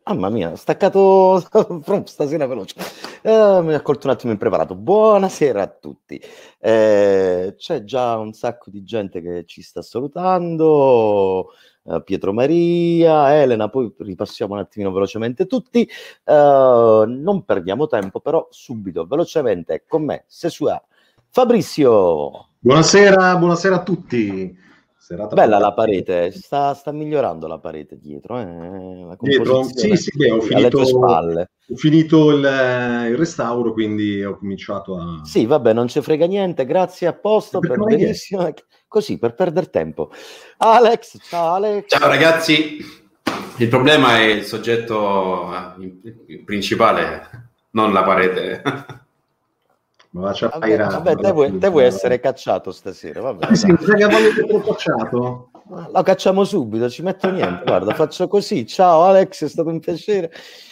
Mamma mia, staccato stasera veloce. Mi ha colto un attimo impreparato. Buonasera a tutti. C'è già un sacco di gente che ci sta salutando. Pietro Maria, Elena, poi ripassiamo un attimino velocemente tutti. Non perdiamo tempo, però subito, velocemente, con me, Sesua. Fabrizio. Buonasera a tutti. Serata Bella la parete, sta migliorando la parete dietro, la dietro? composizione Sì, beh, alle tue spalle. ho finito il restauro, quindi ho cominciato a... Sì, vabbè, non ci frega niente, grazie, a posto, Perché per non è benissimo, così, per perdere tempo. Alex, ciao Alex. Ciao ragazzi, il problema è il soggetto principale, non la parete. Vabbè, te vuoi essere cacciato stasera, vabbè. Sì, che voglio essere cacciato? Lo cacciamo subito, ci metto niente, guarda, faccio così. Ciao Alex, è stato un piacere.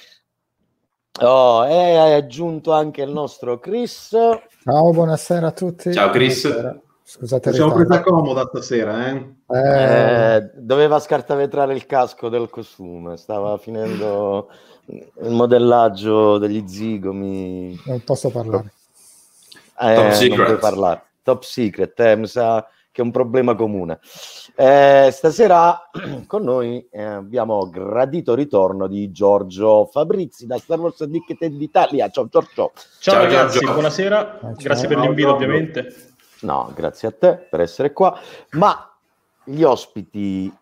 Oh, e hai aggiunto anche il nostro Chris. Ciao, buonasera a tutti. Ciao Chris. Buonasera. Scusate, siamo presa comoda stasera, doveva scartavetrare il casco del costume, stava finendo il modellaggio degli zigomi. Non posso parlare. Top secret. Non puoi parlare. Top secret, mi sa che è un problema comune. Stasera con noi abbiamo gradito ritorno di Giorgio Fabrizi da Star Wars Addicted d'Italia. Ciao Giorgio. Ciao ragazzi, Giorgio. buonasera. Ciao. Grazie per l'invito, ovviamente. No, grazie a te per essere qua. Ma gli ospiti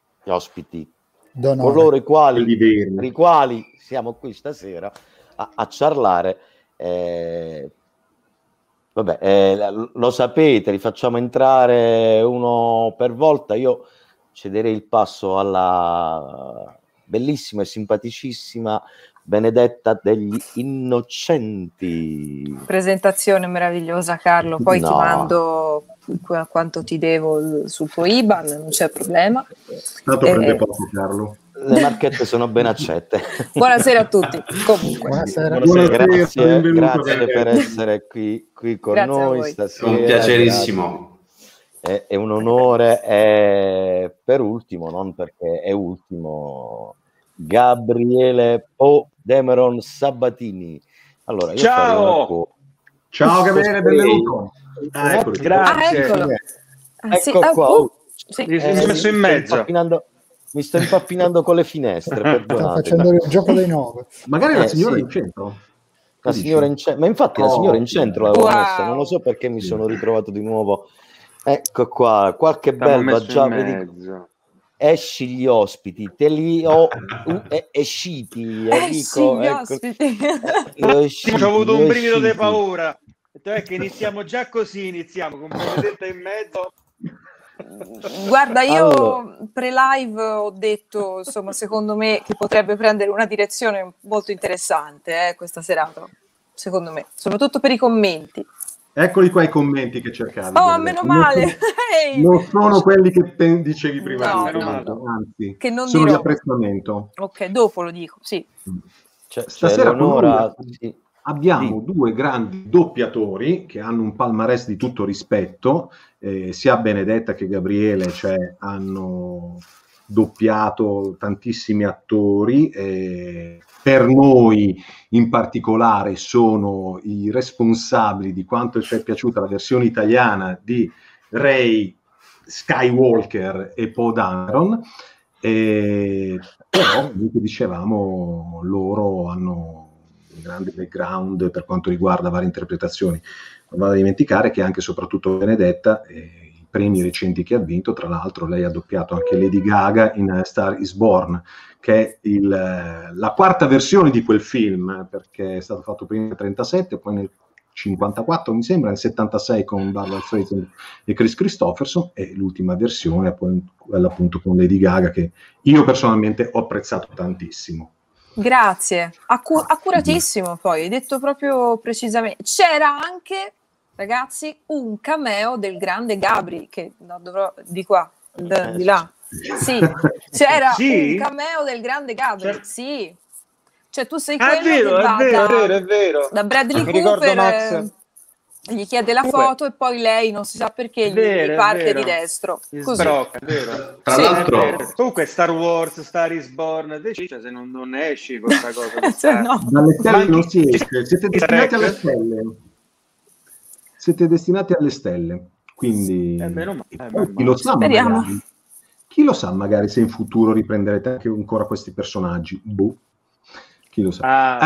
coloro i quali siamo qui stasera a ciarlare, lo sapete, li facciamo entrare uno per volta. Io cederei il passo alla bellissima e simpaticissima Benedetta degli Innocenti. Presentazione meravigliosa, Carlo. Poi ti mando quanto ti devo sul tuo IBAN, non c'è problema. Tanto prende poco, Carlo. Le marchette sono ben accette. Buonasera a tutti. Comunque. Buonasera. Grazie per essere qui con grazie noi stasera. Un piacerissimo. È un onore. Per ultimo, non perché è ultimo, Gabriele O. Demeron Sabatini. Allora, io ciao Gabriele, benvenuto. Grazie. Ecco qua. Mi sono messo in mezzo. Mi sto impappinando con le finestre. Sto facendo il gioco dei 9. Magari la signora in centro. La signora in centro, ma infatti la signora in centro l'avevo messa, non lo so perché mi sono ritrovato di nuovo. Ecco qua, qualche belva già. Esci gli ospiti, te li ho esciti. Esci gli ospiti. Ho avuto un brivido di paura. Cioè che iniziamo già così, con Benedetta in mezzo. Guarda, io pre-live ho detto, insomma, secondo me che potrebbe prendere una direzione molto interessante questa serata, secondo me, soprattutto per i commenti. Eccoli qua i commenti che cercavi. Oh, meno male! Non sono quelli che dicevi prima, no. Anzi, che non sono dirò. Di apprezzamento. Ok, dopo lo dico, sì. Stasera Leonora, abbiamo due grandi doppiatori che hanno un palmarès di tutto rispetto, sia Benedetta che Gabriele, hanno doppiato tantissimi attori, per noi in particolare sono i responsabili di quanto ci è piaciuta la versione italiana di Rey Skywalker e Poe Dameron, però come dicevamo loro hanno un grande background per quanto riguarda varie interpretazioni. Non vado a dimenticare che anche e soprattutto Benedetta, i premi recenti che ha vinto, tra l'altro lei ha doppiato anche Lady Gaga in Star is Born, che è la quarta versione di quel film, perché è stato fatto prima nel 1937, poi nel 1954 mi sembra, nel 1976 con Barbara Streisand e Chris Christopherson, e l'ultima versione poi quella appunto con Lady Gaga, che io personalmente ho apprezzato tantissimo. Grazie, accuratissimo, poi hai detto proprio precisamente. C'era anche, ragazzi, un cameo del grande Gabri, che no, dovrò di qua, di là. Sì, c'era un cameo del grande Gabri, sì. Cioè tu sei quello è vero, che va è vero. da Bradley Mi ricordo Cooper, Max. gli chiede la foto e poi lei non si sa perché gli parte di destro. Così. Sbrocca, è vero. Tra Sì. l'altro, Comunque Star Wars, Star is Born, decisa se non esci con questa cosa. di Cioè, Star- no. Dalle stelle Manchi- non si esce, siete destinati alle Trek? stelle. Siete destinati alle stelle. Quindi meno male, e poi meno chi lo male. sa, Speriamo. magari, chi lo sa, magari se in futuro riprenderete anche ancora questi personaggi. Boh. Chi lo sa.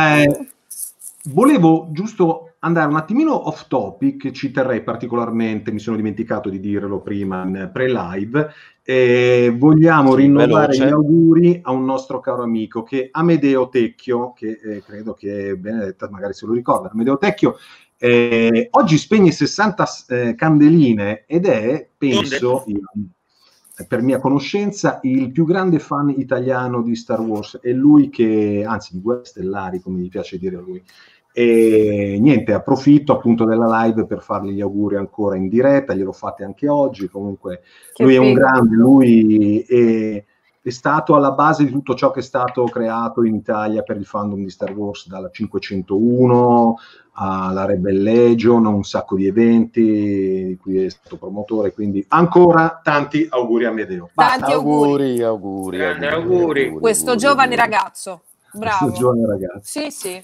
Volevo giusto andare un attimino off topic, ci terrei particolarmente, mi sono dimenticato di dirlo prima in pre-live, vogliamo rinnovare veloce. gli auguri a un nostro caro amico che Amedeo Tecchio, che credo che Benedetta magari se lo ricorda. Amedeo Tecchio oggi spegne 60 candeline ed è, penso, per mia conoscenza, il più grande fan italiano di Star Wars. È lui che, anzi, di Guerre Stellari, come gli piace dire a lui. E niente, approfitto appunto della live per fargli gli auguri ancora in diretta, glielo fate anche oggi. Comunque Che lui è un figo. grande, lui è stato alla base di tutto ciò che è stato creato in Italia per il fandom di Star Wars, dalla 501 alla Rebel Legion, un sacco di eventi di cui è stato promotore, quindi ancora tanti auguri a Amedeo. Tanti auguri. Grande auguri. Questo giovane ragazzo. Bravo. Questo giovane ragazzo. Sì, sì.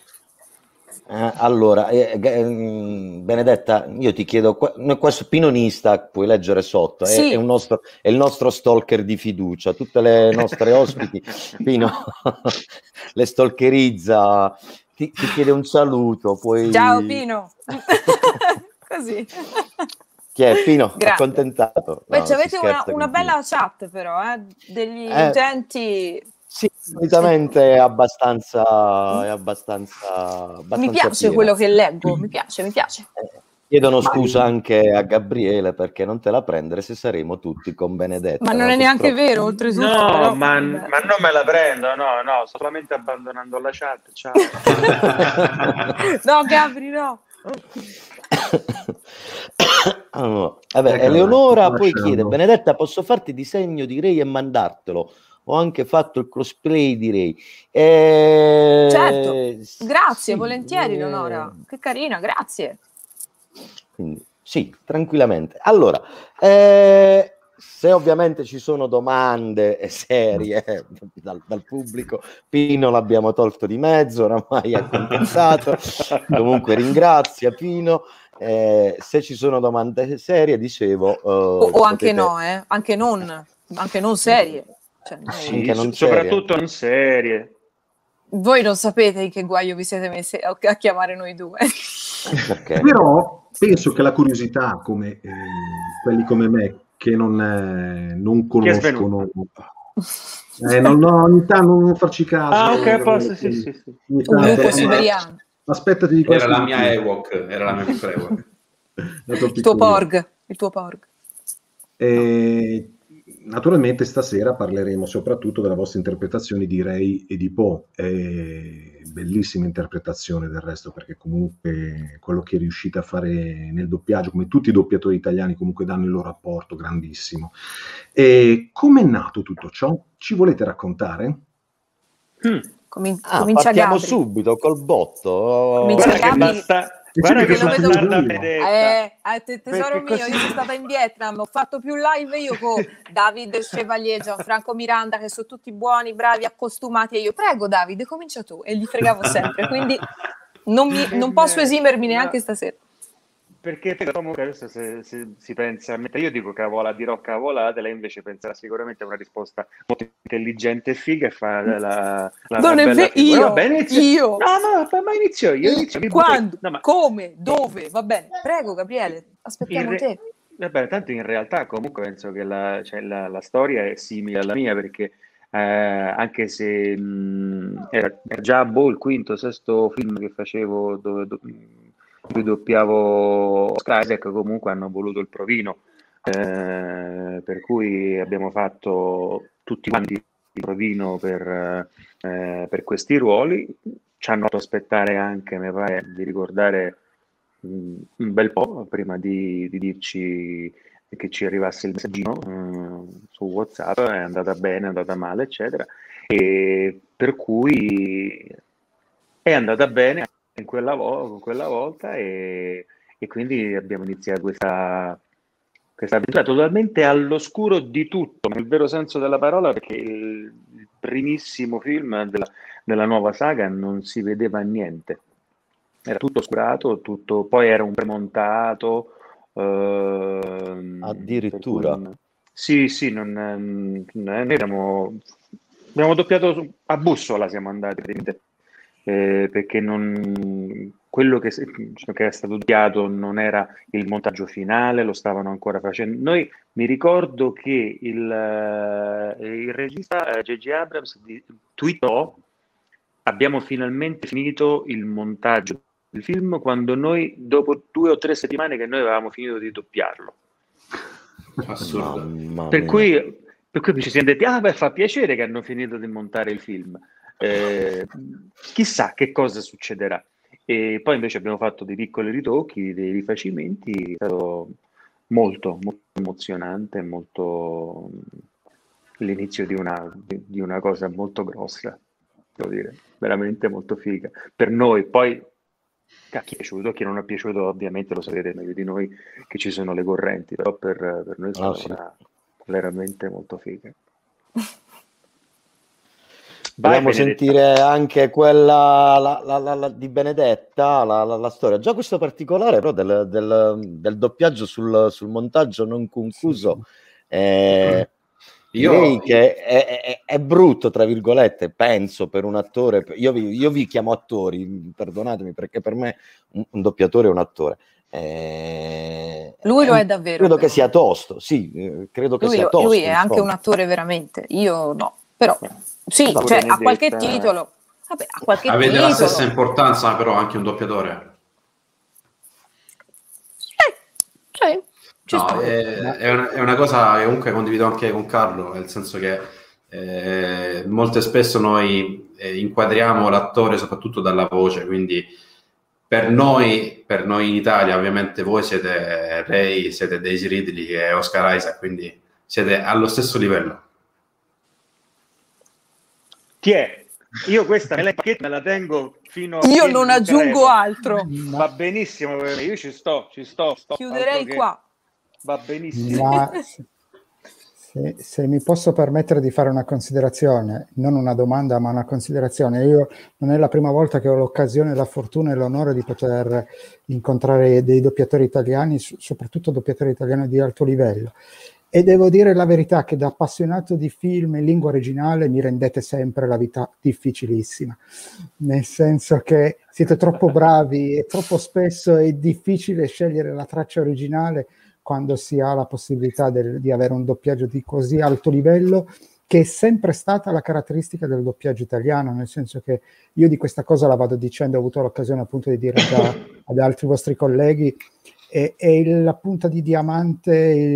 Allora, Benedetta, io ti chiedo, questo Pinonista puoi leggere sotto, Sì. è il nostro stalker di fiducia, tutte le nostre ospiti, Pino le stalkerizza, ti chiede un saluto, puoi... Ciao Pino. Così. Chi è Pino? Grazie. Accontentato? Beh, No, avete si scherza una con bella chat però, degli genti... Sì, solitamente è abbastanza Mi piace piena. quello che leggo, mi piace. Chiedono scusa anche a Gabriele perché non te la prendere se saremo tutti con Benedetta. Ma non è neanche vero, oltretutto. No, però, ma vabbè. non me la prendo, no, sto solamente abbandonando la chat, ciao. No, Gabri, no. Allora, vabbè, Eleonora sto poi lasciando. chiede: Benedetta, posso farti disegno di Rey e mandartelo? Ho anche fatto il cosplay di Rey. Certo, grazie, sì, volentieri Leonora, che carina, grazie. Quindi, sì, tranquillamente. Allora, se ovviamente ci sono domande serie dal pubblico, Pino l'abbiamo tolto di mezzo, oramai accontentato. Comunque ringrazia Pino. Se ci sono domande serie, dicevo... o anche no, anche non serie. Cioè, anche non soprattutto non serie. Voi non sapete in che guaio vi siete messi a chiamare noi due. Perché? Però penso che la curiosità, come quelli come me, che non conoscono... ogni tanto non farci caso. Ah, ok, a posto, sì. Un lupo siberiano. Aspettati di questo. Era la mia Ewok, era la mia piccola Ewok. Il tuo porg. Naturalmente stasera parleremo soprattutto della vostra interpretazione di Rey e di Poe. Bellissima interpretazione del resto, perché comunque quello che riuscite a fare nel doppiaggio, come tutti i doppiatori italiani, comunque danno il loro apporto grandissimo. Come è nato tutto ciò? Ci volete raccontare? Comincia partiamo Gabri. subito col botto. Comincia Gabri. Guarda che lo vedo. bastarda Benedetta. Tesoro mio, io sono stata in Vietnam, ho fatto più live io con David Chevalier, Gianfranco Miranda, che sono tutti buoni, bravi, accostumati, e io prego Davide, comincia tu, e gli fregavo sempre, quindi non posso esimermi neanche stasera. Perché comunque adesso se si pensa, mentre io dico dirò cavolate, lei invece penserà sicuramente a una risposta molto intelligente e figa e fa la non è bella vero, io. No, ma inizio io. Quando? No, ma... Come? Dove? Va bene, prego Gabriele, aspettiamo te. Vabbè, tanto in realtà comunque penso che la storia è simile alla mia, perché anche se era già il quinto, sesto film che facevo dove doppiavo Isaac, comunque hanno voluto il provino, per cui abbiamo fatto tutti quanti il provino per questi ruoli. Ci hanno fatto aspettare anche, mi pare di ricordare, un bel po' prima di dirci che ci arrivasse il messaggino su WhatsApp, è andata bene, è andata male, eccetera, e per cui è andata bene in quella volta e e quindi abbiamo iniziato questa avventura totalmente all'oscuro di tutto, nel vero senso della parola, perché il primissimo film della nuova saga non si vedeva niente, era tutto oscurato, poi era un premontato. Addirittura. Sì, noi abbiamo doppiato a bussola, siamo andati perché quello che è stato doppiato non era il montaggio finale, lo stavano ancora facendo. Mi ricordo che il regista J.J. Abrams twittò: abbiamo finalmente finito il montaggio del film, quando noi, dopo 2 o 3 settimane che noi avevamo finito di doppiarlo. Assurdo. Per cui ci siamo detti, fa piacere che hanno finito di montare il film, chissà che cosa succederà. E poi invece abbiamo fatto dei piccoli ritocchi, dei rifacimenti, è stato molto, molto emozionante, molto l'inizio di una cosa molto grossa, devo dire, veramente molto figa per noi. Poi a chi è piaciuto, a chi non è piaciuto, ovviamente lo sapete meglio di noi che ci sono le correnti, però per noi è stata veramente molto figa. Vogliamo sentire anche quella di Benedetta, la storia. Già questo particolare però del doppiaggio sul montaggio non concluso, direi che è brutto, tra virgolette, penso, per un attore. Io vi chiamo attori, perdonatemi, perché per me un doppiatore è un attore. Lui lo è davvero. Credo che sia tosto, sì, credo che sia tosto. Lui è anche un attore veramente, io no, però sì, cioè a qualche titolo. Vabbè, a qualche avete titolo. la stessa importanza, però anche un doppiatore. Sì. No, è una cosa che comunque condivido anche con Carlo, nel senso che molto spesso noi inquadriamo l'attore soprattutto dalla voce, quindi per noi in Italia ovviamente voi siete Ray, siete Daisy Ridley e Oscar Isaac, quindi siete allo stesso livello. Io questa me la tengo fino a... Io non aggiungo altro. Va benissimo, io ci sto. Chiuderei qua. Va benissimo. Ma se mi posso permettere di fare una considerazione, non una domanda ma una considerazione, io non è la prima volta che ho l'occasione, la fortuna e l'onore di poter incontrare dei doppiatori italiani, soprattutto doppiatori italiani di alto livello, e devo dire la verità che da appassionato di film in lingua originale mi rendete sempre la vita difficilissima, nel senso che siete troppo bravi e troppo spesso è difficile scegliere la traccia originale quando si ha la possibilità di avere un doppiaggio di così alto livello, che è sempre stata la caratteristica del doppiaggio italiano, nel senso che io di questa cosa la vado dicendo, ho avuto l'occasione appunto di dire ad altri vostri colleghi, è una punta di diamante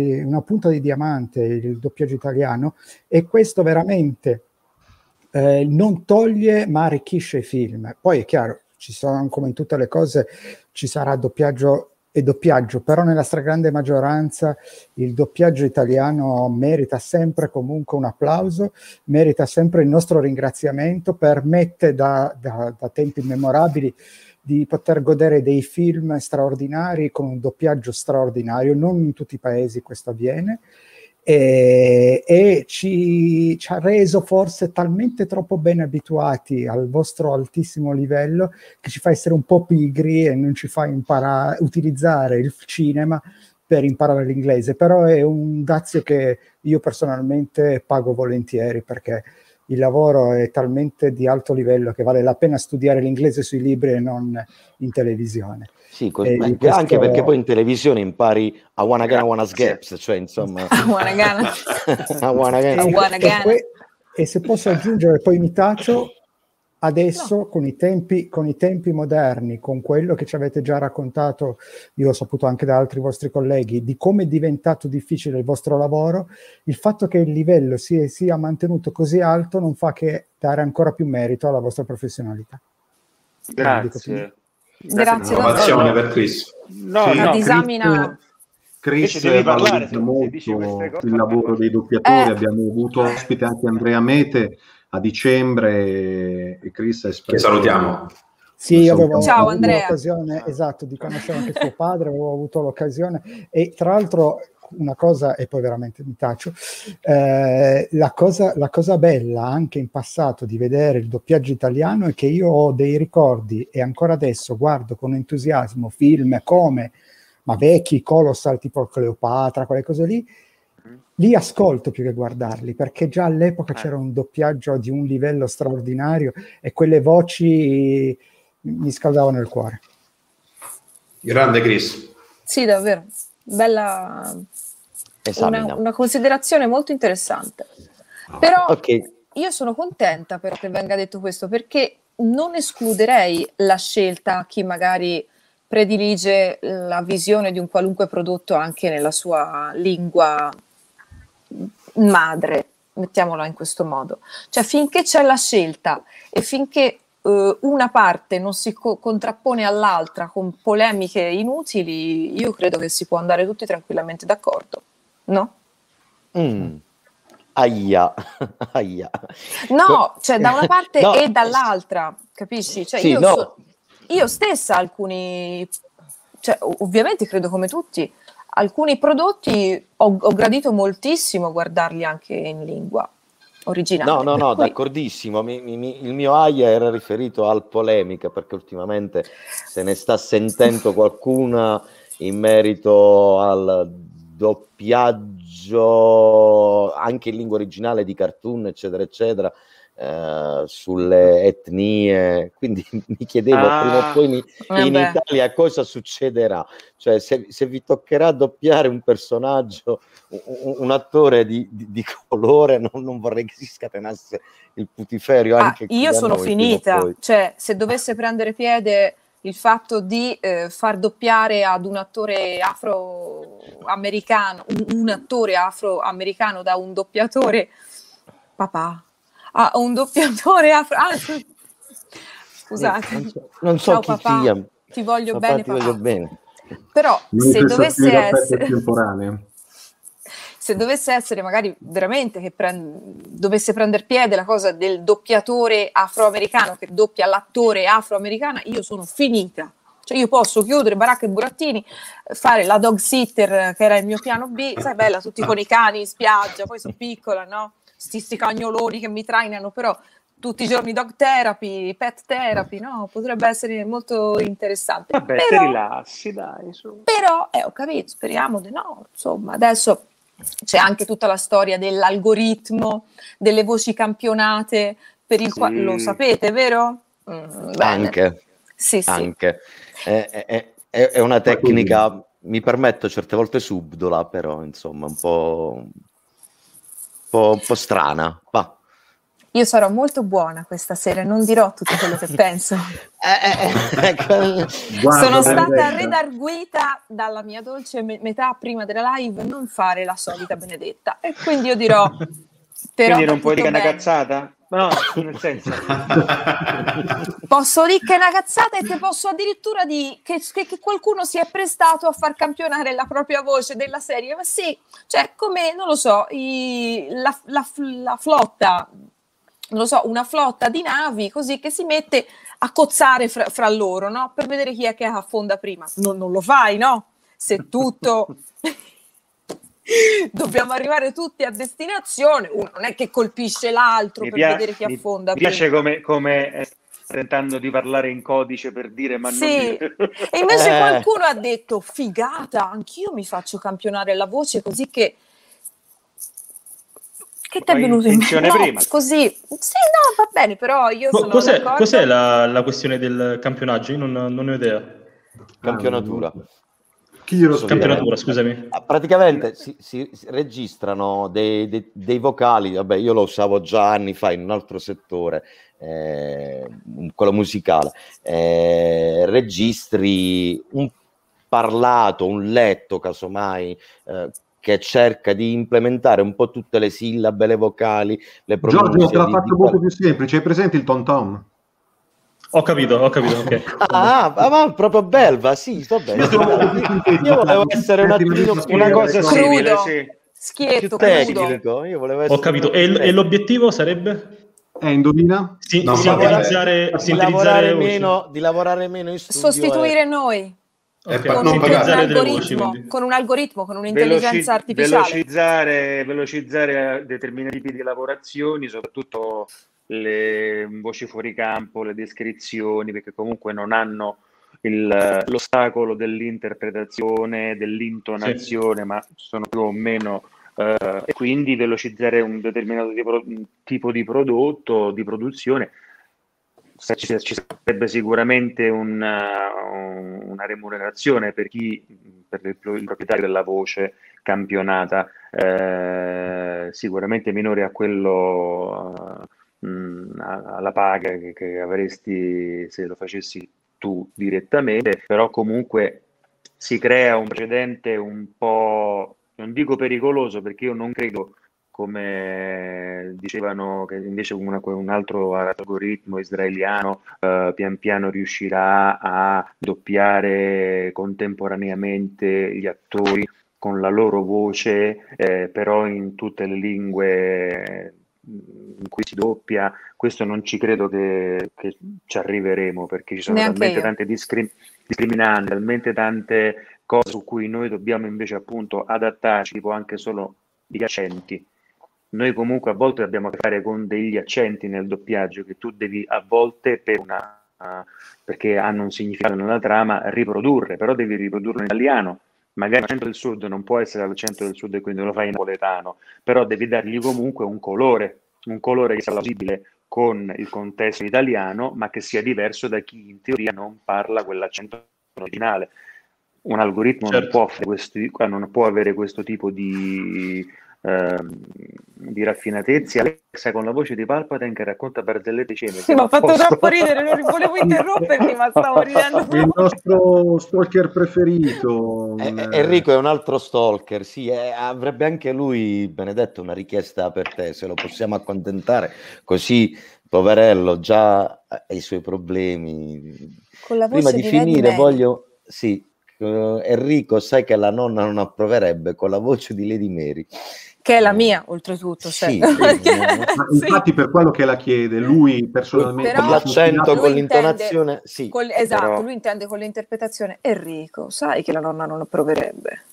il doppiaggio italiano, e questo veramente non toglie ma arricchisce i film. Poi è chiaro, ci sono, come in tutte le cose, ci sarà doppiaggio e doppiaggio, però nella stragrande maggioranza il doppiaggio italiano merita sempre comunque un applauso, merita sempre il nostro ringraziamento, permette da tempi immemorabili di poter godere dei film straordinari con un doppiaggio straordinario. Non in tutti i paesi questo avviene, e ci ha reso forse talmente troppo ben abituati al vostro altissimo livello che ci fa essere un po' pigri e non ci fa utilizzare il cinema per imparare l'inglese. Però è un dazio che io personalmente pago volentieri, perché il lavoro è talmente di alto livello che vale la pena studiare l'inglese sui libri e non in televisione. Sì, anche perché poi in televisione impari a wanna gana, wanna sgaps, cioè insomma a wanna gana. E se posso aggiungere, poi mi taccio, adesso con i tempi moderni, con quello che ci avete già raccontato, io ho saputo anche da altri vostri colleghi, di come è diventato difficile il vostro lavoro, il fatto che il livello sia mantenuto così alto non fa che dare ancora più merito alla vostra professionalità. Grazie. Grazie. Innovazione per Chris. La disamina. Chris valorizza molto il lavoro dei doppiatori. Abbiamo avuto ospite anche Andrea Mete a dicembre, e Chris ha espresso... Che salutiamo. Sì, io avevo Ciao, avuto Andrea. l'occasione, esatto, di conoscere anche suo padre, avevo avuto l'occasione e tra l'altro una cosa, e poi veramente mi taccio, la cosa bella anche in passato di vedere il doppiaggio italiano è che io ho dei ricordi e ancora adesso guardo con entusiasmo film come, ma vecchi, Colossal, tipo Cleopatra, quelle cose lì, li ascolto più che guardarli, perché già all'epoca c'era un doppiaggio di un livello straordinario e quelle voci mi scaldavano il cuore. Grande Chris. Sì, davvero. Bella, una considerazione molto interessante. Però io sono contenta però che venga detto questo, perché non escluderei la scelta a chi magari predilige la visione di un qualunque prodotto anche nella sua lingua madre, mettiamola in questo modo. Cioè, finché c'è la scelta e finché una parte non si contrappone all'altra con polemiche inutili, io credo che si può andare tutti tranquillamente d'accordo, no? Aia. No, cioè da una parte no. e dall'altra, capisci? Cioè, sì, io stessa alcuni, cioè, ovviamente credo come tutti, alcuni prodotti ho gradito moltissimo guardarli anche in lingua originale. No, d'accordissimo. Il mio aia era riferito al polemica, perché ultimamente se ne sta sentendo qualcuna in merito al doppiaggio anche in lingua originale di cartoon, eccetera, eccetera, sulle etnie. Quindi mi chiedevo prima o poi in Italia cosa succederà. Cioè, se vi toccherà doppiare un personaggio, un attore di colore, non vorrei che si scatenasse il putiferio anche qui. Io sono finita, cioè se dovesse prendere piede il fatto di far doppiare ad un attore afroamericano, un attore afroamericano da un doppiatore un doppiatore scusate, non so ciao, chi papà, sia. ti voglio papà, bene, ti voglio bene. Però se dovesse essere magari veramente che dovesse prendere piede la cosa del doppiatore afroamericano che doppia l'attore afroamericana, io sono finita. Cioè io posso chiudere Baracca e Burattini, fare la dog sitter che era il mio piano B, sai, bella, tutti con i cani in spiaggia, poi sono piccola, no? Sti cagnoloni che mi trainano, però tutti i giorni dog therapy, pet therapy, no? Potrebbe essere molto interessante. Vabbè, però, te rilassi, dai. Però, ho capito, speriamo di no. Insomma, adesso c'è anche tutta la storia dell'algoritmo, delle voci campionate, per il quale, lo sapete, vero? Anche. Sì. Anche. È una tecnica, mi permetto certe volte subdola, però insomma un po' strana. Va. Io sarò molto buona questa sera, non dirò tutto quello che penso. Sono stata redarguita dalla mia dolce metà prima della live non fare la solita benedetta, e quindi io dirò però quindi non puoi dire una cazzata? No, nel senso posso dire che è una cazzata, e che posso addirittura dire che qualcuno si è prestato a far campionare la propria voce della serie, ma sì, cioè come, non lo so, la flotta, non lo so, una flotta di navi così che si mette a cozzare fra loro, no? Per vedere chi è che affonda prima. Non lo fai, no? Se tutto dobbiamo arrivare tutti a destinazione, uno non è che colpisce l'altro per vedere chi affonda prima. Mi piace come tentando di parlare in codice per dire ma sì. Non e invece qualcuno ha detto figata, anch'io mi faccio campionare la voce così che ti è venuto in mente? No, prima. Così. Sì, no, va bene, però io sono d'accordo. Cos'è la questione del campionaggio? Io non ne ho idea. Campionatura. Campionatura, scusami. Praticamente si registrano dei vocali, vabbè, io lo usavo già anni fa in un altro settore, quello musicale, registri un parlato, un letto, casomai, che cerca di implementare un po' tutte le sillabe, le vocali, le pronunce. Giorgio, te la faccio molto più semplice, hai presente il tom-tom? Ho capito, ok. Ma proprio Belva, sì, sto bene. Io volevo essere un attimino più una cosa simile, sì. Schietto, più tecnico. Io volevo essere ho capito, e l'obiettivo sarebbe? Indovina? No, di lavorare meno in studio. Sostituire noi. Okay, Con un algoritmo, con un'intelligenza artificiale. Velocizzare determinati tipi di lavorazioni, soprattutto le voci fuori campo, le descrizioni, perché comunque non hanno l'ostacolo dell'interpretazione, dell'intonazione, ma sono più o meno e quindi velocizzare un determinato tipo di prodotto, di produzione. Ci sarebbe sicuramente una remunerazione per il proprietario della voce campionata, sicuramente minore a quello alla paga che avresti se lo facessi tu direttamente, però comunque si crea un precedente un po', non dico pericoloso, perché io non credo, come dicevano, che invece un altro algoritmo israeliano pian piano riuscirà a doppiare contemporaneamente gli attori con la loro voce, però in tutte le lingue in cui si doppia. Questo non ci credo che ci arriveremo, perché ci sono talmente tante discriminanti, talmente tante cose su cui noi dobbiamo invece appunto adattarci, tipo anche solo gli accenti. Noi comunque a volte abbiamo a che fare con degli accenti nel doppiaggio che tu devi a volte perché hanno un significato nella trama riprodurre, però devi riprodurlo in italiano. Magari l'accento del sud non può essere l'accento del sud e quindi lo fai in napoletano, però devi dargli comunque un colore che sia plausibile con il contesto italiano, ma che sia diverso da chi in teoria non parla quell'accento originale. Un algoritmo non può avere questo tipo di raffinatezza. Alexa con la voce di Palpatine che racconta barzellette cene. Sì, mi ha fatto troppo ridere, non volevo interromperti, ma stavo ridendo. Il nostro stalker preferito. Enrico è un altro stalker, sì, avrebbe anche lui, Benedetto, una richiesta per te, se lo possiamo accontentare, così poverello già ha i suoi problemi. Con la voce Prima di finire voglio... Sì, Enrico, sai che la nonna non approverebbe con la voce di Lady Mary. Che è la mia, oltretutto. Sì, infatti per quello che la chiede, lui personalmente... Con l'accento, con l'intonazione, sì. Esatto, però... lui intende con l'interpretazione. Enrico, sai che la nonna non approverebbe.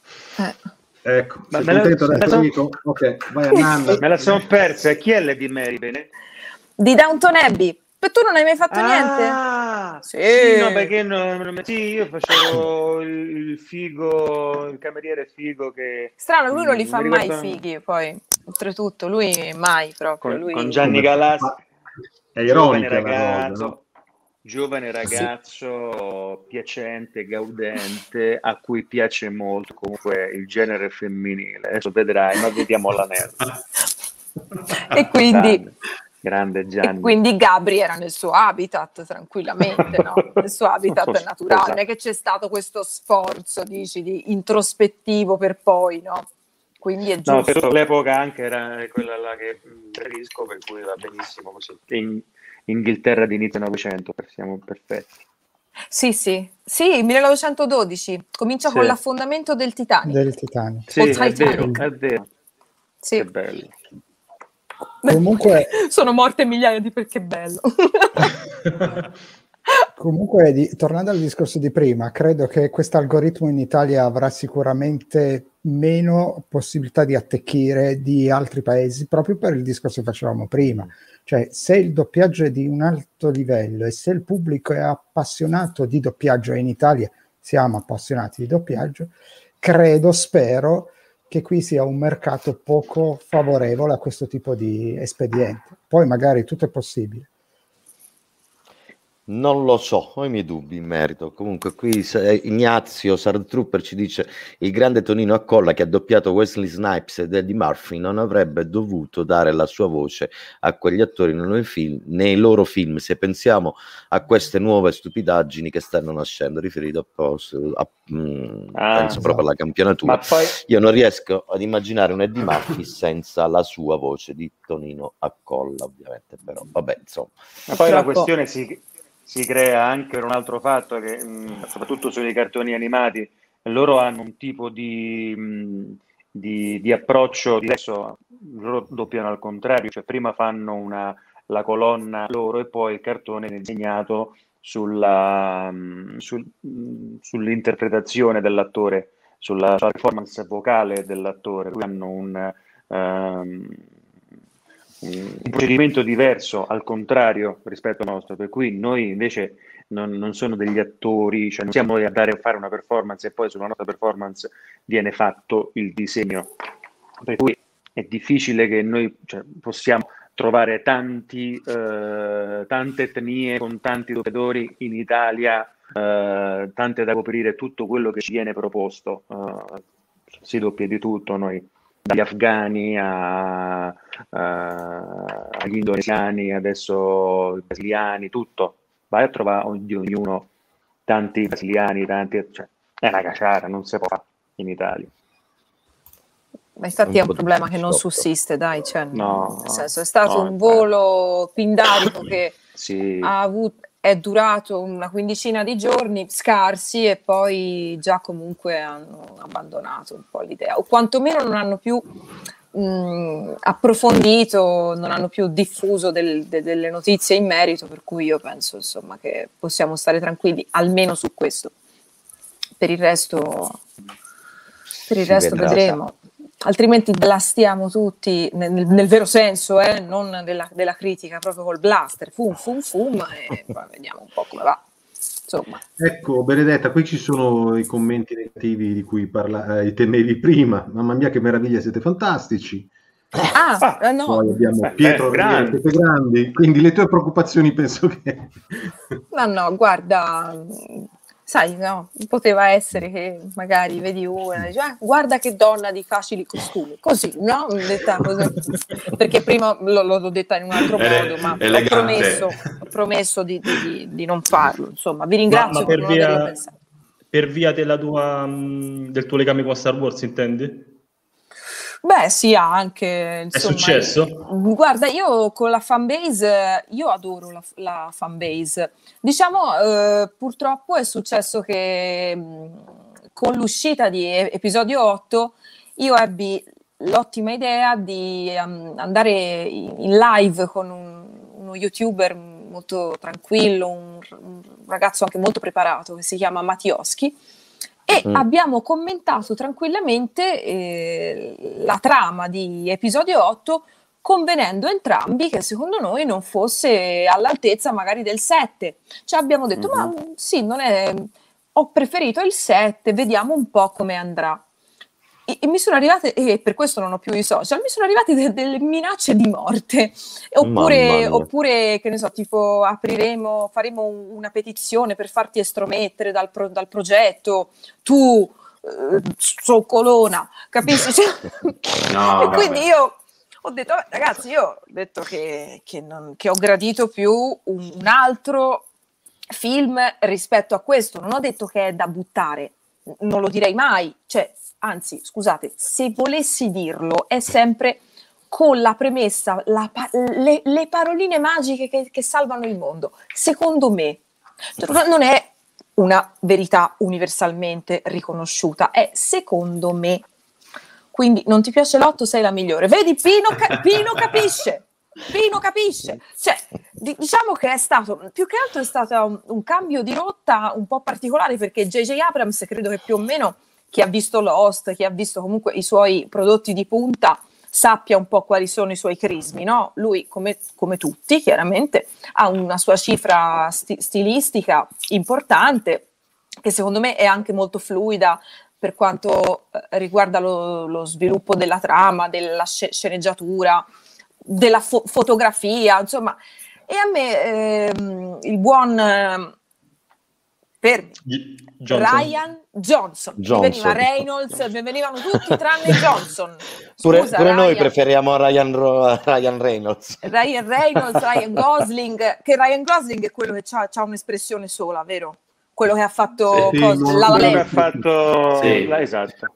Ecco, sei contento adesso, Enrico? Ok, vai a Nanna. Me la sono persa. Chi è Lady Mary, Bene? Di Downton Abbey. Ma tu non hai mai fatto niente? Sì, no, perché io facevo il figo, il cameriere figo che... Strano, lui non li fa mai i fighi, poi, oltretutto, lui mai proprio. Con Gianni Galassi, è ironica la cosa, no? Giovane ragazzo, piacente, gaudente, a cui piace molto comunque il genere femminile. Adesso vedrai, ma vediamo l'anello. E quindi... Grande Gianni. E quindi Gabri era nel suo habitat tranquillamente, no? Nel suo habitat naturale, non è che c'è stato questo sforzo, dici, di introspettivo per poi, no? Quindi è giusto. No, per l'epoca anche era quella là che preferisco, per cui va benissimo così. In Inghilterra di inizio Novecento, siamo perfetti. Sì, 1912, comincia con l'affondamento del Titanic. Sì, è vero. Sì. Che bello. Comunque sono morte migliaia di perché bello. Comunque, tornando al discorso di prima, credo che questo algoritmo in Italia avrà sicuramente meno possibilità di attecchire di altri paesi, proprio per il discorso che facevamo prima. Cioè, se il doppiaggio è di un alto livello e se il pubblico è appassionato di doppiaggio, e in Italia siamo appassionati di doppiaggio, spero che qui sia un mercato poco favorevole a questo tipo di espediente. Poi magari tutto è possibile. Non lo so, ho i miei dubbi in merito. Comunque qui Ignazio Sardtrooper ci dice: il grande Tonino Accolla, che ha doppiato Wesley Snipes ed Eddie Murphy, non avrebbe dovuto dare la sua voce a quegli attori nei loro film, se pensiamo a queste nuove stupidaggini che stanno nascendo, riferito penso proprio alla campionatura. Ma poi... Io non riesco ad immaginare un Eddie Murphy senza la sua voce di Tonino Accolla, ovviamente, però vabbè, insomma. Ma poi la questione si crea anche per un altro fatto che soprattutto sui cartoni animati loro hanno un tipo di approccio diverso, loro doppiano al contrario, cioè prima fanno una la colonna loro, e poi il cartone è disegnato sull'interpretazione dell'attore, sulla performance vocale dell'attore. Hanno un procedimento diverso, al contrario rispetto al nostro, per cui noi invece non sono degli attori, cioè non siamo noi a fare una performance e poi sulla nostra performance viene fatto il disegno, per cui è difficile che noi, cioè, possiamo trovare tante etnie con tanti doppiatori in Italia, tante da coprire tutto quello che ci viene proposto. Si doppia di tutto noi, dagli afghani agli indonesiani, adesso i brasiliani, tutto. Vai a trovare di ognuno, tanti brasiliani, cioè, è una caciara, non si può fare in Italia. Ma infatti è un problema che non sussiste, dai, cioè, no, nel senso, è stato un volo pindarico che sì, è durato una quindicina di giorni scarsi, e poi già comunque hanno abbandonato un po' l'idea, o quantomeno non hanno più approfondito, non hanno più diffuso delle notizie in merito, per cui io penso, insomma, che possiamo stare tranquilli almeno su questo. Per il resto vedremo. Altrimenti blastiamo tutti nel vero senso, non della critica, proprio col blaster, fum, e poi vediamo un po' come va. Insomma. Ecco, Benedetta, qui ci sono i commenti negativi di cui temevi prima. Mamma mia, che meraviglia, siete fantastici. No. Poi abbiamo Pietro siete grandi, quindi le tue preoccupazioni penso che... No, guarda... Sai, no, poteva essere che magari vedi una e dici, guarda che donna di facili costumi, così, no? Detta così. Perché prima l'ho detta in un altro modo, ma ho promesso di non farlo. Insomma, vi ringrazio per non averlo pensato. Per via del tuo legame con Star Wars, intendi? Beh, sì, anche. Insomma, è successo? Guarda, io con la fanbase, io adoro la fanbase. Diciamo, purtroppo è successo che con l'uscita di episodio 8 io ebbi l'ottima idea di andare in live con uno youtuber molto tranquillo, un ragazzo anche molto preparato che si chiama Mattioschi. E abbiamo commentato tranquillamente la trama di episodio 8, convenendo entrambi che secondo noi non fosse all'altezza magari del 7. Cioè abbiamo detto, ma sì, ho preferito il 7, vediamo un po' come andrà. E mi sono arrivate, e per questo non ho più i social, mi sono arrivate delle minacce di morte, oppure che ne so, tipo faremo una petizione per farti estromettere dal progetto, tu zoccolona, capisci? No, e quindi io ho detto, ragazzi, io ho detto che ho gradito più un altro film rispetto a questo, non ho detto che è da buttare, non lo direi mai, cioè, anzi, scusate, se volessi dirlo è sempre con la premessa, le paroline magiche che salvano il mondo. Secondo me, non è una verità universalmente riconosciuta, è secondo me. Quindi non ti piace l'8, sei la migliore. Vedi, Pino capisce. Pino capisce. Cioè, diciamo che è stato, più che altro è stato un cambio di rotta un po' particolare, perché J.J. Abrams, credo che più o meno chi ha visto Lost, chi ha visto comunque i suoi prodotti di punta, sappia un po' quali sono i suoi crismi, no? Lui, come tutti, chiaramente, ha una sua cifra stilistica importante, che secondo me è anche molto fluida per quanto riguarda lo sviluppo della trama, della sceneggiatura, della fotografia, insomma. E a me il buon Ryan Johnson. Mi veniva Reynolds, mi venivano tutti tranne Johnson. Scusa, pure noi preferiamo Ryan Reynolds. Ryan Gosling, che Ryan Gosling è quello che ha un'espressione sola, vero? Quello che ha fatto La La Land. Esatto.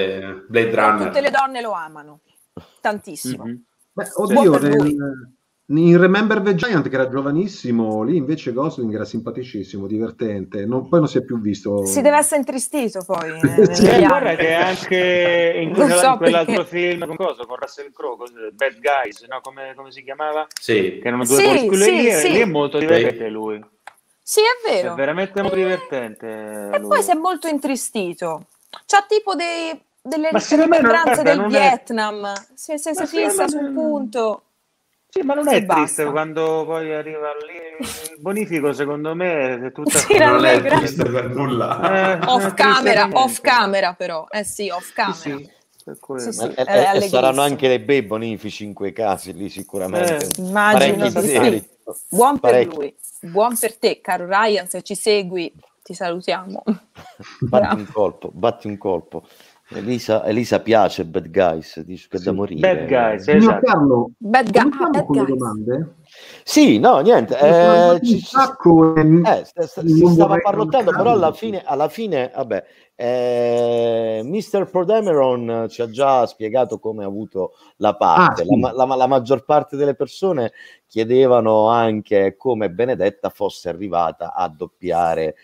Blade Runner. Tutte le donne lo amano tantissimo. Beh, oddio, In Remember the Giant, che era giovanissimo, lì invece Gosling era simpaticissimo, divertente, poi non si è più visto. Si deve essere intristito poi. Guarda che anche in quell'altro film con Russell Crowe, Bad Guys, no? Come si chiamava? Sì. Che erano due lì è molto divertente lui. Sì, è vero. È veramente molto divertente. E lui. Poi si è molto intristito. C'ha tipo delle rimembranze del Vietnam. Se fissa su un punto. Sì, ma non è triste quando poi arriva lì il bonifico, secondo me è tutta non è triste per nulla. Off camera però. Sì, off camera. Sì. E saranno anche dei bei bonifici in quei casi lì sicuramente. Immagino sì. Buon per lui, buon per te, caro Ryan, se ci segui ti salutiamo. Batti un colpo. Elisa piace Bad Guys, dice che è da morire. Bad Guys, esatto. Carlo, Bad Guys. Domande? Sì, no, niente. Si stava parlottando, però alla fine, vabbè, Mr. Podameron ci ha già spiegato come ha avuto la parte. Sì. La maggior parte delle persone chiedevano anche come Benedetta fosse arrivata a doppiare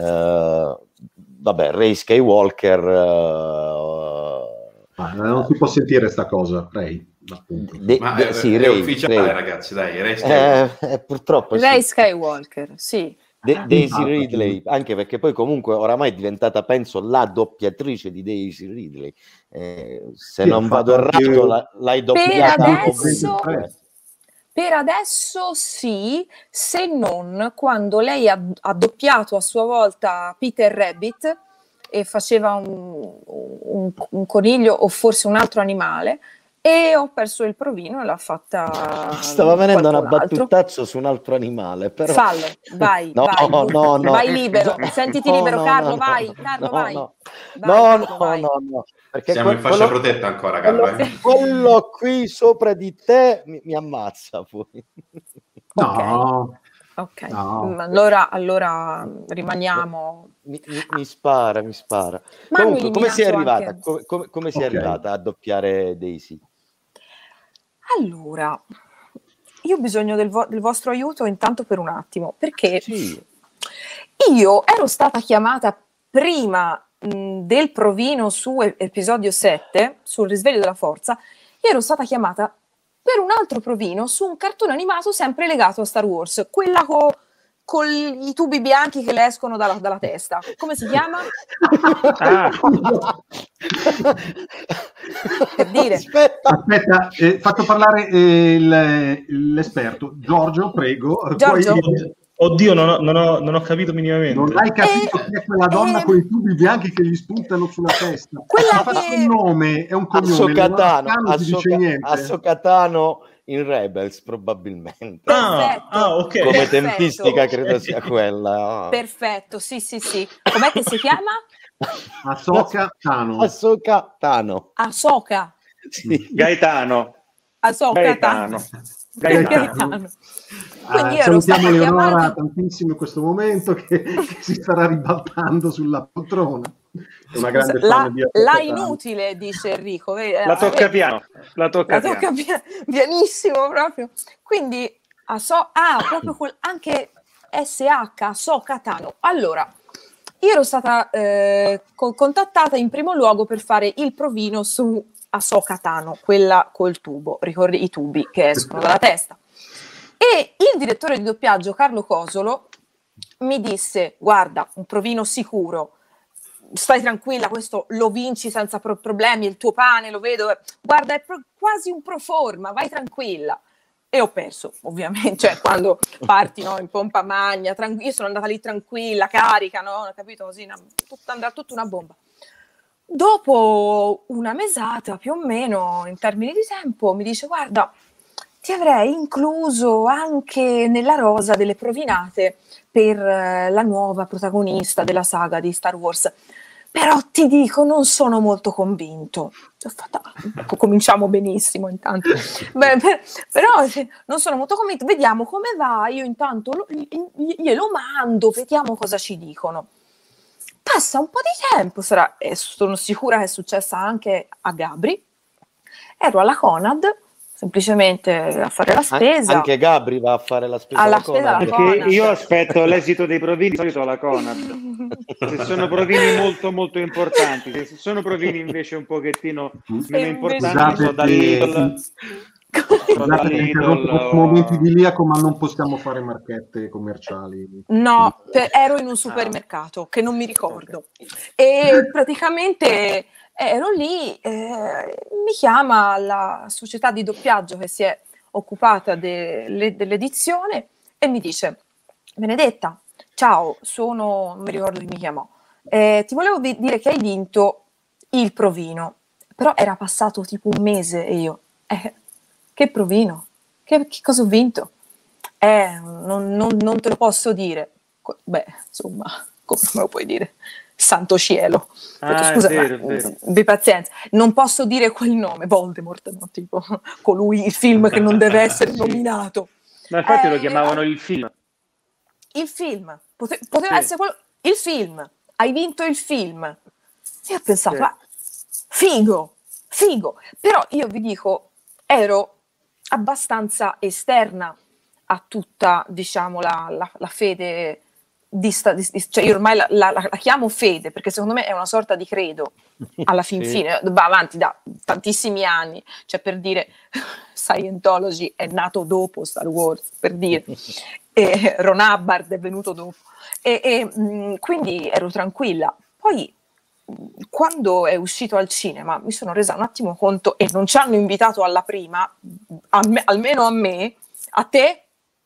Rey Skywalker. Non si può sentire sta cosa, Rey. È ufficiale, ragazzi, dai. Rey purtroppo Rey Skywalker, sì. Daisy Ridley, anche perché poi comunque oramai è diventata, penso, la doppiatrice di Daisy Ridley. Se non vado errato, l'hai doppiata. Per adesso sì, se non quando lei ha doppiato a sua volta Peter Rabbit e faceva un coniglio o forse un altro animale, e ho perso il provino e l'ha fatta. Stava venendo una battutaccia su un altro animale, però. Fallo, vai, vai libero, sentiti libero, Carlo, vai, Carlo, vai. No. Perché siamo in fascia protetta ancora, Carlo. Quello qui sopra di te mi ammazza poi. Ok. Allora rimaniamo. Mi spara. Comunque, come sei arrivata? Come sei arrivata a doppiare Daisy? Allora, io ho bisogno del vostro aiuto intanto per un attimo, perché io ero stata chiamata prima del provino su episodio 7, sul risveglio della forza, ero stata chiamata per un altro provino su un cartone animato sempre legato a Star Wars, quella con i tubi bianchi che le escono dalla testa. Come si chiama? Per dire. Aspetta, faccio parlare l'esperto. Giorgio, prego. Giorgio. Oddio, non ho capito minimamente. Non hai capito chi è quella donna con i tubi bianchi che gli spuntano sulla testa? Un nome, è un cognome. Assokatano in Rebels, probabilmente. Ok. Come tempistica credo sia quella. Perfetto, sì. Com'è che si chiama? Ahsoka Tano. Ahsoka. Sì. Gaetano. Ahsoka Tano. Quindi salutiamo Leonora tantissimo in questo momento che si starà ribaltando sulla poltrona. È una grande fan di la inutile, dice Enrico. La tocca piano. Pianissimo proprio. Quindi proprio anche SH, Ahsoka Tano. Allora, io ero stata contattata in primo luogo per fare il provino su Ahsoka Tano, quella col tubo, ricordi i tubi che escono dalla testa. E il direttore di doppiaggio Carlo Cosolo mi disse: guarda, un provino sicuro, stai tranquilla, questo lo vinci senza problemi, il tuo pane lo vedo, guarda, è quasi un pro forma, vai tranquilla. E ho perso, ovviamente, cioè quando parti in pompa magna, io sono andata lì tranquilla, carica, capito, così, andrà tutta una bomba. Dopo una mesata più o meno in termini di tempo mi dice: guarda, ti avrei incluso anche nella rosa delle provinate per la nuova protagonista della saga di Star Wars, però ti dico, non sono molto convinto. Ho fatto, cominciamo benissimo intanto. Però non sono molto convinto, vediamo come va, io intanto glielo mando, vediamo cosa ci dicono. Passa un po' di tempo, sono sicura che è successa anche a Gabri, ero alla Conad semplicemente a fare la spesa. Anche Gabri va a fare la spesa alla alla spesa Conad. alla Perché Conad. io aspetto l'esito dei provini, di solito alla Conad. Se sono provini molto molto importanti, se sono provini invece un pochettino meno importanti, so da Lidl. Scusate che interrompo momenti di Liaco, ma non possiamo fare marchette commerciali. No, ero in un supermercato che non mi ricordo e praticamente ero lì, mi chiama la società di doppiaggio che si è occupata dell'edizione e mi dice: Benedetta, ciao, non mi ricordo chi mi chiamò, ti volevo dire che hai vinto il provino, però era passato tipo un mese e io, che provino? Che cosa ho vinto? Non te lo posso dire. Beh, insomma, come me lo puoi dire? Santo cielo. Scusa, abbi pazienza, non posso dire quel nome, Voldemort, no? Tipo colui, il film che non deve essere nominato. Ma infatti lo chiamavano il film. Il film, poteva essere quello, il film, hai vinto il film. E ho pensato, ma figo, però io vi dico, ero abbastanza esterna a tutta, diciamo, la fede cioè io ormai la chiamo fede perché secondo me è una sorta di credo alla fine, va avanti da tantissimi anni, cioè per dire Scientology è nato dopo Star Wars, per dire, e Ron Hubbard è venuto dopo quindi ero tranquilla. Poi quando è uscito al cinema mi sono resa un attimo conto, e non ci hanno invitato alla prima, almeno a me, a te?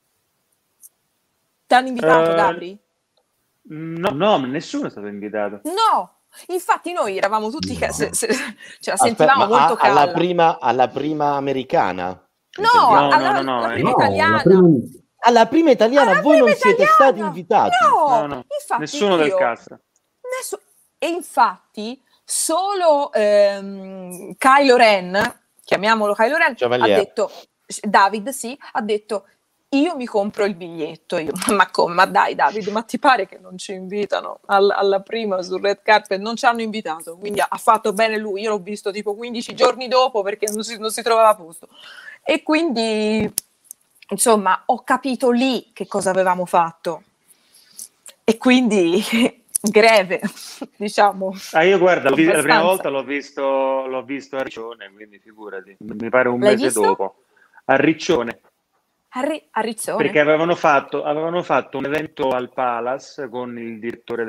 Ti hanno invitato, Gabri? No, nessuno è stato invitato. No, infatti noi eravamo tutti ce la sentivamo molto calda. Alla prima americana? No, alla prima italiana. Alla prima italiana voi non siete stati invitati? No. Infatti nessuno del cast. E infatti solo Kylo Ren, chiamiamolo Kylo Ren, ha detto, David ha detto, io mi compro il biglietto. Io, ma come? Ma dai David, ma ti pare che non ci invitano alla prima sul red carpet? Non ci hanno invitato, quindi ha fatto bene lui. Io l'ho visto tipo 15 giorni dopo perché non si trovava posto. E quindi, insomma, ho capito lì che cosa avevamo fatto. E quindi greve, diciamo. Io guarda, la prima volta l'ho visto a Riccione, quindi figurati, mi pare un mese dopo. A Riccione. A Riccione? Perché avevano fatto un evento al Palace con il direttore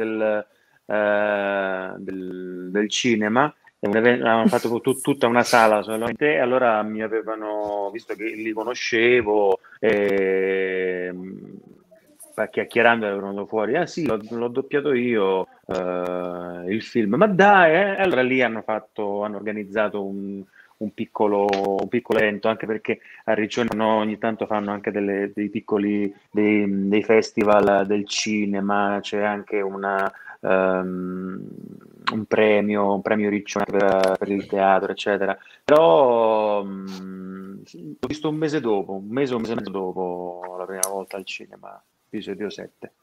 del cinema, avevano fatto tutta una sala solamente, e allora mi avevano, visto che li conoscevo, chiacchierando erano venuto fuori, sì, l'ho doppiato io il film, ma dai, allora lì hanno organizzato un piccolo evento, anche perché a Riccione ogni tanto fanno anche dei piccoli dei festival del cinema, c'è anche un premio Riccione per il teatro, eccetera. Però l'ho visto un mese o un mese e mezzo dopo la prima volta al cinema, episodio 7.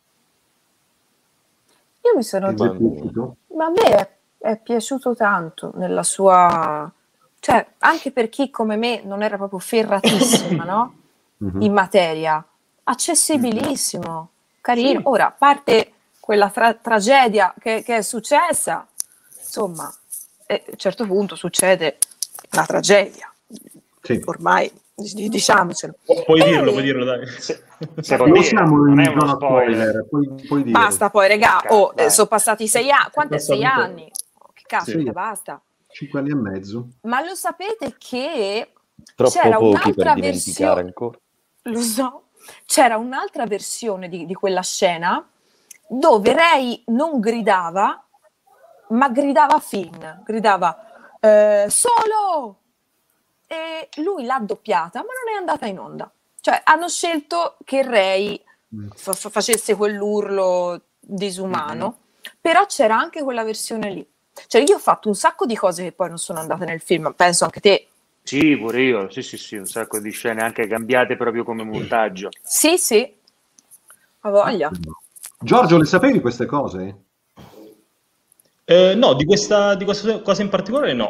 Io mi sono ma a me è piaciuto tanto nella sua, cioè anche per chi come me non era proprio ferratissima, no? In materia, accessibilissimo, carino. Ora, a parte quella tragedia che è successa, insomma, a un certo punto succede una tragedia, ormai diciamocelo. Puoi dirlo, dai. Non è uno spoiler. Puoi dirlo. Basta poi, regà, sono passati 6 anni. Quanto 6 anni? Che cazzo, basta. 5 anni e mezzo. Ma lo sapete che troppo c'era pochi un'altra per dimenticare ancora. Lo so. C'era un'altra versione di quella scena dove Rey non gridava, ma gridava Finn, gridava solo! E lui l'ha doppiata, ma non è andata in onda. Cioè hanno scelto che Rey facesse quell'urlo disumano, però c'era anche quella versione lì. Cioè io ho fatto un sacco di cose che poi non sono andate nel film, penso anche te. Sì, pure io, sì, un sacco di scene anche cambiate proprio come montaggio. Sì, ha voglia. Giorgio, le sapevi queste cose? No, di questa cosa in particolare no.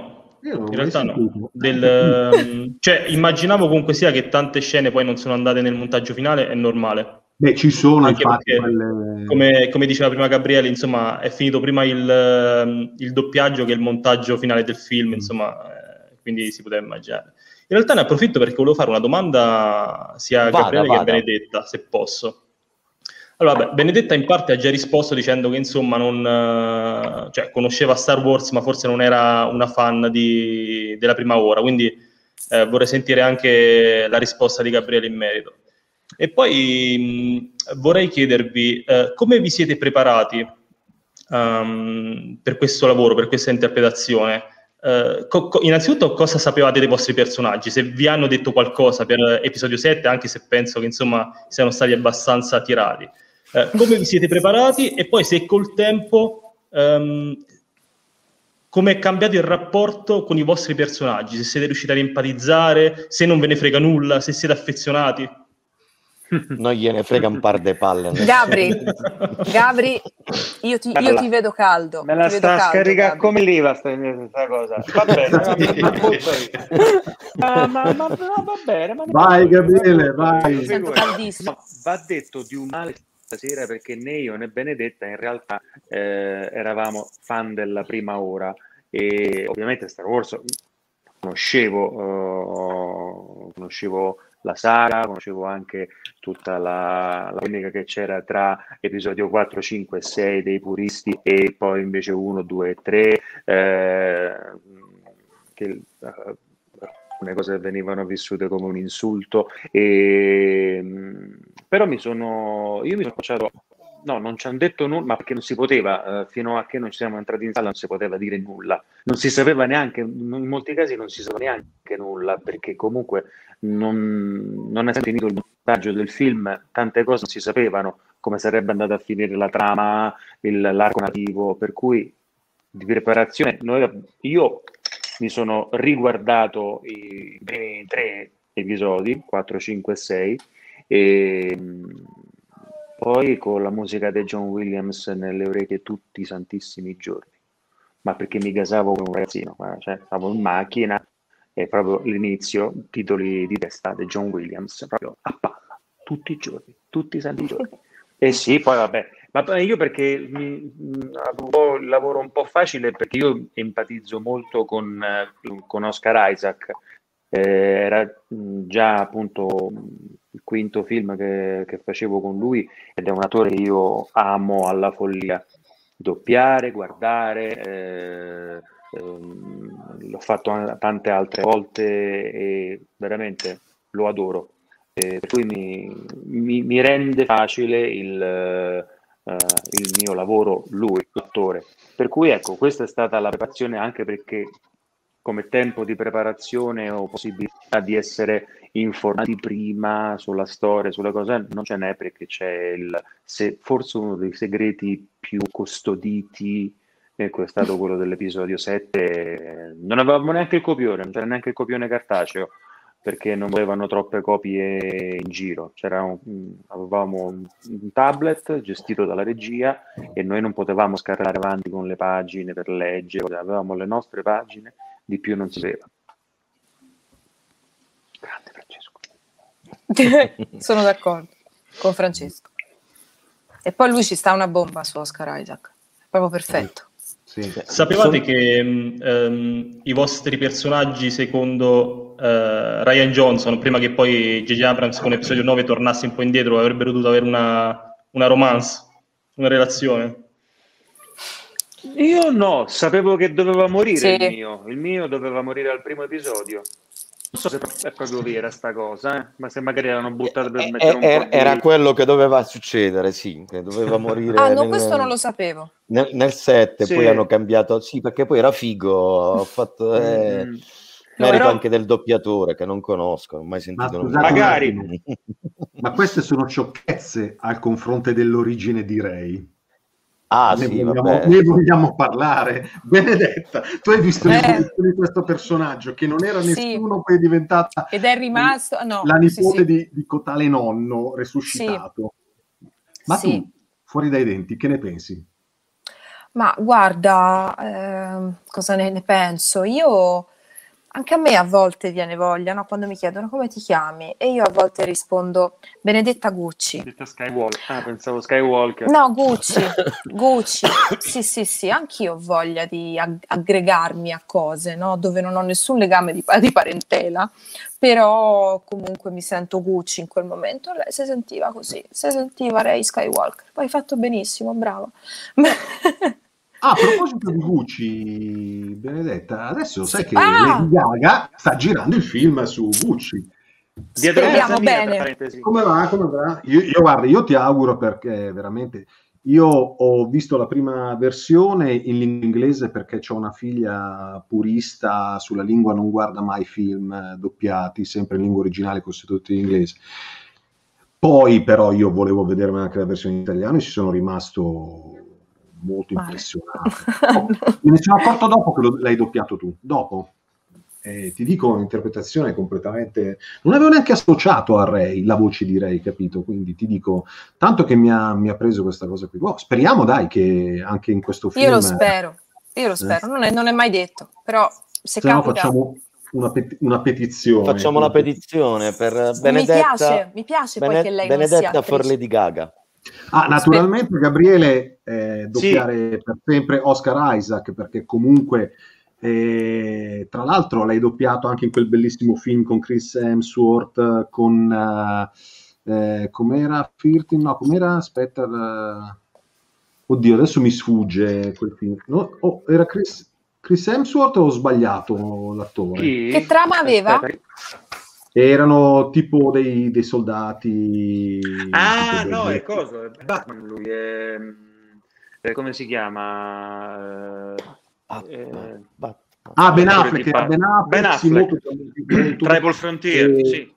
In realtà no. Cioè, immaginavo comunque sia che tante scene poi non sono andate nel montaggio finale, è normale. Beh, ci sono Anche infatti perché, come diceva prima Gabriele, insomma, è finito prima il doppiaggio che il montaggio finale del film, insomma, quindi si poteva immaginare. In realtà ne approfitto perché volevo fare una domanda sia a Gabriele che a Benedetta, se posso. Allora, beh, Benedetta in parte ha già risposto dicendo che insomma cioè, conosceva Star Wars, ma forse non era una fan della prima ora, quindi vorrei sentire anche la risposta di Gabriele in merito. E poi vorrei chiedervi come vi siete preparati per questo lavoro, per questa interpretazione. Innanzitutto, cosa sapevate dei vostri personaggi? Se vi hanno detto qualcosa per episodio 7, anche se penso che insomma siano stati abbastanza tirati. Come vi siete preparati e poi se col tempo come è cambiato il rapporto con i vostri personaggi, se siete riusciti ad empatizzare, se non ve ne frega nulla, se siete affezionati. Non gliene frega un par de palle. Gabri, io ti vedo caldo. Me la sta scaricando come l'IVA questa cosa. Va bene, ma va bene. Vai Gabriele, vai. Sento caldissimo. No, va detto di un male stasera perché né io né Benedetta in realtà eravamo fan della prima ora e ovviamente Star Wars conoscevo la saga, conoscevo anche tutta la polemica che c'era tra episodio 4, 5 e 6 dei puristi e poi invece 1, 2 e 3 che alcune cose venivano vissute come un insulto però io mi sono approcciato. No, non ci hanno detto nulla, ma perché non si poteva, fino a che non ci siamo entrati in sala non si poteva dire nulla. Non si sapeva neanche, in molti casi non si sapeva neanche nulla, perché comunque non essendo finito il montaggio del film, tante cose non si sapevano, come sarebbe andata a finire la trama, l'arco narrativo, per cui di preparazione io mi sono riguardato i primi 3 episodi, 4, 5 e 6, e poi con la musica di John Williams nelle orecchie tutti i santissimi giorni, ma perché mi gasavo come un ragazzino, cioè stavo in macchina e proprio l'inizio, titoli di testa di John Williams, proprio a palla, tutti i giorni, tutti i santi giorni. E sì, poi vabbè, ma io perché avevo il lavoro un po' facile perché io empatizzo molto con Oscar Isaac, era già appunto il quinto film che facevo con lui ed è un attore che io amo alla follia, doppiare, guardare, l'ho fatto tante altre volte e veramente lo adoro, per cui mi rende facile il mio lavoro lui, l'attore, per cui ecco, questa è stata la preparazione, anche perché come tempo di preparazione o possibilità di essere informati prima sulla storia, sulle cose, non ce n'è, perché c'è forse uno dei segreti più custoditi, ecco, è stato quello dell'episodio 7, non avevamo neanche il copione, non c'era neanche il copione cartaceo, perché non volevano troppe copie in giro, avevamo un tablet gestito dalla regia e noi non potevamo scarrare avanti con le pagine per leggere, avevamo le nostre pagine, di più non si sapeva. Grande Francesco. Sono d'accordo con Francesco. E poi lui ci sta una bomba su Oscar Isaac, è proprio perfetto. Sì. Sapevate che i vostri personaggi, secondo Rian Johnson, prima che poi J.J. Abrams con episodio 9 tornasse un po' indietro, avrebbero dovuto avere una romance, una relazione? Io no, sapevo che doveva morire Sì. il mio doveva morire al primo episodio. Non so se è proprio vera sta cosa, ma se magari l'hanno buttata per mettere un po' era quello che doveva succedere, sì, che doveva morire. Ah, no, questo non lo sapevo. Nel 7 Sì. poi hanno cambiato, sì, perché poi era figo, ho fatto merito però anche del doppiatore che non conosco, non ho mai sentito. scusate, magari. Ma queste sono sciocchezze al confronto dell'origine di Rey. Ah, sì, vabbè. Ne vogliamo parlare. Benedetta, tu hai visto l'evoluzione di questo personaggio che non era nessuno, poi è diventata ed è rimasto la nipote di cotale nonno resuscitato. Ma tu, fuori dai denti, che ne pensi? Ma guarda, cosa ne penso? Io Anche a me a volte viene voglia, no? Quando mi chiedono come ti chiami, e io a volte rispondo Benedetta Gucci. Benedetta Skywalker. Ah, pensavo Skywalker. No, Gucci. Sì, anch'io ho voglia di aggregarmi a cose, no? Dove non ho nessun legame di parentela, però comunque mi sento Gucci in quel momento. Lei si sentiva così, si sentiva Rey Skywalker. Poi hai fatto benissimo, brava. A proposito di Gucci, Benedetta, adesso sai che Lady Gaga sta girando il film su Gucci. Dietro Speriamo mia, bene. Come va? Io guarda, io ti auguro, perché veramente io ho visto la prima versione in lingua inglese perché ho una figlia purista sulla lingua, non guarda mai film doppiati, sempre in lingua originale con sottotitoli in inglese. Poi però io volevo vedermi anche la versione in italiano e ci sono rimasto molto impressionato. Me ne sono accorto dopo che l'hai doppiato tu, dopo. Ti dico, un'interpretazione completamente... Non avevo neanche associato a Rey, la voce di Rey, capito? Quindi ti dico, tanto che mi ha preso questa cosa qui. Speriamo, dai, che anche in questo film... Io lo spero. Non è mai detto, però se no capita... facciamo una petizione. Facciamo una petizione per Benedetta. Mi piace poi che lei Benedetta non sia for Lady Gaga. Naturalmente Gabriele, doppiare per sempre Oscar Isaac, perché comunque tra l'altro l'hai doppiato anche in quel bellissimo film con Chris Hemsworth, con com'era Firtin? No, com'era? Aspetta, oddio, adesso mi sfugge quel film. No? Era Chris Hemsworth o ho sbagliato l'attore? Che trama aveva? Erano tipo dei soldati. No, è cosa? È Batman lui, è come si chiama? Ben Affleck. Ben Affleck. Tribal Frontier, sì.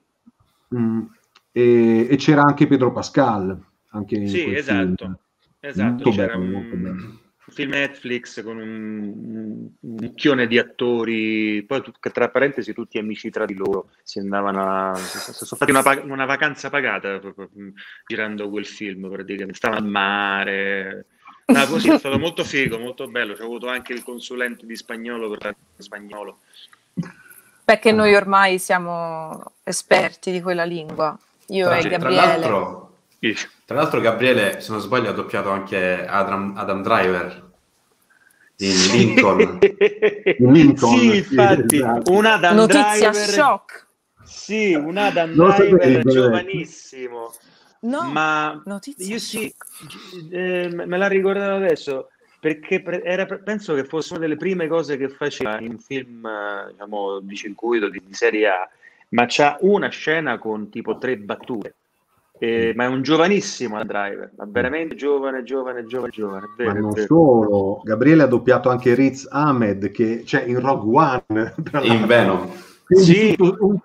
E c'era anche Pedro Pascal. Anche in sì, esatto. Molto C'era bello, un film Netflix con un mucchione di attori, poi tra parentesi tutti amici tra di loro, sono fatti una vacanza pagata girando quel film, praticamente stavano al mare, così è stato molto figo, molto bello. C'ho avuto anche il consulente di spagnolo per spagnolo, perché noi ormai siamo esperti di quella lingua, io e Gabriele. Tra l'altro Gabriele, se non sbaglio, ha doppiato anche Adam Driver in Lincoln. Sì, infatti, esatto. Un Adam Notizia Driver, shock. Sì, un Adam Driver giovanissimo. No, ma io sì, me la ricordavo adesso, perché penso che fosse una delle prime cose che faceva in film, diciamo, di circuito, di serie A, ma c'ha una scena con tipo 3 battute. Ma è un giovanissimo driver, ma veramente giovane. Ma non solo, Gabriele ha doppiato anche Riz Ahmed, che c'è in Rogue One, in Venom. Sì,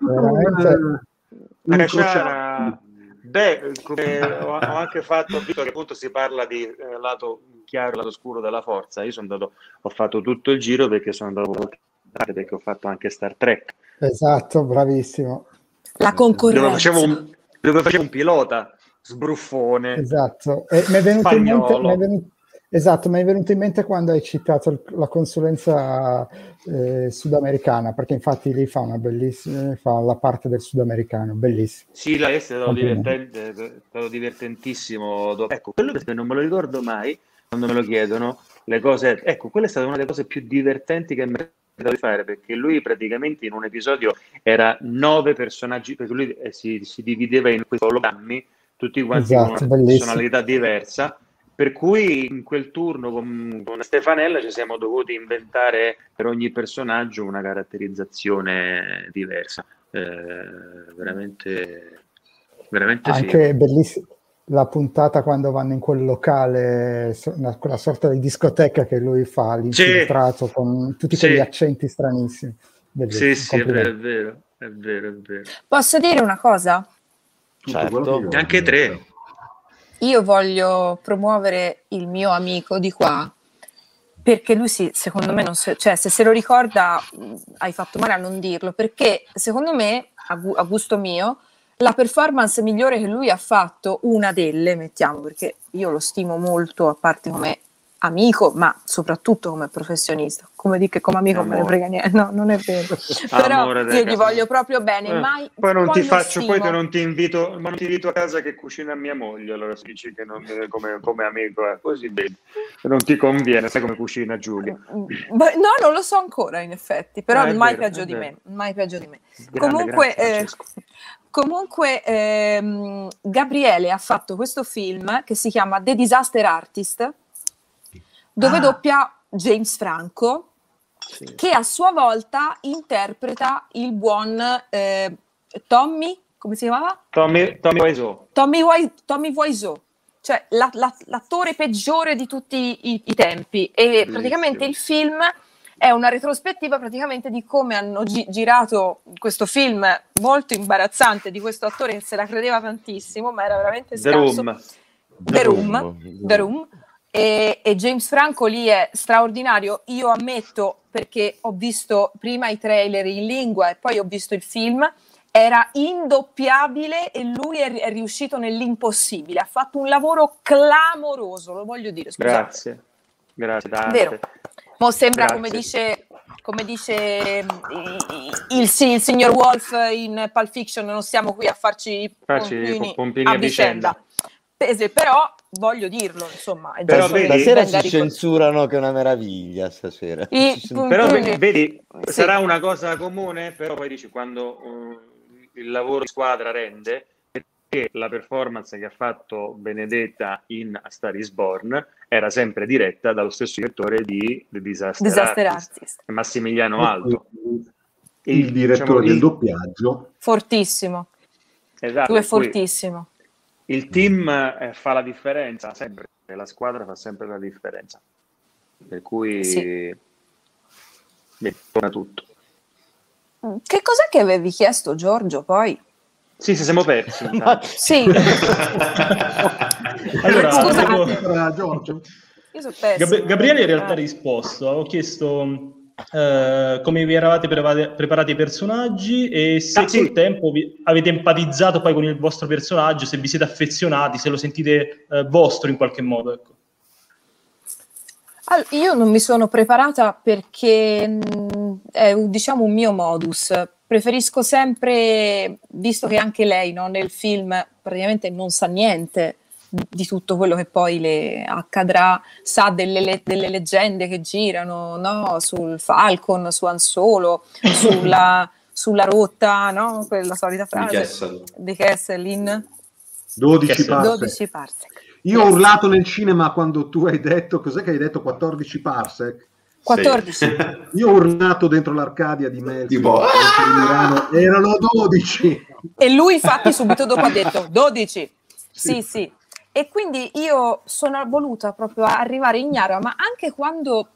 ho anche fatto, visto che appunto si parla di lato chiaro e lato scuro della forza, io ho fatto tutto il giro perché perché ho fatto anche Star Trek. Esatto, bravissimo. La concorrenza. Dove facevo un pilota sbruffone. Esatto, e mi è venuto in mente quando hai citato la consulenza sudamericana, perché infatti lì fa una bellissima, fa la parte del sudamericano, bellissimo. Sì, là è stato divertentissimo. Ecco, quello che non me lo ricordo mai quando me lo chiedono, le cose, ecco, quella è stata una delle cose più divertenti che mi da fare, perché lui praticamente in un episodio era 9 personaggi, perché lui si divideva in questi ologrammi, tutti quanti con una personalità diversa, per cui in quel turno con Stefanella ci siamo dovuti inventare per ogni personaggio una caratterizzazione diversa. Veramente anche bellissimo la puntata quando vanno in quel locale, quella sorta di discoteca che lui fa, l'infiltrato con tutti quegli accenti stranissimi. Bellissimo, sì, è vero. Posso dire una cosa? Certo. Anche 3. Io voglio promuovere il mio amico di qua, perché lui secondo me se se lo ricorda hai fatto male a non dirlo, perché secondo me, a gusto mio, la performance migliore che lui ha fatto, una delle, mettiamo, perché io lo stimo molto, a parte come amico, ma soprattutto come professionista. Come dico che come amico non me ne frega niente, no, non è vero. Però io gli voglio proprio bene, mai poi non ti faccio, stimo. poi non ti invito, ma non ti invito a casa che cucina mia moglie, allora si dice che non come amico, così vedi. Non ti conviene, sai come cucina Giulia. No, non lo so ancora in effetti, però mai vero, peggio di me, mai peggio di me. Grande, Comunque Gabriele ha fatto questo film che si chiama The Disaster Artist, dove doppia James Franco, che a sua volta interpreta il buon Tommy, come si chiamava? Tommy Wiseau. Tommy Wiseau, cioè l'attore peggiore di tutti i tempi. E Bellissimo. praticamente il film è una retrospettiva praticamente di come hanno girato questo film molto imbarazzante di questo attore che se la credeva tantissimo, ma era veramente scarso. The Room. E James Franco lì è straordinario. Io ammetto, perché ho visto prima i trailer in lingua e poi ho visto il film, era indoppiabile e lui è riuscito nell'impossibile. Ha fatto un lavoro clamoroso, lo voglio dire. Scusate. Grazie Dante. Vero. Mo sembra come dice il signor Wolf in Pulp Fiction, non stiamo qui a farci pompini a vicenda. Però voglio dirlo, insomma. Però stasera si censurano, che è una meraviglia stasera. Però vedi, sarà una cosa comune, però poi dici quando il lavoro di squadra rende, perché la performance che ha fatto Benedetta in A Star is Born era sempre diretta dallo stesso direttore di The Disaster Artist. Massimiliano Alto. Il direttore del doppiaggio. Fortissimo. Esatto. Lui è fortissimo. Il team fa la differenza sempre, la squadra fa sempre la differenza, per cui torna tutto. Che cos'è che avevi chiesto, Giorgio, poi? Sì, siamo persi. Sì. Allora, scusate. Giorgio. Io sono pessimo. Gabriele in realtà ha risposto, ho chiesto come vi eravate preparati i personaggi e se col tempo avete empatizzato poi con il vostro personaggio, se vi siete affezionati, se lo sentite vostro in qualche modo, ecco. Allora, io non mi sono preparata perché è diciamo un mio modus. Preferisco sempre, visto che anche lei, no, nel film praticamente non sa niente di tutto quello che poi le accadrà, sa delle leggende che girano, no, sul Falcon, su Han Solo, sulla rotta, no, quella solita frase di Kesselin. 12 parsec. Io ho urlato nel cinema quando tu hai detto, cos'è che hai detto, 14 parsec? 14. Sì. Io ho urlato dentro l'Arcadia di Melzi, Milano, erano 12. E lui infatti subito dopo ha detto 12. Sì. E quindi io sono voluta proprio arrivare ignara, ma anche quando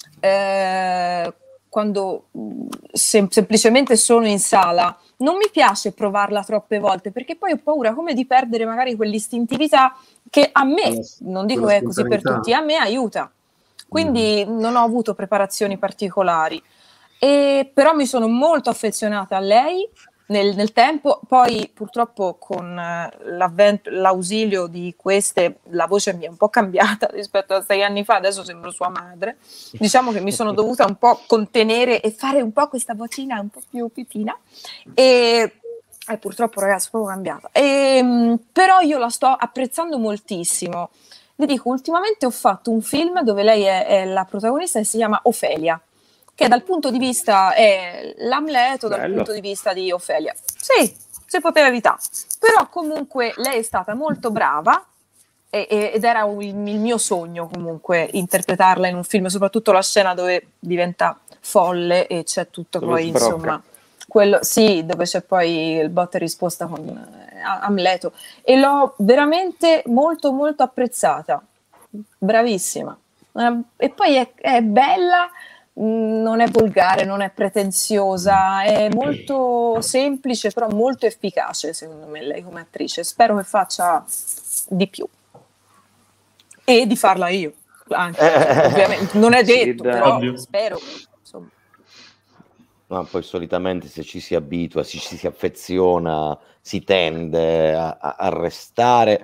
semplicemente sono in sala, non mi piace provarla troppe volte, perché poi ho paura come di perdere magari quell'istintività che a me, non dico che è così per tutti, a me aiuta. Quindi non ho avuto preparazioni particolari, però mi sono molto affezionata a lei nel tempo. Poi purtroppo con l'ausilio di queste la voce mi è un po' cambiata rispetto a 6 anni fa, adesso sembro sua madre. Diciamo che mi sono dovuta un po' contenere e fare un po' questa vocina un po' più pipina e purtroppo ragazzi è proprio cambiata. Però io la sto apprezzando moltissimo. Vi dico, ultimamente ho fatto un film dove lei è la protagonista e si chiama Ofelia, che dal punto di vista è l'Amleto, dal punto di vista di Ofelia. Sì, si poteva evitare. Però comunque lei è stata molto brava ed era il mio sogno comunque interpretarla in un film, soprattutto la scena dove diventa folle e c'è tutto dove poi insomma quello, sì, dove c'è poi il botta e risposta con Amleto, e l'ho veramente molto molto apprezzata, bravissima, e poi è bella, non è volgare, non è pretenziosa, è molto semplice però molto efficace secondo me lei come attrice. Spero che faccia di più e di farla io anche, ovviamente non è detto, però spero, insomma. Ma poi solitamente se ci si abitua, ci si affeziona, si tende a restare.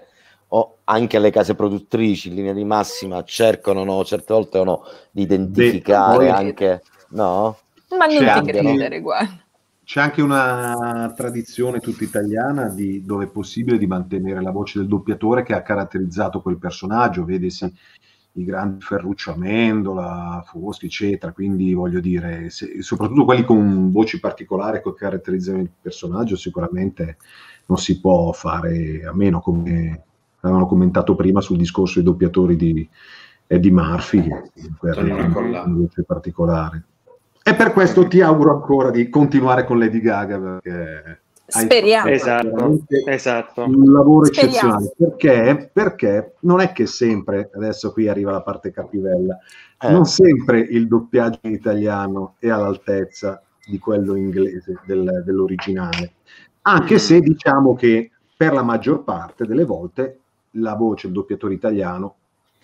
o anche le case produttrici in linea di massima cercano, no, certe volte o no, di identificare anche, no? Ma non ti credere, guarda. C'è anche una tradizione tutta italiana dove è possibile di mantenere la voce del doppiatore che ha caratterizzato quel personaggio, vedesi i grandi Ferruccio Amendola, Foschi, eccetera, quindi voglio dire, soprattutto quelli con voci particolari che caratterizzano il personaggio, sicuramente non si può fare a meno, come avevano commentato prima sul discorso dei doppiatori di Eddie Murphy, che ha una voce particolare. E per questo ti auguro ancora di continuare con Lady Gaga, perché speriamo. Esatto. Un lavoro eccezionale. Perché non è che sempre, adesso qui arriva la parte cattivella, non sempre il doppiaggio in italiano è all'altezza di quello inglese, dell'originale. Anche se diciamo che per la maggior parte delle volte la voce del doppiatore italiano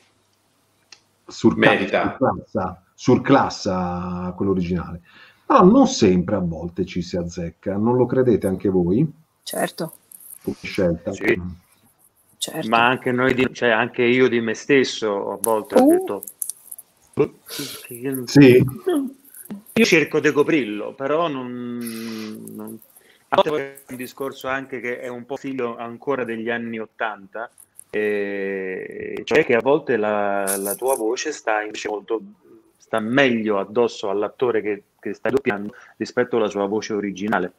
surclassa quello originale, però non sempre, a volte ci si azzecca, non lo credete anche voi? Certo. Scelta. Sì. Certo. Ma anche noi, cioè anche io di me stesso a volte ho detto sì. Io cerco di coprirlo, però non... A volte è un discorso anche che è un po' figlio ancora degli anni '80, cioè che a volte la tua voce sta meglio addosso all'attore che stai doppiando rispetto alla sua voce originale,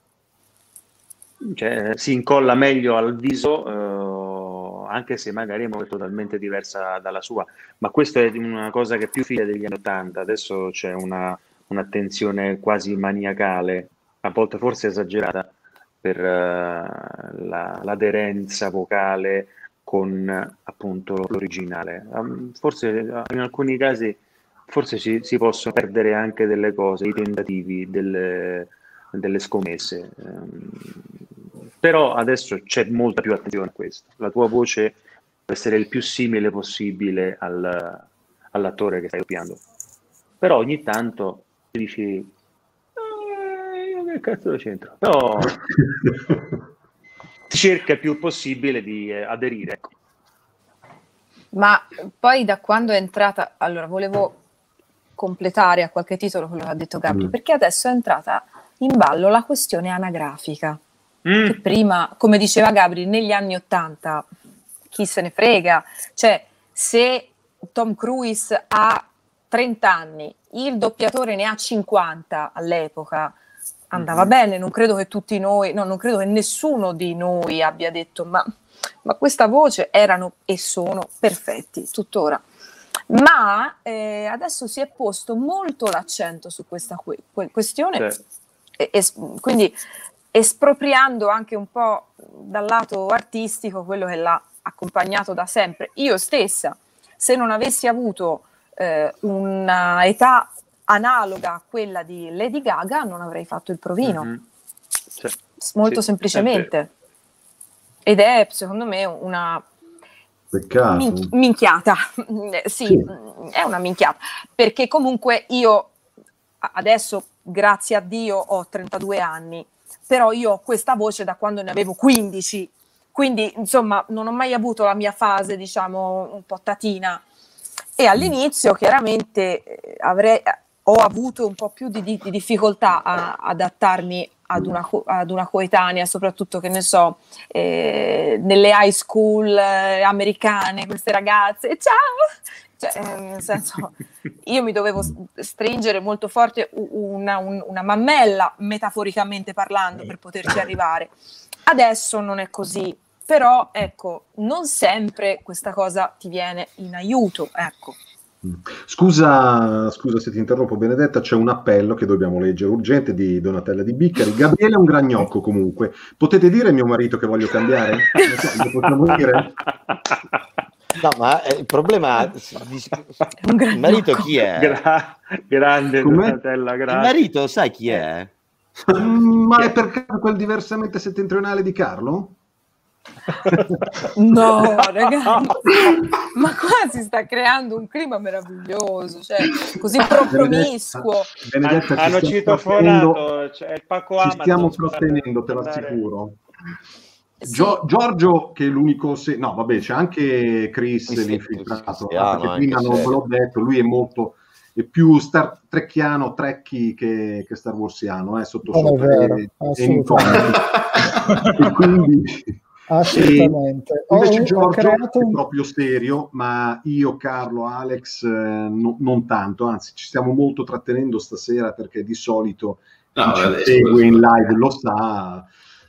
cioè si incolla meglio al viso, anche se magari è molto totalmente diversa dalla sua, ma questa è una cosa che è più figlia degli anni '80. Adesso c'è un'attenzione quasi maniacale, a volte forse esagerata, per l'aderenza vocale con appunto l'originale. Forse in alcuni casi forse si possono perdere anche delle cose, i tentativi, delle scommesse, però adesso c'è molta più attenzione a questo. La tua voce deve essere il più simile possibile all'attore che stai doppiando, però ogni tanto dici che cazzo c'entra, però si cerca il più possibile di aderire, ecco. Ma poi da quando è entrata, allora volevo completare a qualche titolo quello che ha detto Gabri, perché adesso è entrata in ballo la questione anagrafica, che prima, come diceva Gabri, negli anni '80 chi se ne frega, cioè se Tom Cruise ha 30 anni, il doppiatore ne ha 50 all'epoca, andava bene, non credo che tutti noi, no, non credo che nessuno di noi abbia detto ma questa voce erano e sono perfetti tuttora. Ma adesso si è posto molto l'accento su questa questione, e quindi espropriando anche un po' dal lato artistico quello che l'ha accompagnato da sempre. Io stessa, se non avessi avuto una età analoga a quella di Lady Gaga, non avrei fatto il provino, molto semplicemente, ed è secondo me una minchiata, sì, è una minchiata, perché comunque io adesso, grazie a Dio, ho 32 anni, però io ho questa voce da quando ne avevo 15, quindi insomma non ho mai avuto la mia fase, diciamo, un po' tatina, e all'inizio chiaramente ho avuto un po' più di difficoltà a adattarmi ad una coetanea, soprattutto, che ne so, nelle high school americane, queste ragazze, ciao! Cioè, nel senso, io mi dovevo stringere molto forte una mammella, metaforicamente parlando, per poterci arrivare. Adesso non è così, però ecco, non sempre questa cosa ti viene in aiuto, ecco. Scusa se ti interrompo, Benedetta, c'è un appello che dobbiamo leggere urgente di Donatella Di Biccari. Gabriele è un gragnocco, comunque. Potete dire a mio marito che voglio cambiare? Lo possiamo dire? No, ma il problema, il marito chi è? Grande Donatella, grazie. Il marito sai chi è? Ma è per caso quel diversamente settentrionale di Carlo? No, ragazzi, ma qua si sta creando un clima meraviglioso, cioè così promiscuo. Benedetta, hanno citofonato, cioè il Paco Amazon, ci stiamo sostenendo, te lo assicuro. Giorgio, che è l'unico... No, vabbè, c'è anche Chris l'infiltrato, perché prima non ve l'ho detto, lui è più Star Trekkiano, Trekkie che Star Warsiano, sotto sopra. È assolutamente. E quindi... Assolutamente. Invece Giorgio è proprio serio, ma io, Carlo, Alex non tanto, anzi ci stiamo molto trattenendo stasera perché di solito chi ci segue in live lo sa,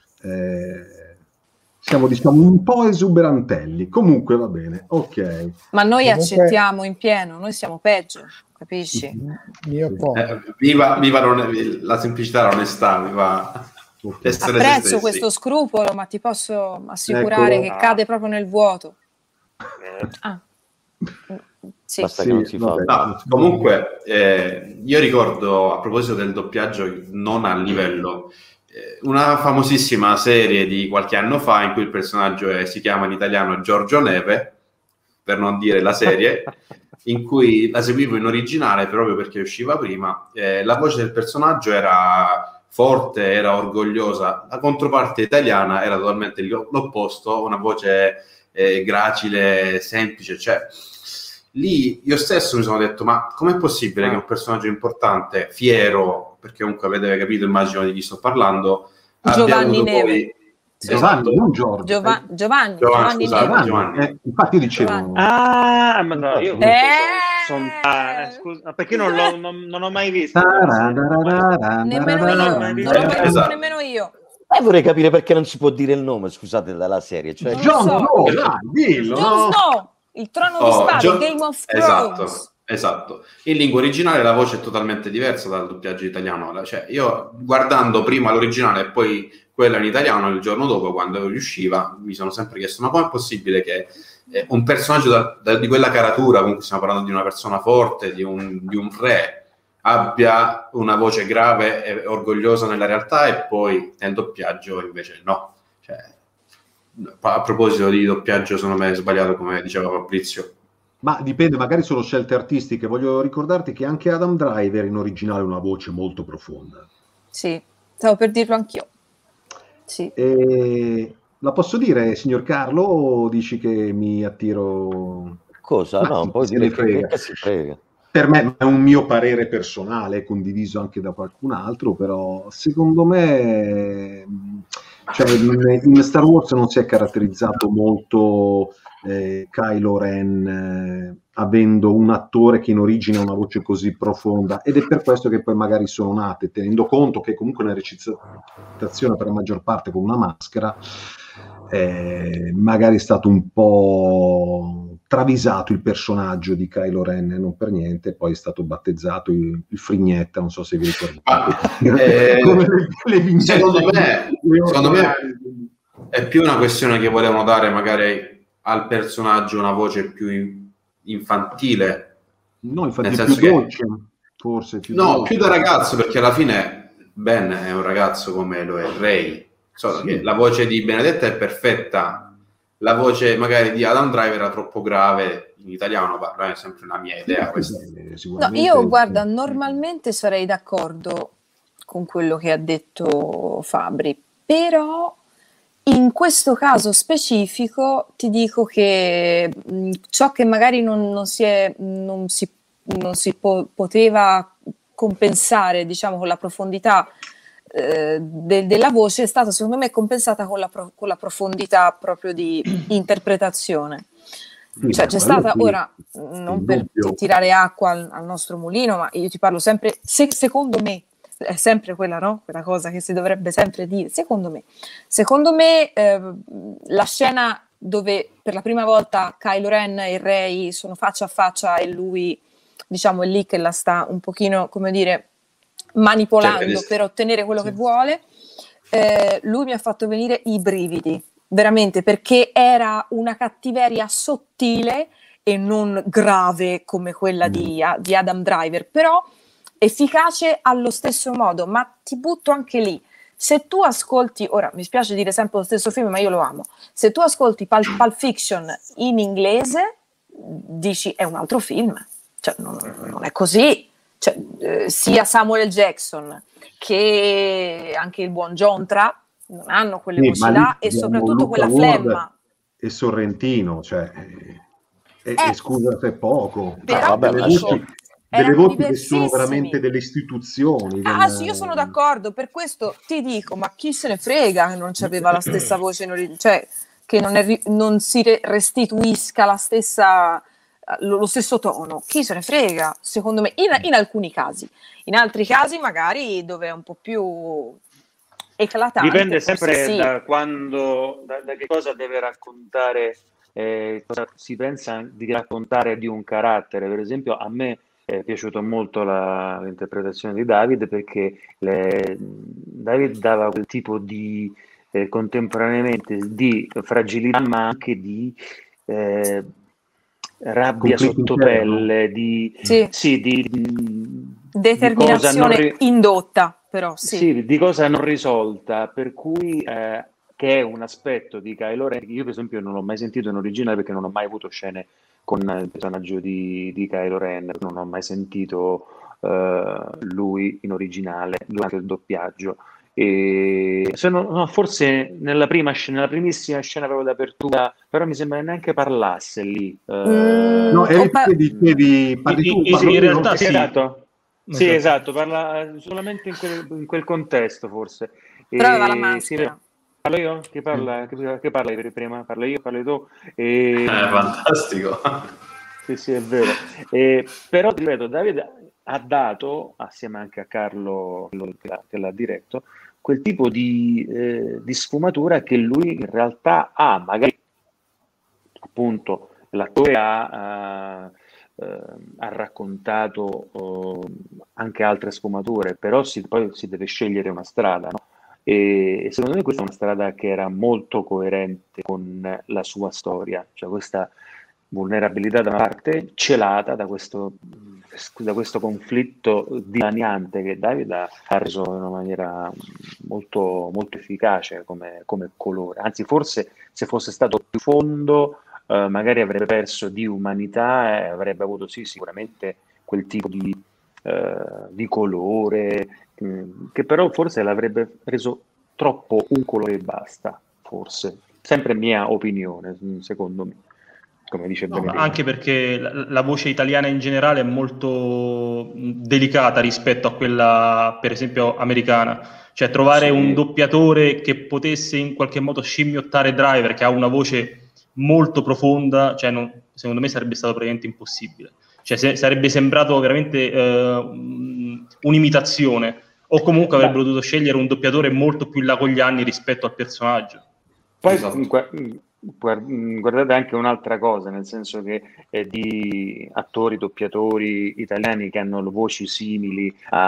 siamo diciamo un po' esuberantelli, comunque va bene, ok. Ma noi accettiamo in pieno, noi siamo peggio, capisci? Viva la semplicità, l'onestà, viva... Apprezzo questo scrupolo, ma ti posso assicurare che cade proprio nel vuoto. Sì. Basta che non si fa. No, comunque, io ricordo, a proposito del doppiaggio non a livello, una famosissima serie di qualche anno fa in cui il personaggio si chiama in italiano Giorgio Neve, per non dire la serie, in cui la seguivo in originale proprio perché usciva prima. La voce del personaggio era forte, era orgogliosa, la controparte italiana era totalmente l'opposto, una voce gracile, semplice, cioè lì io stesso mi sono detto, ma com'è possibile che un personaggio importante, fiero, perché comunque avete capito, immagino di chi sto parlando, Giovanni Neve. Giovanni, non Giorgio. Giovanni Neve. Infatti io dicevo... ma no, io... scusa, perché non ho mai visto. Nemmeno io. Non l'ho mai visto nemmeno io. Vorrei capire perché non si può dire il nome, scusate, della serie. Cioè... Jon Snow, dillo. Jon Snow, il trono di spade, Game of Thrones. Esatto. In lingua originale la voce è totalmente diversa dal doppiaggio italiano. Cioè, io guardando prima l'originale e poi quella in italiano, il giorno dopo, quando riusciva, mi sono sempre chiesto, ma com'è possibile che un personaggio di quella caratura, comunque stiamo parlando di una persona forte, di un re, abbia una voce grave e orgogliosa nella realtà e poi nel doppiaggio invece no. Cioè, a proposito di doppiaggio, secondo me è sbagliato, come diceva Fabrizio. Ma dipende, magari sono scelte artistiche. Voglio ricordarti che anche Adam Driver in originale ha una voce molto profonda. Sì, stavo per dirlo anch'io. Sì. La posso dire, signor Carlo, o dici che mi attiro? Cosa? No, puoi dire che si frega. Per me è un mio parere personale, condiviso anche da qualcun altro, però secondo me cioè, in Star Wars non si è caratterizzato molto Kylo Ren avendo un attore che in origine ha una voce così profonda, ed è per questo che poi magari sono nate, tenendo conto che comunque una recitazione per la maggior parte con una maschera magari è stato un po' travisato il personaggio di Kylo Ren, non per niente poi è stato battezzato il Frignetta, non so se vi ricordate. Come le vignette, secondo me è più una questione che volevano dare magari al personaggio una voce più infantile, no, infatti più dolce, forse più dolce. Più da ragazzo, perché alla fine Ben è un ragazzo come lo è Rey, che la voce di Benedetta è perfetta, la voce magari di Adam Driver era troppo grave in italiano, parlo, è sempre una mia idea questa. No, io guarda, normalmente sarei d'accordo con quello che ha detto Fabri, però in questo caso specifico ti dico che ciò che magari non si poteva compensare, diciamo, con la profondità della voce, è stata secondo me compensata con la profondità proprio di interpretazione. Cioè c'è stata, ora, non per tirare acqua al nostro mulino, ma io ti parlo sempre, secondo me, è sempre quella, no? Quella cosa che si dovrebbe sempre dire. Secondo me la scena dove per la prima volta Kylo Ren e Rey sono faccia a faccia e lui, diciamo, è lì che la sta un pochino, come dire, manipolando per ottenere quello che vuole, lui mi ha fatto venire i brividi, veramente, perché era una cattiveria sottile e non grave come quella di Adam Driver, però efficace allo stesso modo. Ma ti butto anche lì, se tu ascolti, ora mi spiace dire sempre lo stesso film ma io lo amo, se tu ascolti Pulp Fiction in inglese dici è un altro film, cioè non è così, cioè, sia Samuel Jackson che anche il buon John Tra non hanno quelle voci là e soprattutto quella flemma. E Sorrentino, cioè, e scusa se è poco. Però delle voci che sono veramente delle istituzioni. Sì, io sono d'accordo, per questo ti dico, ma chi se ne frega che non c'aveva la stessa voce, cioè che non si restituisca la stessa, lo stesso tono, chi se ne frega, secondo me, in alcuni casi. In altri casi magari dove è un po' più eclatante. Dipende sempre sì. da che cosa deve raccontare, cosa si pensa di raccontare di un carattere. Per esempio, a me è piaciuta molto l'interpretazione di David, perché David dava quel tipo di contemporaneamente di fragilità, ma anche di rabbia sottopelle, di determinazione indotta, però sì, di cosa non risolta, per cui che è un aspetto di Kylo Ren che io per esempio non l'ho mai sentito in originale, perché non ho mai avuto scene con il personaggio di Kylo Ren, non ho mai sentito lui in originale durante il doppiaggio. E forse nella primissima scena proprio d'apertura, però mi sembra neanche parlasse lì. No, dicevi, parli tu, in realtà sì. Sì, esatto, parla solamente in quel contesto forse. Però aveva la maschera. Parlo io? Chi parla prima? Parlo io, parli tu? Fantastico. Sì, è vero. Però, ripeto, Davide ha dato, assieme anche a Carlo che l'ha diretto, quel tipo di sfumatura che lui in realtà ha. Magari, appunto, l'attore ha raccontato anche altre sfumature, però poi si deve scegliere una strada, no? E secondo me questa è una strada che era molto coerente con la sua storia, cioè questa vulnerabilità da una parte celata da questo conflitto dilaniante che David ha reso in una maniera molto, molto efficace come colore. Anzi, forse se fosse stato più fondo magari avrebbe perso di umanità e avrebbe avuto sicuramente quel tipo di colore, che però forse l'avrebbe reso troppo un colore e basta, forse. Sempre mia opinione, secondo me. Come dice Benedetto. Anche perché la voce italiana in generale è molto delicata rispetto a quella, per esempio, americana. Cioè trovare un doppiatore che potesse in qualche modo scimmiottare Driver, che ha una voce molto profonda, cioè secondo me sarebbe stato praticamente impossibile. Cioè sarebbe sembrato veramente un'imitazione, o comunque avrebbero dovuto scegliere un doppiatore molto più in là con gli anni rispetto al personaggio. Poi guardate anche un'altra cosa, nel senso che di attori, doppiatori italiani che hanno voci simili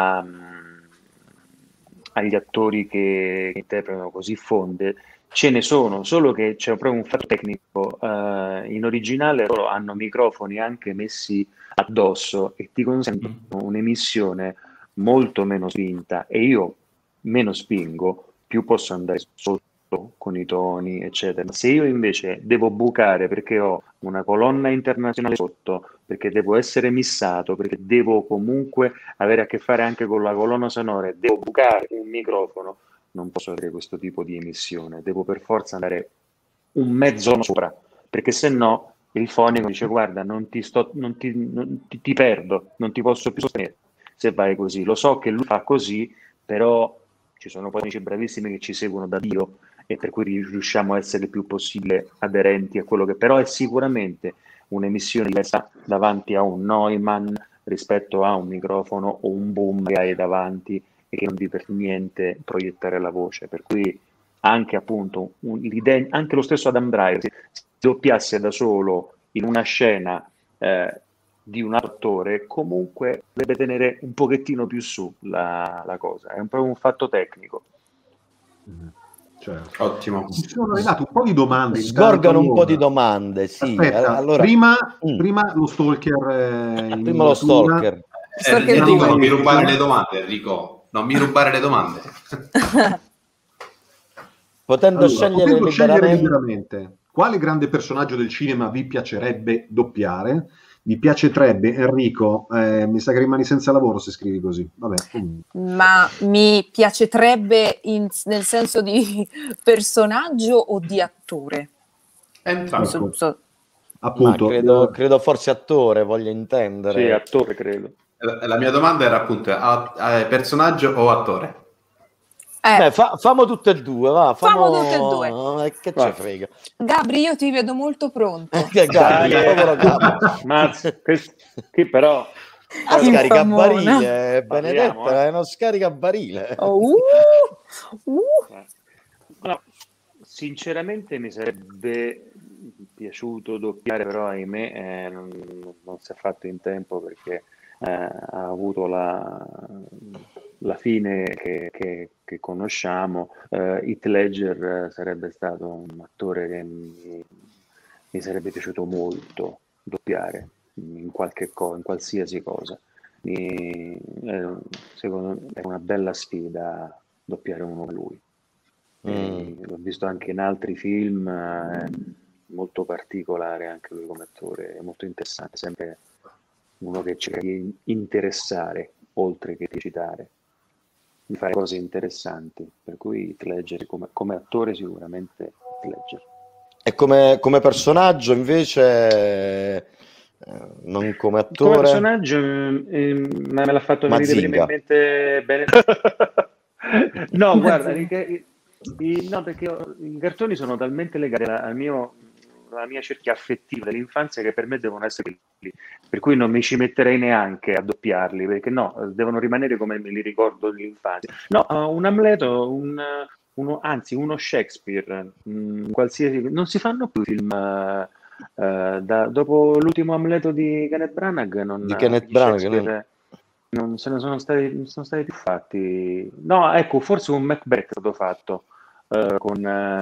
agli attori che interpretano così fonde, ce ne sono, solo che c'è proprio un fatto tecnico. In originale loro hanno microfoni anche messi addosso e ti consentono un'emissione molto meno spinta, e io meno spingo, più posso andare sotto con i toni, eccetera. Se io invece devo bucare perché ho una colonna internazionale sotto, perché devo essere missato, perché devo comunque avere a che fare anche con la colonna sonora, devo bucare un microfono, non posso avere questo tipo di emissione, devo per forza andare un mezzo sopra, perché se no il fonico dice: guarda, ti perdo, non ti posso più sostenere se vai così. Lo so che lui fa così, però ci sono fonici bravissimi che ci seguono da Dio, e per cui riusciamo a essere il più possibile aderenti a quello che però è sicuramente un'emissione diversa davanti a un Neumann rispetto a un microfono o un boom che hai davanti e che non devi per niente proiettare la voce. Per cui anche appunto anche lo stesso Adam Driver, se doppiasse da solo in una scena di un attore, comunque deve tenere un pochettino più su la cosa, è proprio un fatto tecnico. Certo. Ottimo. Ci sono arrivate un po' di domande. Sgorgano un po' di domande, sì. Aspetta, allora, prima lo stalker. Prima lo stalker. Enrico, non mi rubare le domande, Enrico. Non mi rubare le domande. Potendo scegliere liberamente, quale grande personaggio del cinema vi piacerebbe doppiare? Mi piacerebbe, Enrico, mi sa che rimani senza lavoro se scrivi così. Vabbè, ma mi piacerebbe nel senso di personaggio o di attore? Entrambi. Appunto, credo forse attore, voglio intendere. Sì, attore, credo. La mia domanda era appunto personaggio o attore? Beh, famo tutte e due, va. Famo tutte e due. Che ce frega. Gabri, io ti vedo molto pronto. Gabri, povero Gabri. Mazza, che però... Scaricabarile, Benedetta, è uno scaricabarile. No, sinceramente mi sarebbe piaciuto doppiare, però ahimè non si è fatto in tempo perché ha avuto la fine che conosciamo. Heath Ledger sarebbe stato un attore che mi sarebbe piaciuto molto doppiare in qualsiasi cosa. Secondo me è una bella sfida doppiare uno come lui. L'ho visto anche in altri film, molto particolare anche lui come attore, molto interessante, sempre uno che cerca di interessare oltre che di citare, di fare cose interessanti, per cui Heath Ledger come attore sicuramente Heath Ledger. E come personaggio invece non come attore? Come personaggio me l'ha fatto venire prima in mente bene. No, guarda, no, perché i cartoni sono talmente legati alla mia cerchia affettiva dell'infanzia che per me devono essere lì, per cui non mi ci metterei neanche a doppiarli, perché no, devono rimanere come me li ricordo dell'infanzia. No, un Amleto, uno Shakespeare, qualsiasi, non si fanno più film dopo l'ultimo Amleto di Kenneth Branagh, non se ne sono stati più fatti. No, ecco, forse un Macbeth è stato fatto con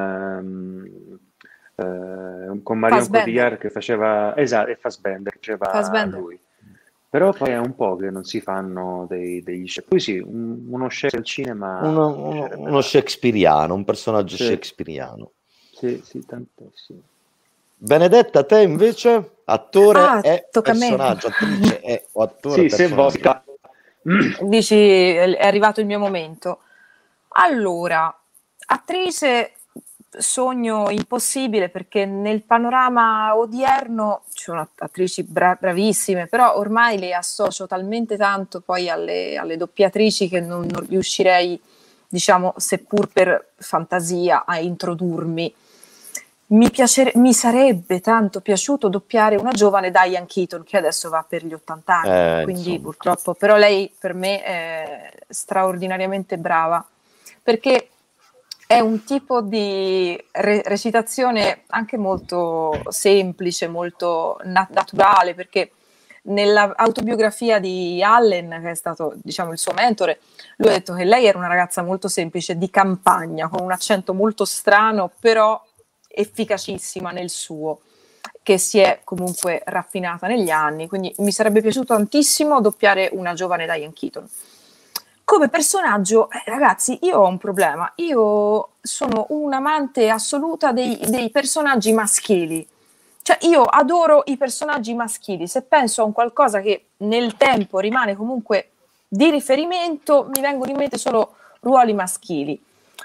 Marion Cotillard che faceva, esatto, e Fassbender che faceva lui. Però poi è un po' che non si fanno degli poi sì, uno Shakespeare al cinema, uno shakespeariano, un personaggio shakespeariano. Sì, tantissimo. Benedetta, te invece attore e personaggio, attrice o attore sì, se vuoi. Dici è arrivato il mio momento. Allora, attrice sogno impossibile perché nel panorama odierno ci sono attrici bravissime, però ormai le associo talmente tanto poi alle doppiatrici che non riuscirei, diciamo, seppur per fantasia, a introdurmi. Mi sarebbe tanto piaciuto doppiare una giovane Diane Keaton che adesso va per gli 80 anni, quindi purtroppo, però lei per me è straordinariamente brava perché è un tipo di recitazione anche molto semplice, molto naturale, perché nell'autobiografia di Allen, che è stato, diciamo, il suo mentore, lui ha detto che lei era una ragazza molto semplice, di campagna, con un accento molto strano, però efficacissima nel suo, che si è comunque raffinata negli anni, quindi mi sarebbe piaciuto tantissimo doppiare una giovane Diane Keaton. Come personaggio, ragazzi, io ho un problema, io sono un'amante assoluta dei personaggi maschili, cioè io adoro i personaggi maschili, se penso a un qualcosa che nel tempo rimane comunque di riferimento, mi vengono in mente solo ruoli maschili.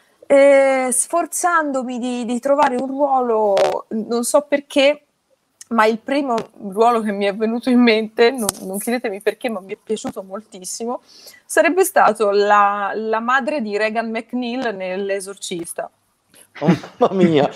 Sforzandomi di trovare un ruolo, non so perché, ma il primo ruolo che mi è venuto in mente, non chiedetemi perché, ma mi è piaciuto moltissimo, sarebbe stato la madre di Regan McNeil nell'Esorcista. Oh, mamma mia!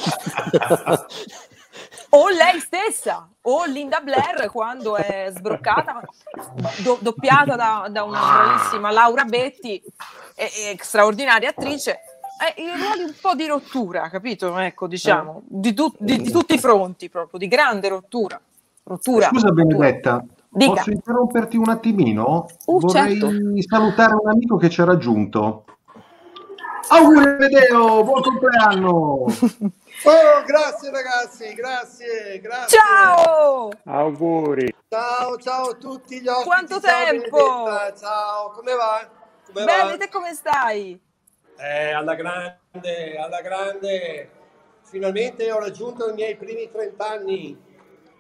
O lei stessa, o Linda Blair quando è sbroccata, doppiata da una bravissima Laura Betti, straordinaria attrice. I ruoli un po' di rottura, capito? Ecco, diciamo, di tutti i fronti, proprio, di grande rottura. Scusa Benedetta, posso interromperti un attimino? Vorrei salutare un amico che ci ha raggiunto. Auguri Amedeo, buon compleanno! Oh, grazie ragazzi, grazie. Ciao! Auguri! Ciao a tutti gli ospiti. Quanto tempo! Ciao, come va? Bene, te come stai? Alla grande. Finalmente ho raggiunto i miei primi 30 anni.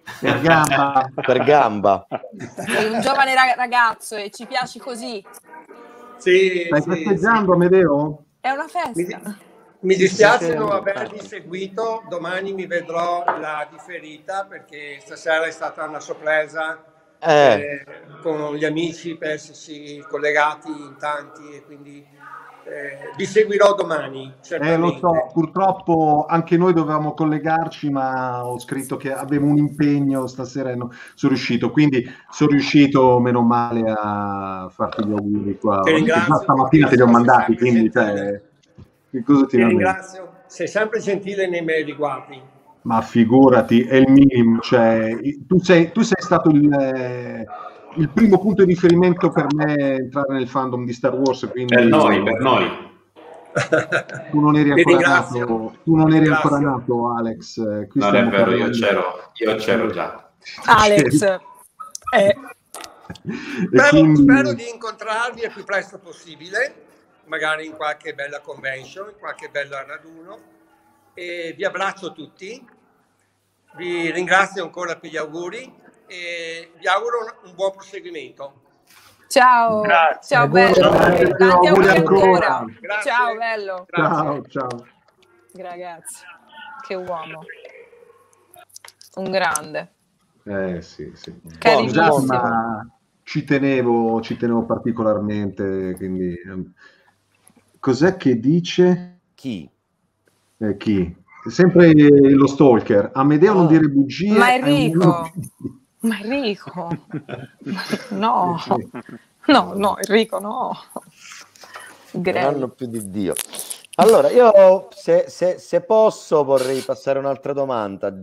Per gamba. Per gamba. Sei un giovane ragazzo e ci piaci così. Sì, Stai sì, festeggiando, Amedeo? È una Mi, festa. mi dispiace non avervi seguito, domani mi vedrò la differita perché stasera è stata una sorpresa con gli amici per essersi collegati in tanti e quindi vi seguirò domani, Lo certamente. so, purtroppo anche noi dovevamo collegarci, ma ho scritto che avevo un impegno stasera e non sono riuscito, quindi sono riuscito meno male a farti gli auguri qua. Ti ringrazio, Già stamattina te li ho sei mandati, sempre quindi gentile. che cosa ti Ti lamenti? ringrazio, sei sempre gentile nei miei riguardi. Ma figurati, è il minimo, cioè, tu sei stato il primo punto di riferimento per me entrare nel fandom di Star Wars, quindi Per noi. tu non eri Vi ancora ringrazio. nato, tu non eri Ringrazio. ancora nato, Alex. Qui Non stiamo è vero, parlando. io c'ero già. Alex, E Spero quindi di incontrarvi il più presto possibile, magari in qualche bella convention, in qualche bel raduno. E vi abbraccio tutti, vi ringrazio ancora per gli auguri e vi auguro un buon proseguimento. ciao. Grazie. Ciao bello. Grazie, Tanti auguri auguri ancora. ancora. Grazie. Ciao bello. Grazie. ciao. Ragazzi, che uomo. Un grande. Sì. Carinissimo. Ma ci tenevo particolarmente, quindi cos'è che dice? Chi? Chi? Sempre lo stalker. Amedeo non dire bugie. Ma è un uomo Ma Enrico. No. No, Enrico, no. Non hanno più di Dio. Allora, io se posso vorrei passare un'altra domanda.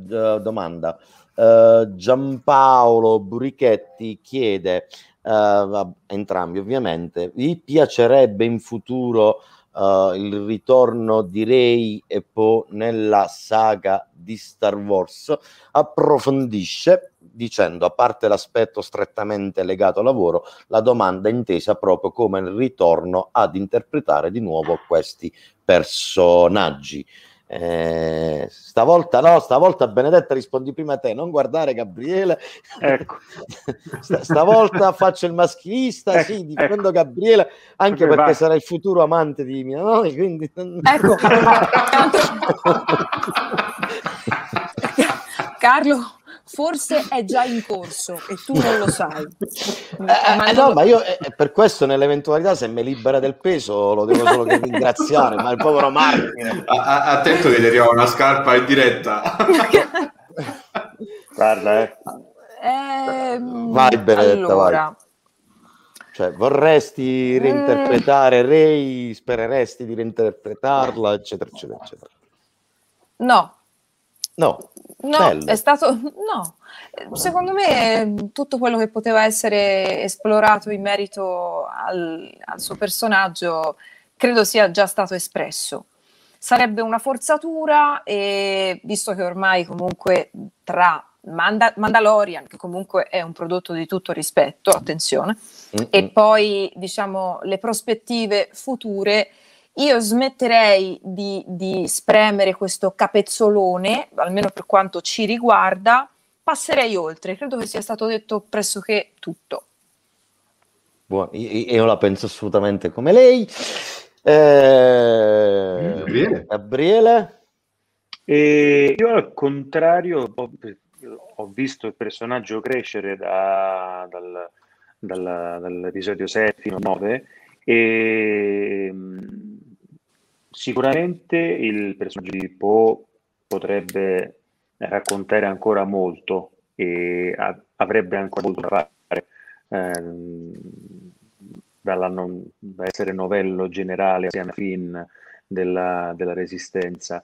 Giampaolo Burichetti chiede, entrambi ovviamente, vi piacerebbe in futuro il ritorno di Rey e Poe nella saga di Star Wars? Approfondisce dicendo, a parte l'aspetto strettamente legato al lavoro, la domanda è intesa proprio come il ritorno ad interpretare di nuovo questi personaggi. Stavolta Benedetta rispondi prima te, non guardare Gabriele. Ecco. Stavolta faccio il maschilista, sì, difendo Gabriele, anche perché vai. sarà il futuro amante di Minanoi, quindi Ecco. Carlo, forse è già in corso e tu non lo sai. Ma io per questo, nell'eventualità, se mi libera del peso, lo devo solo che ringraziare, ma il povero Martin. Attento che gli arriva una scarpa in diretta. Guarda, vai Benedetta, allora. vai. Cioè, vorresti reinterpretare Rey, spereresti di reinterpretarla, eccetera, eccetera, eccetera. No, bello. è stato no. Secondo me tutto quello che poteva essere esplorato in merito al suo personaggio credo sia già stato espresso. Sarebbe una forzatura, e visto che ormai comunque tra Mandalorian, che comunque è un prodotto di tutto rispetto, attenzione, e poi diciamo le prospettive future, io smetterei di spremere questo capezzolone, almeno per quanto ci riguarda, passerei oltre. Credo che sia stato detto pressoché tutto. Buono, io la penso assolutamente come lei. Gabriele? Io al contrario ho visto il personaggio crescere dall'episodio 7 fino a 9 e sicuramente il personaggio di Poe potrebbe raccontare ancora molto e avrebbe ancora molto da fare da essere novello generale assieme a Finn della Resistenza.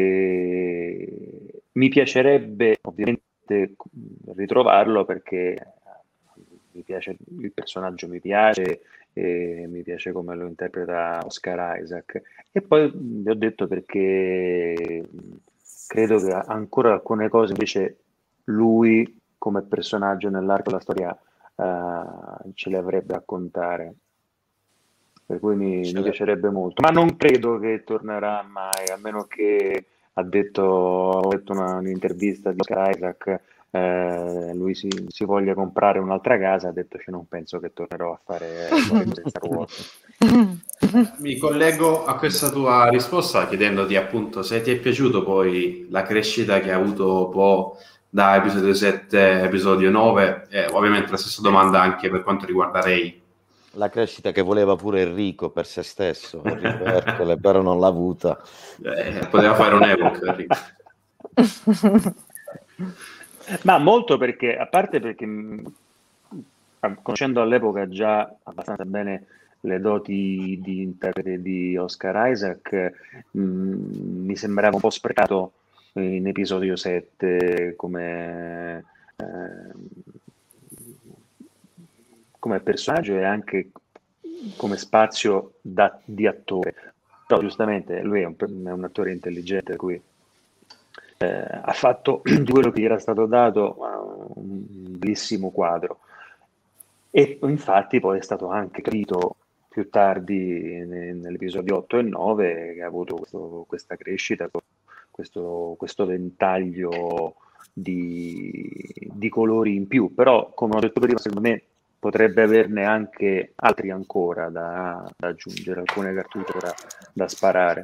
E mi piacerebbe ovviamente ritrovarlo perché mi piace il personaggio, mi piace e mi piace come lo interpreta Oscar Isaac. E poi vi ho detto perché credo che ancora alcune cose invece lui come personaggio nell'arco della storia ce le avrebbe a raccontare, per cui mi piacerebbe molto, ma non credo che tornerà mai, a meno che ho letto un'intervista di Oscar Isaac lui si voglia comprare un'altra casa, ha detto che non penso che tornerò a fare Star Wars. Mi collego a questa tua risposta chiedendoti appunto se ti è piaciuto poi la crescita che ha avuto Poe da episodio 7 a episodio 9, ovviamente la stessa domanda anche per quanto riguarda Rey. La crescita che voleva pure Enrico per se stesso, Enrico Ercole, però non l'ha avuta. Poteva fare un evoc, Enrico. Ma molto perché, a parte perché conoscendo all'epoca già abbastanza bene le doti di interprete di Oscar Isaac, mi sembrava un po' sprecato in episodio 7 come personaggio e anche come spazio di attore. Però giustamente lui è un attore intelligente, per cui ha fatto di quello che gli era stato dato un bellissimo quadro, e infatti poi è stato anche capito più tardi nell'episodio 8 e 9 che ha avuto questa crescita, questo ventaglio di colori in più. Però, come ho detto prima, secondo me potrebbe averne anche altri ancora da aggiungere, alcune cartute da sparare.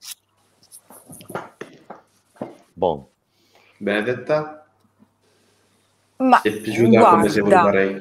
Bon. Benedetta? Ma ti è piaciuta come si evoluta Rey?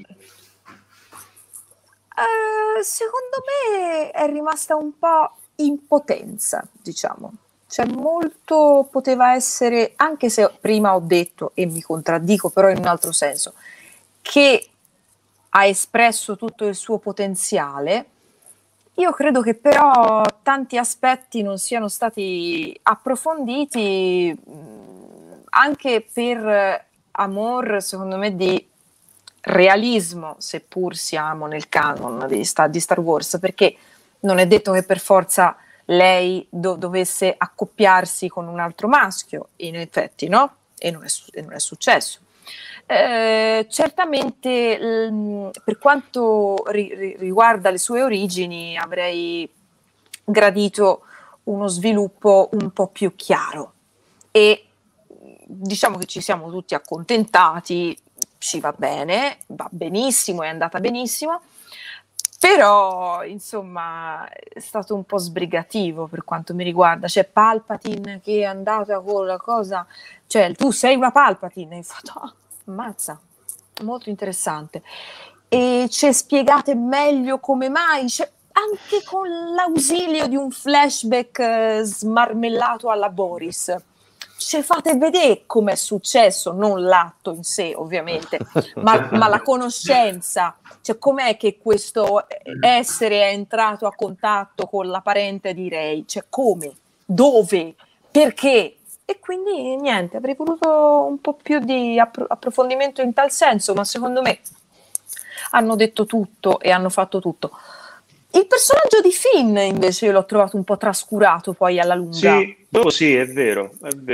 Secondo me è rimasta un po' in potenza, diciamo. Cioè molto poteva essere, anche se prima ho detto, e mi contraddico però in un altro senso, che ha espresso tutto il suo potenziale. Io credo che però tanti aspetti non siano stati approfonditi, anche per amor, secondo me, di realismo, seppur siamo nel canon di Star Wars, perché non è detto che per forza lei dovesse accoppiarsi con un altro maschio, in effetti, no? E non è successo. Certamente per quanto riguarda le sue origini avrei gradito uno sviluppo un po' più chiaro, e diciamo che ci siamo tutti accontentati, ci va bene, va benissimo, è andata benissimo, però insomma è stato un po' sbrigativo per quanto mi riguarda. C'è Palpatine che è andata con la cosa, cioè tu sei una Palpatine, e ho fatto ammazza, molto interessante, e ci spiegate meglio come mai, anche con l'ausilio di un flashback smarmellato alla Boris, ci fate vedere com'è successo, non l'atto in sé ovviamente, ma la conoscenza, cioè com'è che questo essere è entrato a contatto con la parente di Rey, cioè come, dove, perché. E quindi niente, avrei voluto un po' più di approfondimento in tal senso, ma secondo me hanno detto tutto e hanno fatto tutto. Il personaggio di Finn invece io l'ho trovato un po' trascurato poi alla lunga. Sì, è vero.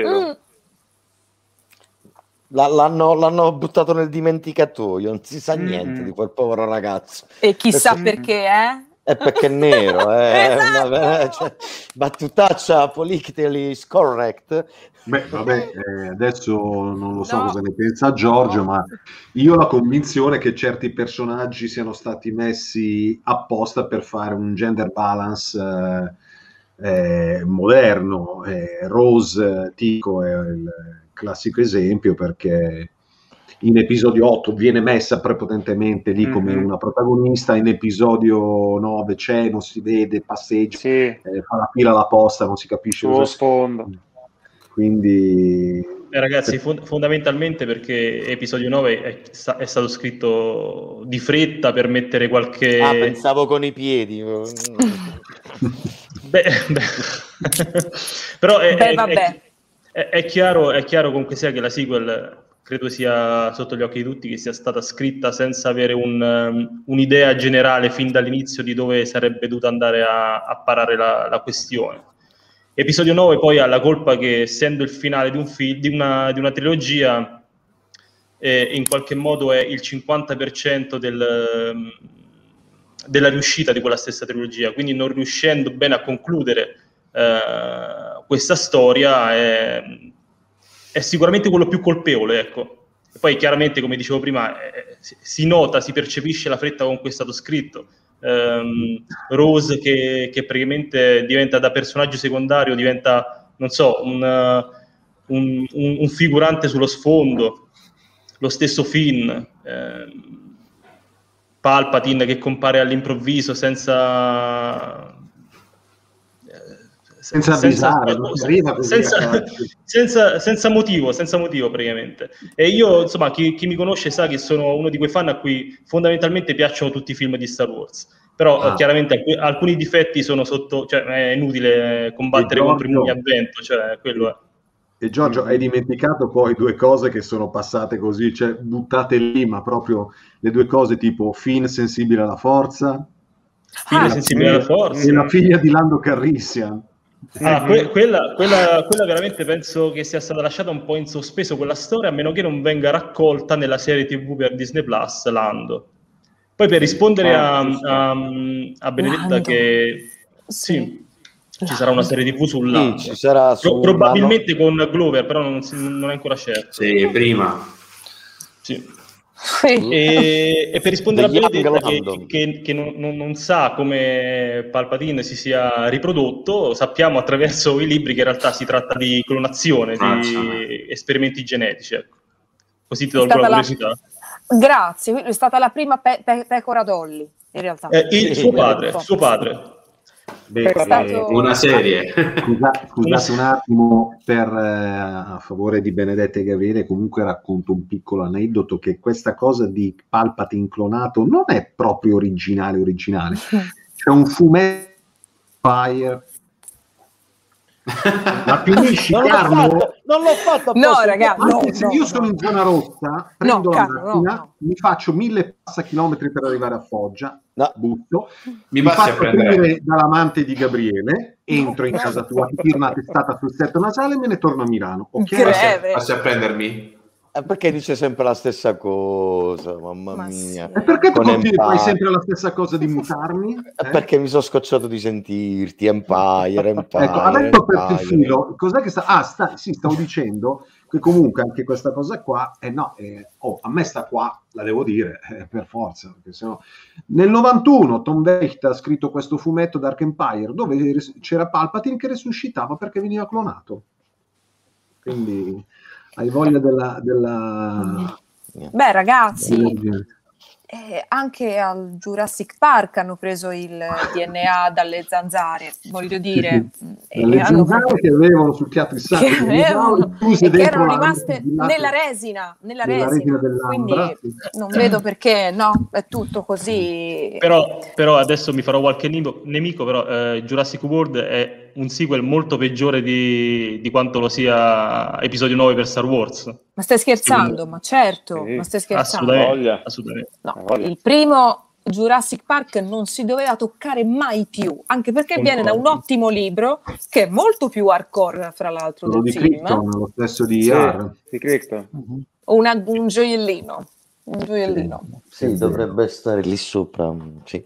L'hanno buttato nel dimenticatoio, non si sa niente di quel povero ragazzo. E chissà perché, È perché è nero, esatto! Cioè, battutaccia politically correct. Beh, vabbè, adesso non lo so cosa ne pensa Giorgio, ma io ho la convinzione che certi personaggi siano stati messi apposta per fare un gender balance moderno. Rose Tico è il classico esempio, perché in episodio 8 viene messa prepotentemente lì come una protagonista, in episodio 9 c'è, non si vede, passeggia, fa la fila alla posta, non si capisce sullo sfondo. Quindi ragazzi, fondamentalmente perché episodio 9 è stato scritto di fretta per mettere qualche... pensavo con i piedi. Però è chiaro comunque sia che la sequel credo sia sotto gli occhi di tutti, che sia stata scritta senza avere un'idea generale fin dall'inizio di dove sarebbe dovuta andare a parare la questione. Episodio 9 poi ha la colpa che, essendo il finale di un film, di una trilogia, in qualche modo è il 50% della riuscita di quella stessa trilogia, quindi non riuscendo bene a concludere questa storia è sicuramente quello più colpevole, ecco. Poi chiaramente, come dicevo prima, si nota, si percepisce la fretta con cui è stato scritto. Rose che praticamente diventa, da personaggio secondario, diventa, non so, un figurante sullo sfondo. Lo stesso Finn, Palpatine che compare all'improvviso senza motivo praticamente. E io, insomma, chi mi conosce sa che sono uno di quei fan a cui fondamentalmente piacciono tutti i film di Star Wars, però chiaramente alcuni difetti sono sotto, cioè è inutile combattere contro i mugni a vento, cioè quello è. E Giorgio, hai dimenticato poi due cose che sono passate così, cioè buttate lì, ma proprio le due cose tipo Finn sensibile alla forza, sensibile alla forza, e la figlia di Lando Calrissian. Quella veramente penso che sia stata lasciata un po' in sospeso quella storia, a meno che non venga raccolta nella serie TV per Disney Plus, Lando. Poi per rispondere a Benedetta, Lando. Che sì, ci sarà una serie TV sul Lando. Ci sarà probabilmente con Glover, però non è ancora certo. Sì, prima. Sì. E per rispondere a Benedetta che non sa come Palpatine si sia riprodotto, sappiamo attraverso i libri che in realtà si tratta di clonazione, di esperimenti genetici, ecco. Così ti tolgo la curiosità. Grazie, è stata la prima pecora Dolly, in realtà. Suo padre. Una serie. Scusate un attimo, a favore di Benedetta e Gabriele, comunque racconto un piccolo aneddoto, che questa cosa di Palpatine clonato non è proprio originale. C'è un fumetto Fire. La finisci, Carlo? Non l'ho fatto no, ragazzi. Se io sono in zona rossa, prendo la macchina, mi faccio 1000 passachilometri per arrivare a Foggia, butto, mi faccio prendere dall'amante di Gabriele, entro in casa tua, ti tiro una testata sul setto nasale e me ne torno a Milano. Ok? Passi a prendermi? Perché dice sempre la stessa cosa, mamma mia. Sì. E perché tu fai sempre la stessa cosa di mutarmi? Perché mi sono scocciato di sentirti, Empire. Ecco, adesso per il filo, cos'è che stavo dicendo che comunque anche questa cosa qua, a me sta qua, la devo dire, per forza, perché sennò... Nel 91 Tom Vecht ha scritto questo fumetto Dark Empire, dove c'era Palpatine che resuscitava perché veniva clonato. Quindi... hai voglia della... Beh, ragazzi, anche al Jurassic Park hanno preso il DNA dalle zanzare, voglio dire. Le zanzare che avevano sul piatto di sangue, che erano rimaste nella resina, quindi non vedo perché, no, è tutto così. Però adesso mi farò qualche nemico, però Jurassic World è un sequel molto peggiore di quanto lo sia episodio 9 per Star Wars. Ma stai scherzando? Ma certo, ma stai scherzando? Assolutamente. No, il primo Jurassic Park non si doveva toccare mai più, anche perché viene da un ottimo libro che è molto più hardcore, fra l'altro, del film. Crichton, lo stesso di Yar. Di Crichton. Un gioiellino. Sì, dovrebbe stare lì sopra. Sì.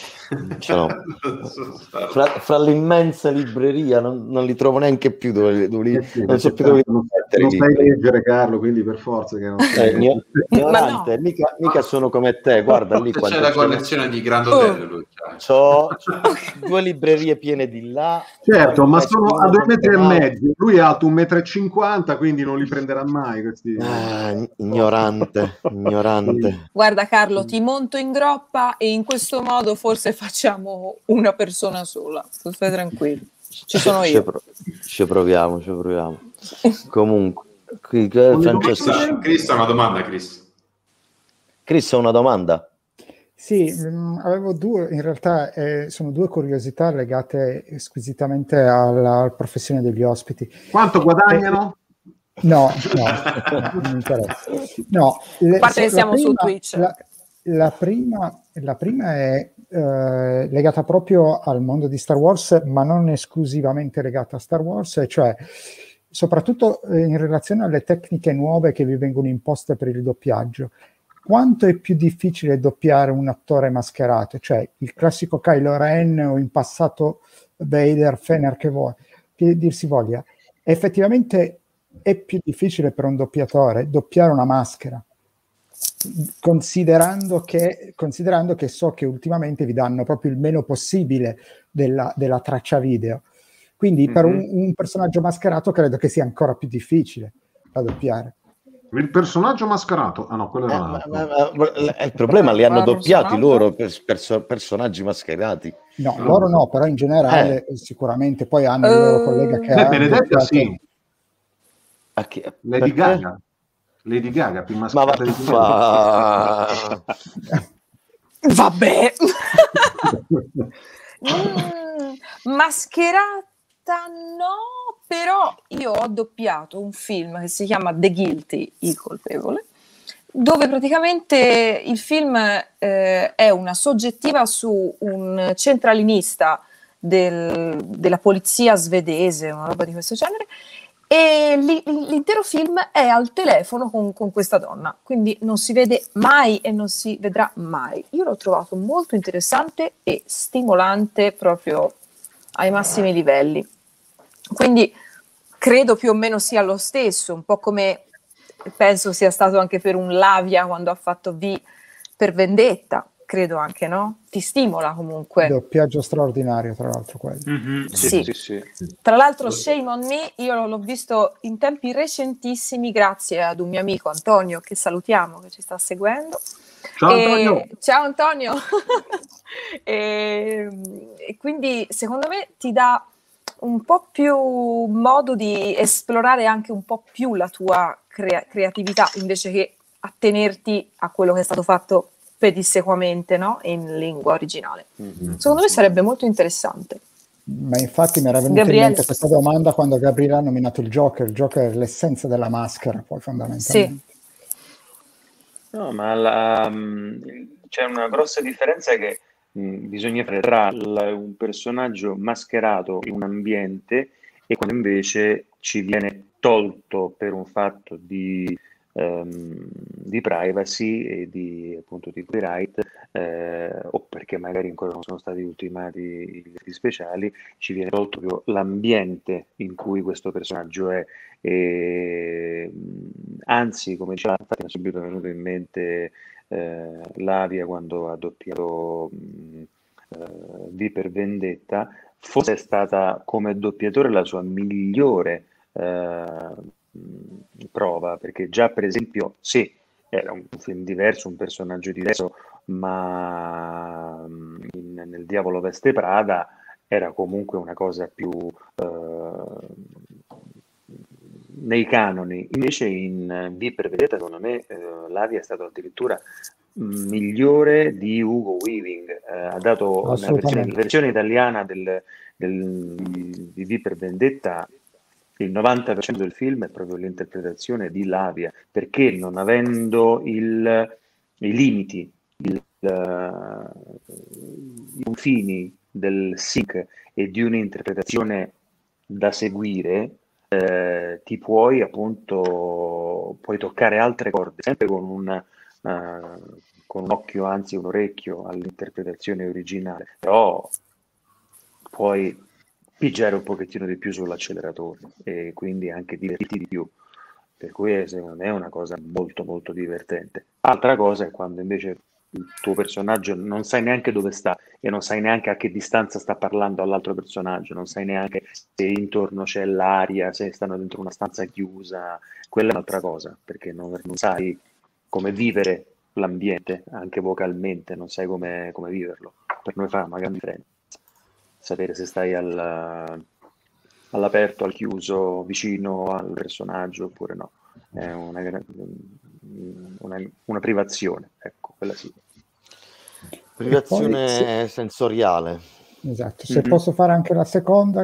Fra l'immensa libreria non li trovo neanche più non so più dove mettere. Non sai leggere, Carlo, quindi per forza che non sei ignorante. Mica sono come te, guarda lì c'è la collezione di Grand Hotel, lui. C'ho 2 librerie piene di là, certo, ma sono a 2,5 metri, lui è alto 1,50 m, quindi non li prenderà mai questi. Ignorante. Guarda Carlo, ti monto in groppa e in questo modo forse facciamo una persona sola, stai tranquillo, ci sono io. Ci proviamo. Comunque qui Francesco, Chris ha una domanda. Chris ha una domanda. Sì, avevo in realtà sono 2 curiosità legate squisitamente alla professione degli ospiti. Quanto guadagnano? No, non mi interessa. No, a parte che siamo su Twitch. La prima è legata proprio al mondo di Star Wars, ma non esclusivamente legata a Star Wars, cioè soprattutto in relazione alle tecniche nuove che vi vengono imposte per il doppiaggio. Quanto è più difficile doppiare un attore mascherato, cioè il classico Kylo Ren o in passato Vader, Fener, che dir si voglia. Effettivamente è più difficile per un doppiatore doppiare una maschera, considerando che so che ultimamente vi danno proprio il meno possibile della traccia video. Quindi per un personaggio mascherato credo che sia ancora più difficile da doppiare. Il personaggio mascherato? Ah no, quello era un altro. Il problema li hanno doppiati loro personaggi mascherati. No, loro no, però in generale sicuramente poi hanno il loro collega che ha Benedetta doppiato... sì. Lady Gaga più mascherata di tutti. Vabbè. Mascherata no, però io ho doppiato un film che si chiama The Guilty, il colpevole, dove praticamente il film è una soggettiva su un centralinista della polizia svedese, una roba di questo genere, e l'intero film è al telefono con questa donna, quindi non si vede mai e non si vedrà mai. Io l'ho trovato molto interessante e stimolante proprio ai massimi livelli, quindi credo più o meno sia lo stesso, un po' come penso sia stato anche per un Lavia quando ha fatto V per Vendetta, credo anche, no? Ti stimola comunque. Doppiaggio straordinario, tra l'altro, quello. Sì. Tra l'altro Shame on Me, io l'ho visto in tempi recentissimi grazie ad un mio amico Antonio, che salutiamo, che ci sta seguendo. Ciao Antonio! Ciao Antonio! e quindi secondo me ti dà un po' più modo di esplorare anche un po' più la tua creatività, invece che attenerti a quello che è stato fatto pedissequamente, no? In lingua originale. Secondo me sarebbe molto interessante. Ma infatti mi era venuta in mente questa domanda quando Gabriele ha nominato il Joker. Il Joker è l'essenza della maschera, poi fondamentalmente. Sì. No, ma c'è una grossa differenza che bisogna fare tra un personaggio mascherato in un ambiente e quando invece ci viene tolto per un fatto di privacy e di appunto di copyright o perché magari ancora non sono stati ultimati i diritti speciali, ci viene tolto proprio l'ambiente in cui questo personaggio è. Anzi, come diceva, infatti mi è subito venuto in mente Lavia quando ha doppiato V per Vendetta, forse è stata come doppiatore la sua migliore prova, perché già per esempio sì, era un film diverso, un personaggio diverso, ma nel Diavolo Veste Prada era comunque una cosa più nei canoni. Invece in V per Vendetta secondo me Lavia è stato addirittura migliore di Hugo Weaving, ha dato una versione italiana di V per Vendetta. Il 90% del film è proprio l'interpretazione di Lavia, perché non avendo i limiti, i confini del sync e di un'interpretazione da seguire, ti puoi appunto toccare altre corde, sempre con un occhio, anzi un orecchio all'interpretazione originale, però puoi pigiare un pochettino di più sull'acceleratore e quindi anche divertirti di più, per cui secondo me è una cosa molto molto divertente. Altra cosa è quando invece il tuo personaggio non sai neanche dove sta e non sai neanche a che distanza sta parlando all'altro personaggio, non sai neanche se intorno c'è l'aria, se stanno dentro una stanza chiusa, quella è un'altra cosa, perché non sai come vivere l'ambiente, anche vocalmente, non sai come viverlo. Per noi fa una grande differenza sapere se stai all'aperto, al chiuso, vicino al personaggio oppure no. È una privazione, ecco, quella sì. Privazione sensoriale. Esatto, se posso fare anche la seconda,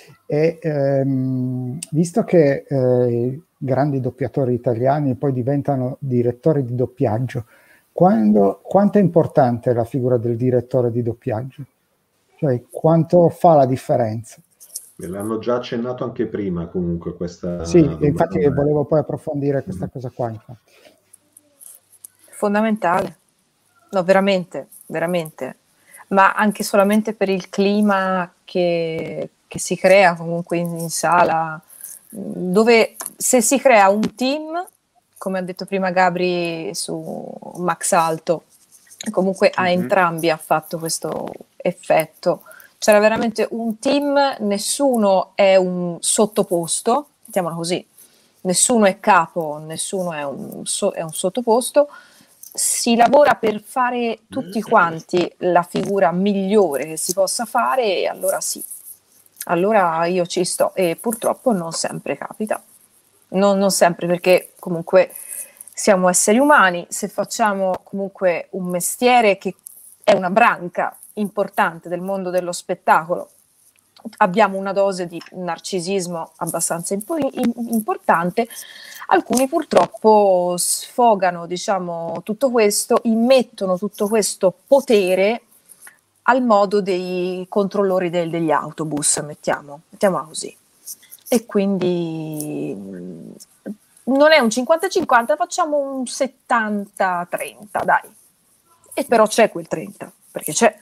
visto che grandi doppiatori italiani poi diventano direttori di doppiaggio, quanto è importante la figura del direttore di doppiaggio? Cioè, quanto fa la differenza? Me l'hanno già accennato anche prima, comunque, questa... Sì, infatti volevo poi approfondire questa cosa qua, infatti. Fondamentale. No, veramente, veramente. Ma anche solamente per il clima che si crea comunque in sala, dove se si crea un team, come ha detto prima Gabri su Max Alto, comunque a entrambi ha fatto questo effetto. C'era veramente un team, nessuno è un sottoposto, mettiamola così, nessuno è capo, nessuno è un sottoposto, si lavora per fare tutti quanti la figura migliore che si possa fare, e allora sì, allora io ci sto, e purtroppo non sempre capita, non sempre, perché comunque siamo esseri umani, se facciamo comunque un mestiere che è una branca importante del mondo dello spettacolo, abbiamo una dose di narcisismo abbastanza importante. Alcuni purtroppo sfogano, diciamo, tutto questo, immettono tutto questo potere al modo dei controllori degli autobus, mettiamola così. E quindi non è un 50-50, facciamo un 70-30, dai. E però c'è quel 30, perché c'è.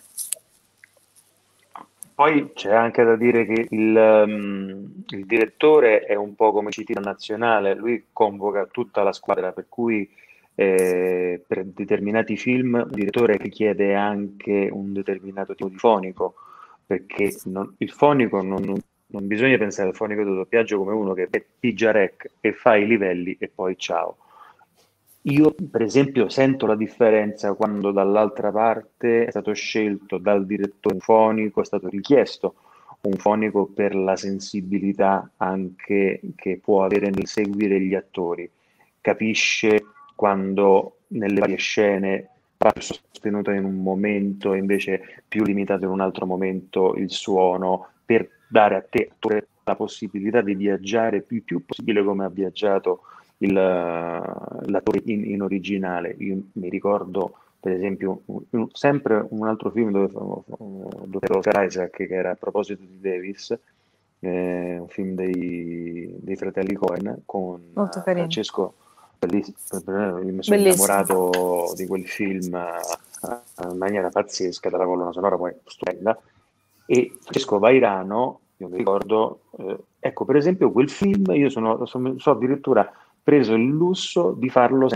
Poi c'è anche da dire che il direttore è un po' come CT nazionale, lui convoca tutta la squadra, per cui per determinati film il direttore richiede anche un determinato tipo di fonico, perché il fonico non bisogna pensare al fonico di doppiaggio come uno che pigia rec e fa i livelli e poi ciao. Io, per esempio, sento la differenza quando dall'altra parte è stato scelto dal direttore un fonico, è stato richiesto un fonico per la sensibilità anche che può avere nel seguire gli attori. Capisce quando nelle varie scene va più sostenuto in un momento e invece più limitato in un altro momento il suono, per dare a te la possibilità di viaggiare il più possibile come ha viaggiato l'attore in originale. Io mi ricordo per esempio sempre un altro film dove era Oscar Isaac, che era A proposito di Davis, un film dei fratelli Coen con Francesco, bellissimo. Io mi sono innamorato di quel film in maniera pazzesca, dalla colonna sonora poi stupenda, e Francesco Vairano, io mi ricordo, ecco, per esempio quel film io so addirittura preso il lusso di farlo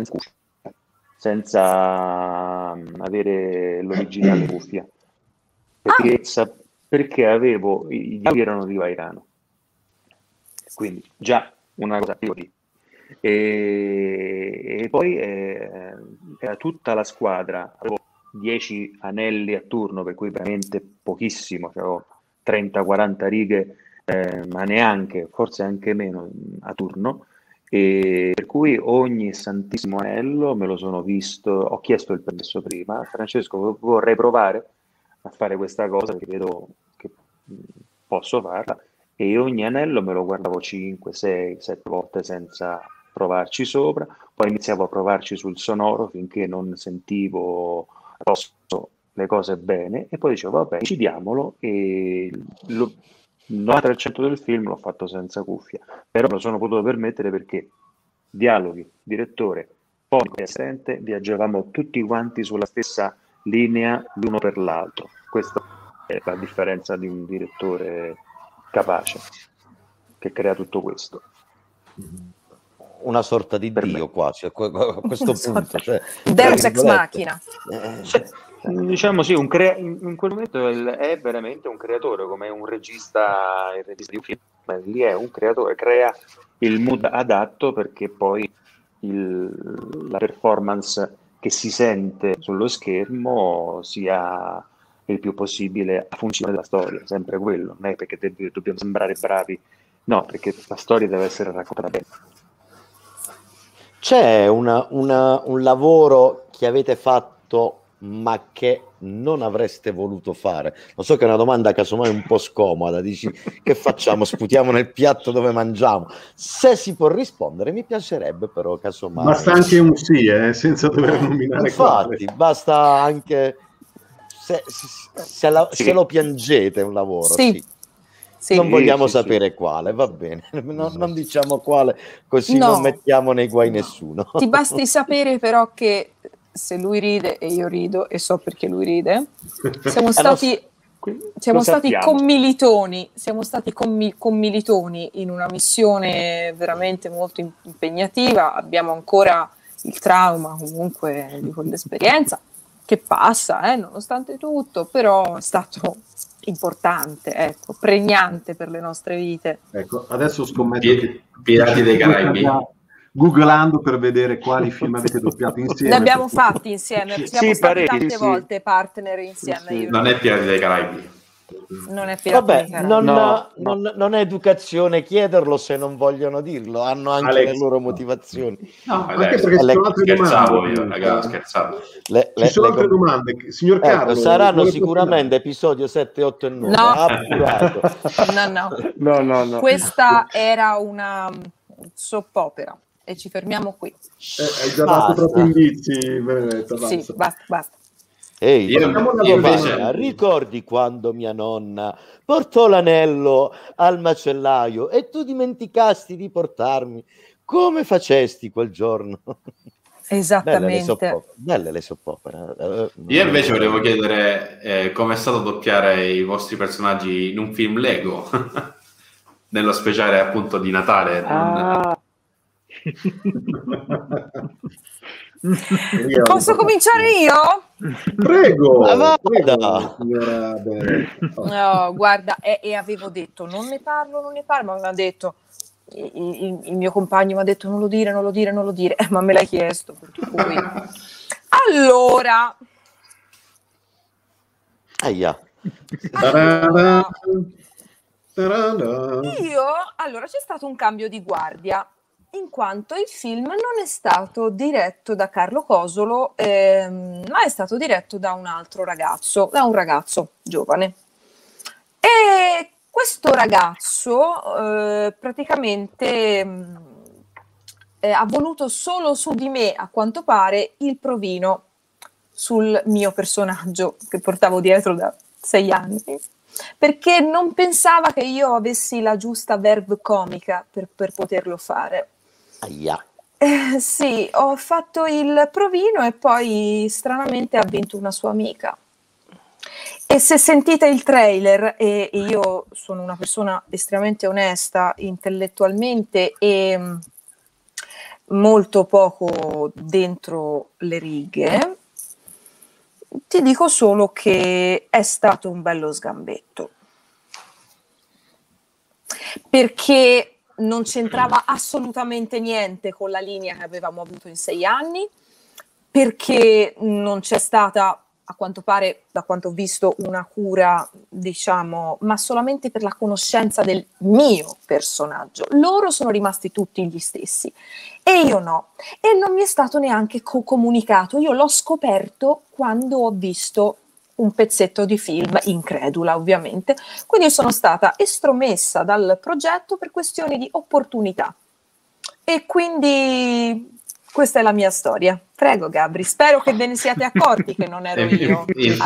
senza avere l'originale cuffia, perché avevo i dialoghi erano di Vairano, quindi già una cosa più di. E poi era tutta la squadra, avevo 10 anelli a turno, per cui veramente pochissimo, avevo 30-40 righe, ma neanche, forse anche meno a turno, e per cui ogni santissimo anello me lo sono visto, ho chiesto il permesso prima: Francesco, vorrei provare a fare questa cosa perché vedo che posso farla, e ogni anello me lo guardavo 5, 6, 7 volte senza provarci sopra, poi iniziavo a provarci sul sonoro finché non sentivo le cose bene, e poi dicevo vabbè, decidiamolo, e il 90% del film l'ho fatto senza cuffia, però me lo sono potuto permettere perché dialoghi, direttore, fonico e assistente viaggiavamo tutti quanti sulla stessa linea l'uno per l'altro. Questa è la differenza di un direttore capace che crea tutto questo. Una sorta di Dio quasi a questo punto, cioè, Deus ex machina. Diciamo sì, in quel momento è veramente un creatore, come un regista, il regista di un film, lì è un creatore, crea il mood adatto perché poi la performance che si sente sullo schermo sia il più possibile a funzione della storia, sempre quello, non è perché dobbiamo sembrare bravi, no, perché la storia deve essere raccontata bene. C'è un lavoro che avete fatto ma che non avreste voluto fare? Lo so che è una domanda casomai un po' scomoda, dici che facciamo, sputiamo nel piatto dove mangiamo. Se si può rispondere mi piacerebbe, però casomai basta anche un sì, senza dover nominare. Infatti quale. Basta anche se lo piangete un lavoro, sì. Sì. Non vogliamo sapere quale, va bene, non diciamo quale, così non mettiamo nei guai nessuno. Ti basti sapere però che se lui ride e io rido, e so perché lui ride, siamo stati Siamo stati commilitoni in una missione veramente molto impegnativa, abbiamo ancora il trauma comunque di quell'esperienza che passa, nonostante tutto, però è stato importante, ecco, pregnante per le nostre vite. Ecco, adesso scommetto che Pirati dei Caraibi. Googlando per vedere quali film avete doppiato insieme. Ne abbiamo fatti insieme, siamo stati tante volte partner insieme. Non è Pirati dei Caraibi. Non è Pirati dei Caraibi. Non è educazione chiederlo se non vogliono dirlo, hanno anche le loro motivazioni. No, anche perché scherzavo io, ragazzi, scherzavo. Ci sono altre domande, signor Carlo. Saranno sicuramente episodio 7, 8 e 9. No. Questa era una soap opera. E ci fermiamo qui. Hai già dato troppi indizi, Benedetta. Sì, basta. Ehi, ricordi quando mia nonna portò l'anello al macellaio e tu dimenticasti di portarmi? Come facesti quel giorno? Esattamente. Belle le soap opera. Io invece volevo chiedere come è stato doppiare i vostri personaggi in un film Lego, nello speciale appunto di Natale. Posso cominciare io? Prego. No, guarda, e avevo detto non ne parlo, ma mi ha detto il mio compagno mi ha detto non lo dire, ma me l'hai chiesto, per cui allora c'è stato un cambio di guardia, in quanto il film non è stato diretto da Carlo Cosolo, ma è stato diretto da un altro ragazzo, da un ragazzo giovane. E questo ragazzo praticamente ha voluto solo su di me, a quanto pare, il provino sul mio personaggio che portavo dietro da 6 anni. Perché non pensava che io avessi la giusta verve comica per poterlo fare. Sì, ho fatto il provino e poi stranamente ha vinto una sua amica. E se sentite il trailer, e io sono una persona estremamente onesta intellettualmente e molto poco dentro le righe, ti dico solo che è stato un bello sgambetto, perché non c'entrava assolutamente niente con la linea che avevamo avuto in 6 anni, perché non c'è stata, a quanto pare, da quanto ho visto, una cura, diciamo, ma solamente per la conoscenza del mio personaggio. Loro sono rimasti tutti gli stessi e io no, e non mi è stato neanche comunicato. Io l'ho scoperto quando ho visto un pezzetto di film, incredula ovviamente, quindi sono stata estromessa dal progetto per questioni di opportunità e quindi questa è la mia storia. Prego Gabri, spero che ve ne siate accorti che non ero io.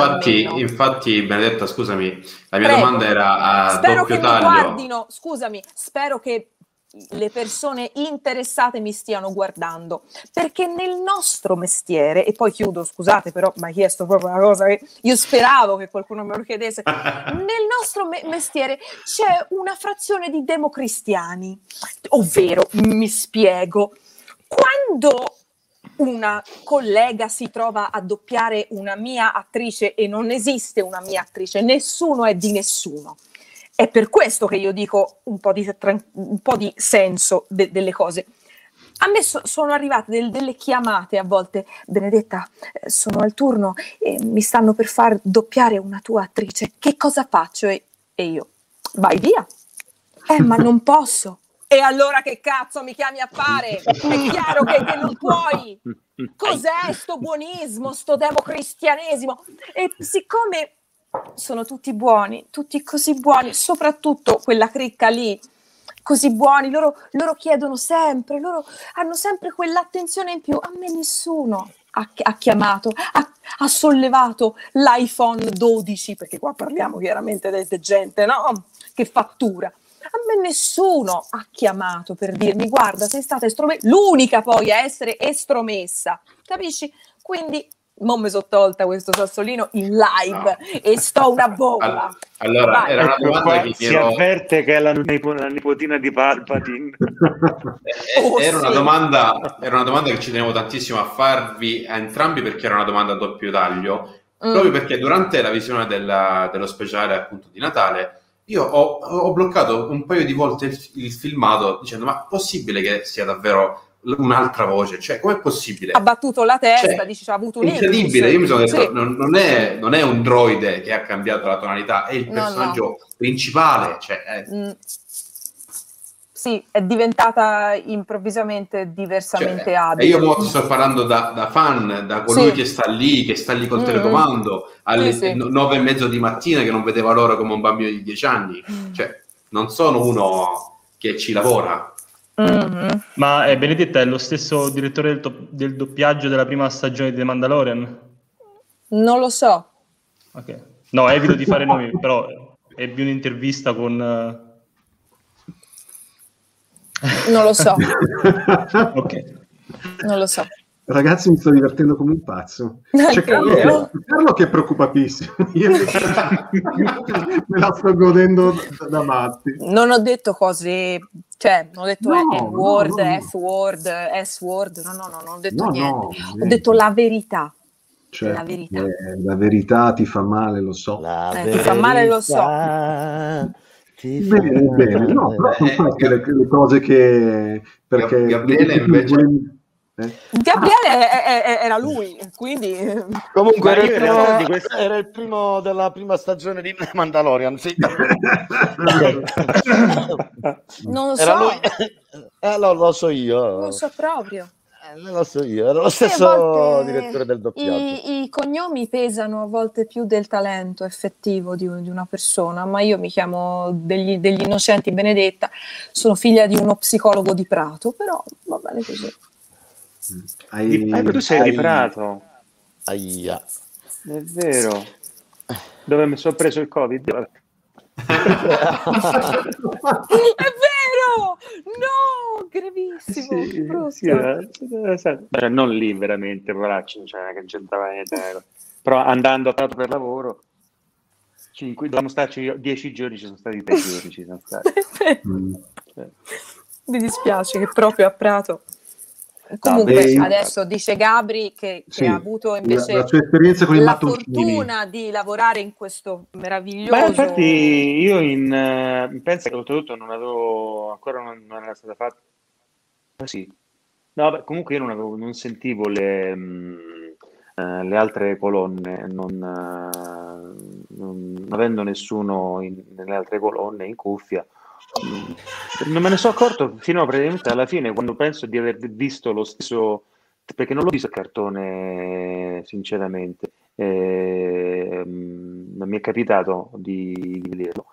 Infatti Benedetta, scusami, la mia domanda era a spero doppio che taglio. mi guardino, scusami, spero che le persone interessate mi stiano guardando, perché nel nostro mestiere, e poi chiudo, scusate, però mi ha chiesto proprio una cosa che io speravo che qualcuno me lo chiedesse, nel nostro mestiere c'è una frazione di democristiani, ovvero, mi spiego, quando una collega si trova a doppiare una mia attrice e non esiste una mia attrice, nessuno è di nessuno. È per questo che io dico un po' di senso delle cose. A me sono arrivate delle chiamate a volte, Benedetta, sono al turno e mi stanno per far doppiare una tua attrice, che cosa faccio? E io, vai via. Ma non posso. E allora che cazzo mi chiami a fare? È chiaro che non puoi. Cos'è sto buonismo, sto democristianesimo? E siccome sono tutti buoni, tutti così buoni, soprattutto quella cricca lì, così buoni, loro chiedono sempre, loro hanno sempre quell'attenzione in più. A me nessuno ha chiamato, ha sollevato l'iPhone 12, perché qua parliamo chiaramente di gente, no? Che fattura. A me nessuno ha chiamato per dirmi guarda, sei stata estromessa, l'unica poi a essere estromessa, capisci? Quindi Mo mi sono tolta questo sassolino in live e sto una bomba. Allora, Vai. era una domanda che si avverte che è la nipotina di Palpatine. Era una domanda che ci tenevo tantissimo a farvi a entrambi, perché era una domanda a doppio taglio, proprio perché durante la visione dello speciale appunto di Natale io ho bloccato un paio di volte il filmato dicendo: ma è possibile che sia davvero un'altra voce? Cioè, com'è possibile? Ha battuto la testa, Cioè, dice, ha avuto un incredibile. Io mi sono detto, sì. non è un droide che ha cambiato la tonalità, è il personaggio principale. Cioè, sì, è diventata improvvisamente diversamente abile. E io mo ti sto parlando da fan, da colui che sta lì col telecomando alle 9:30 di mattina, che non vedeva l'ora come un bambino di 10 anni. Cioè, non sono uno che ci lavora. Ma Benedetta è lo stesso direttore del doppiaggio della prima stagione di The Mandalorian? Non lo so. Ok. No, evito di fare nomi, però ebbi un'intervista con... Non lo so. Ok. Non lo so. Ragazzi, mi sto divertendo come un pazzo. C'è Carlo che è preoccupatissimo. Io me la sto godendo da matti. Non ho detto cose, cioè, non ho detto N-word, F-word, S-word, no, non ho detto niente. Ho detto la verità. Cioè, la verità. La verità ti fa male, lo so. Ti fa male, lo so. Bene. No, però sono queste le cose che... Perché Gabriele invece... Gabriele era lui, quindi comunque era il primo della prima stagione di Mandalorian, sì. Non lo era so. Lui. Lo so io. Non so proprio. Non lo so io, era lo stesso direttore del doppiaggio. I cognomi pesano a volte più del talento effettivo di una persona, ma io mi chiamo degli innocenti Benedetta, sono figlia di uno psicologo di Prato, però va bene così. Tu sei di Prato? Aia. È vero. Dove mi sono preso il Covid? È vero! No! Gravissimo! Cioè, non lì veramente, poraccio, cioè, che c'entrava niente. Però andando a Prato per lavoro, dovevamo starci 10 giorni, ci sono stati 3 giorni. Ci sono stati. Mi dispiace che proprio a Prato. Comunque adesso dice Gabri che ha avuto invece la sua esperienza con la fortuna di lavorare in questo meraviglioso. Ma infatti io penso che oltretutto non era stata fatta. Sì. No, comunque io non sentivo le altre colonne, non avendo nessuno nelle altre colonne in cuffia. Non me ne sono accorto fino praticamente alla fine, quando penso di aver visto lo stesso, perché non l'ho visto il cartone sinceramente, non mi è capitato di vederlo,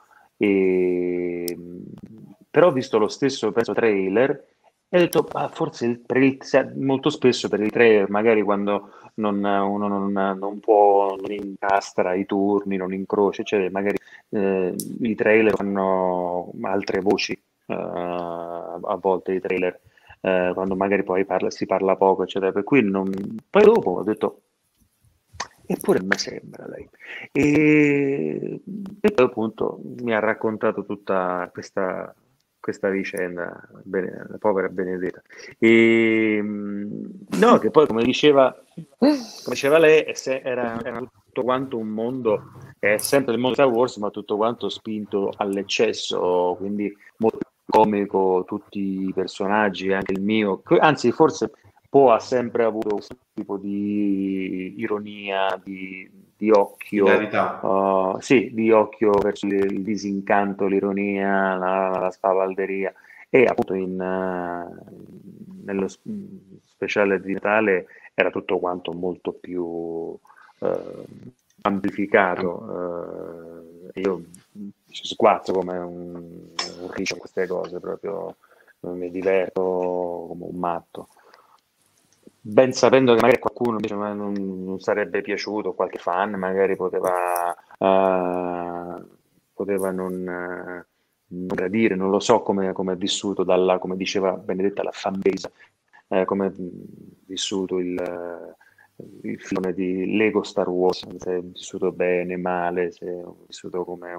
però ho visto lo stesso, penso, trailer e ho detto, forse molto spesso per i trailer, magari quando uno non può, non incastra i turni, non incrocia, cioè magari i trailer fanno altre voci, a volte i trailer, quando magari poi si parla poco, eccetera. Per cui poi dopo ho detto, eppure mi sembra lei. E poi appunto mi ha raccontato tutta questa vicenda, la povera Benedetta. No, che poi come diceva lei, era tutto quanto un mondo, è sempre il mondo Star Wars, ma tutto quanto spinto all'eccesso, quindi molto comico, tutti i personaggi, anche il mio, anzi forse Poe ha sempre avuto questo tipo di ironia, di occhio, di occhio verso il disincanto, l'ironia, la spavalderia, e appunto nello speciale di Natale era tutto quanto molto più amplificato. Io ci sguazzo come un riccio queste cose, proprio mi diverto come un matto, ben sapendo che magari qualcuno invece non sarebbe piaciuto, qualche fan magari poteva non gradire, non lo so come è vissuto come diceva Benedetta, la fanbase, come è vissuto il filone di Lego Star Wars, se è vissuto bene, male, se è vissuto come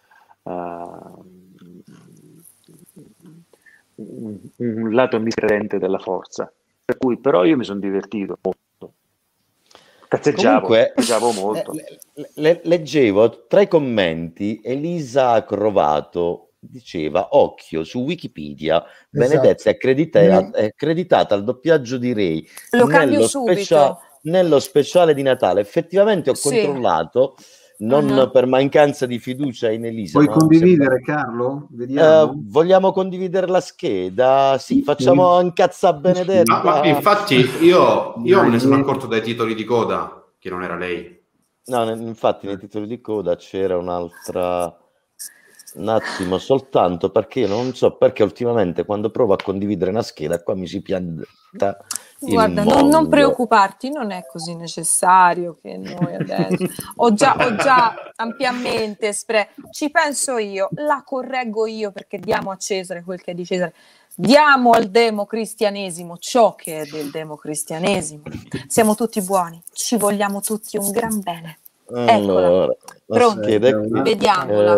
un lato miscredente della forza. Per cui però io mi sono divertito molto. Cazzeggiavo molto. Leggevo tra i commenti Elisa Crovato diceva: occhio, su Wikipedia Benedetta è accreditata al doppiaggio di Rey nello speciale di Natale. Effettivamente ho controllato, non per mancanza di fiducia in Elisa. Vuoi condividere, Carlo? Vediamo. Vogliamo condividere la scheda? Sì, facciamo incazza Benedetta. Ma infatti io me ne sono accorto dai titoli di coda che non era lei. No, infatti nei titoli di coda c'era un'altra... Un attimo, soltanto perché io non so perché ultimamente quando provo a condividere una scheda qua mi si pianta il Guarda, mondo. non preoccuparti, non è così necessario che noi adesso ho già ampiamente ci penso io, la correggo io, perché diamo a Cesare quel che è di Cesare, diamo al democristianesimo ciò che è del democristianesimo, siamo tutti buoni, ci vogliamo tutti un gran bene. Allora, pronti, vediamola.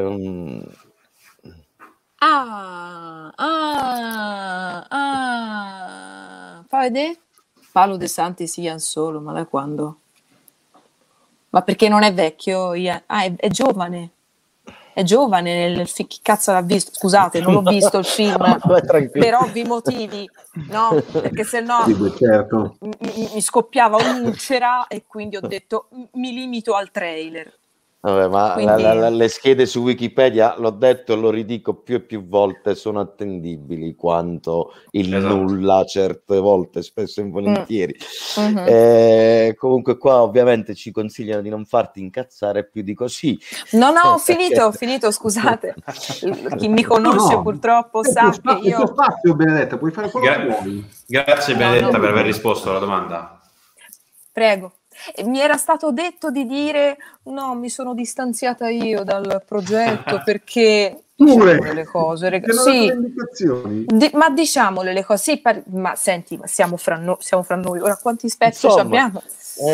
Fa vedere? Paolo De Santis Ian Solo, ma da quando? Ma perché non è vecchio? È giovane. È giovane, chi cazzo l'ha visto? Scusate, non l'ho visto il film per ovvi motivi, no? Perché se no certo. mi scoppiava un'ulcera e quindi ho detto mi limito al trailer. Vabbè, ma quindi... le schede su Wikipedia, l'ho detto e lo ridico più e più volte, sono attendibili quanto il nulla certe volte, spesso e volentieri. Comunque qua ovviamente ci consigliano di non farti incazzare più di così. No, ho finito, scusate. Chi mi conosce purtroppo sa che io... Spazio, Benedetta, puoi fare quello che vuoi. Grazie Benedetta per aver risposto alla domanda. Prego. Mi era stato detto di dire no, mi sono distanziata io dal progetto perché diciamole le cose, sì, ma diciamole le cose, sì, ma senti, ma siamo fra noi, ora quanti specchi abbiamo?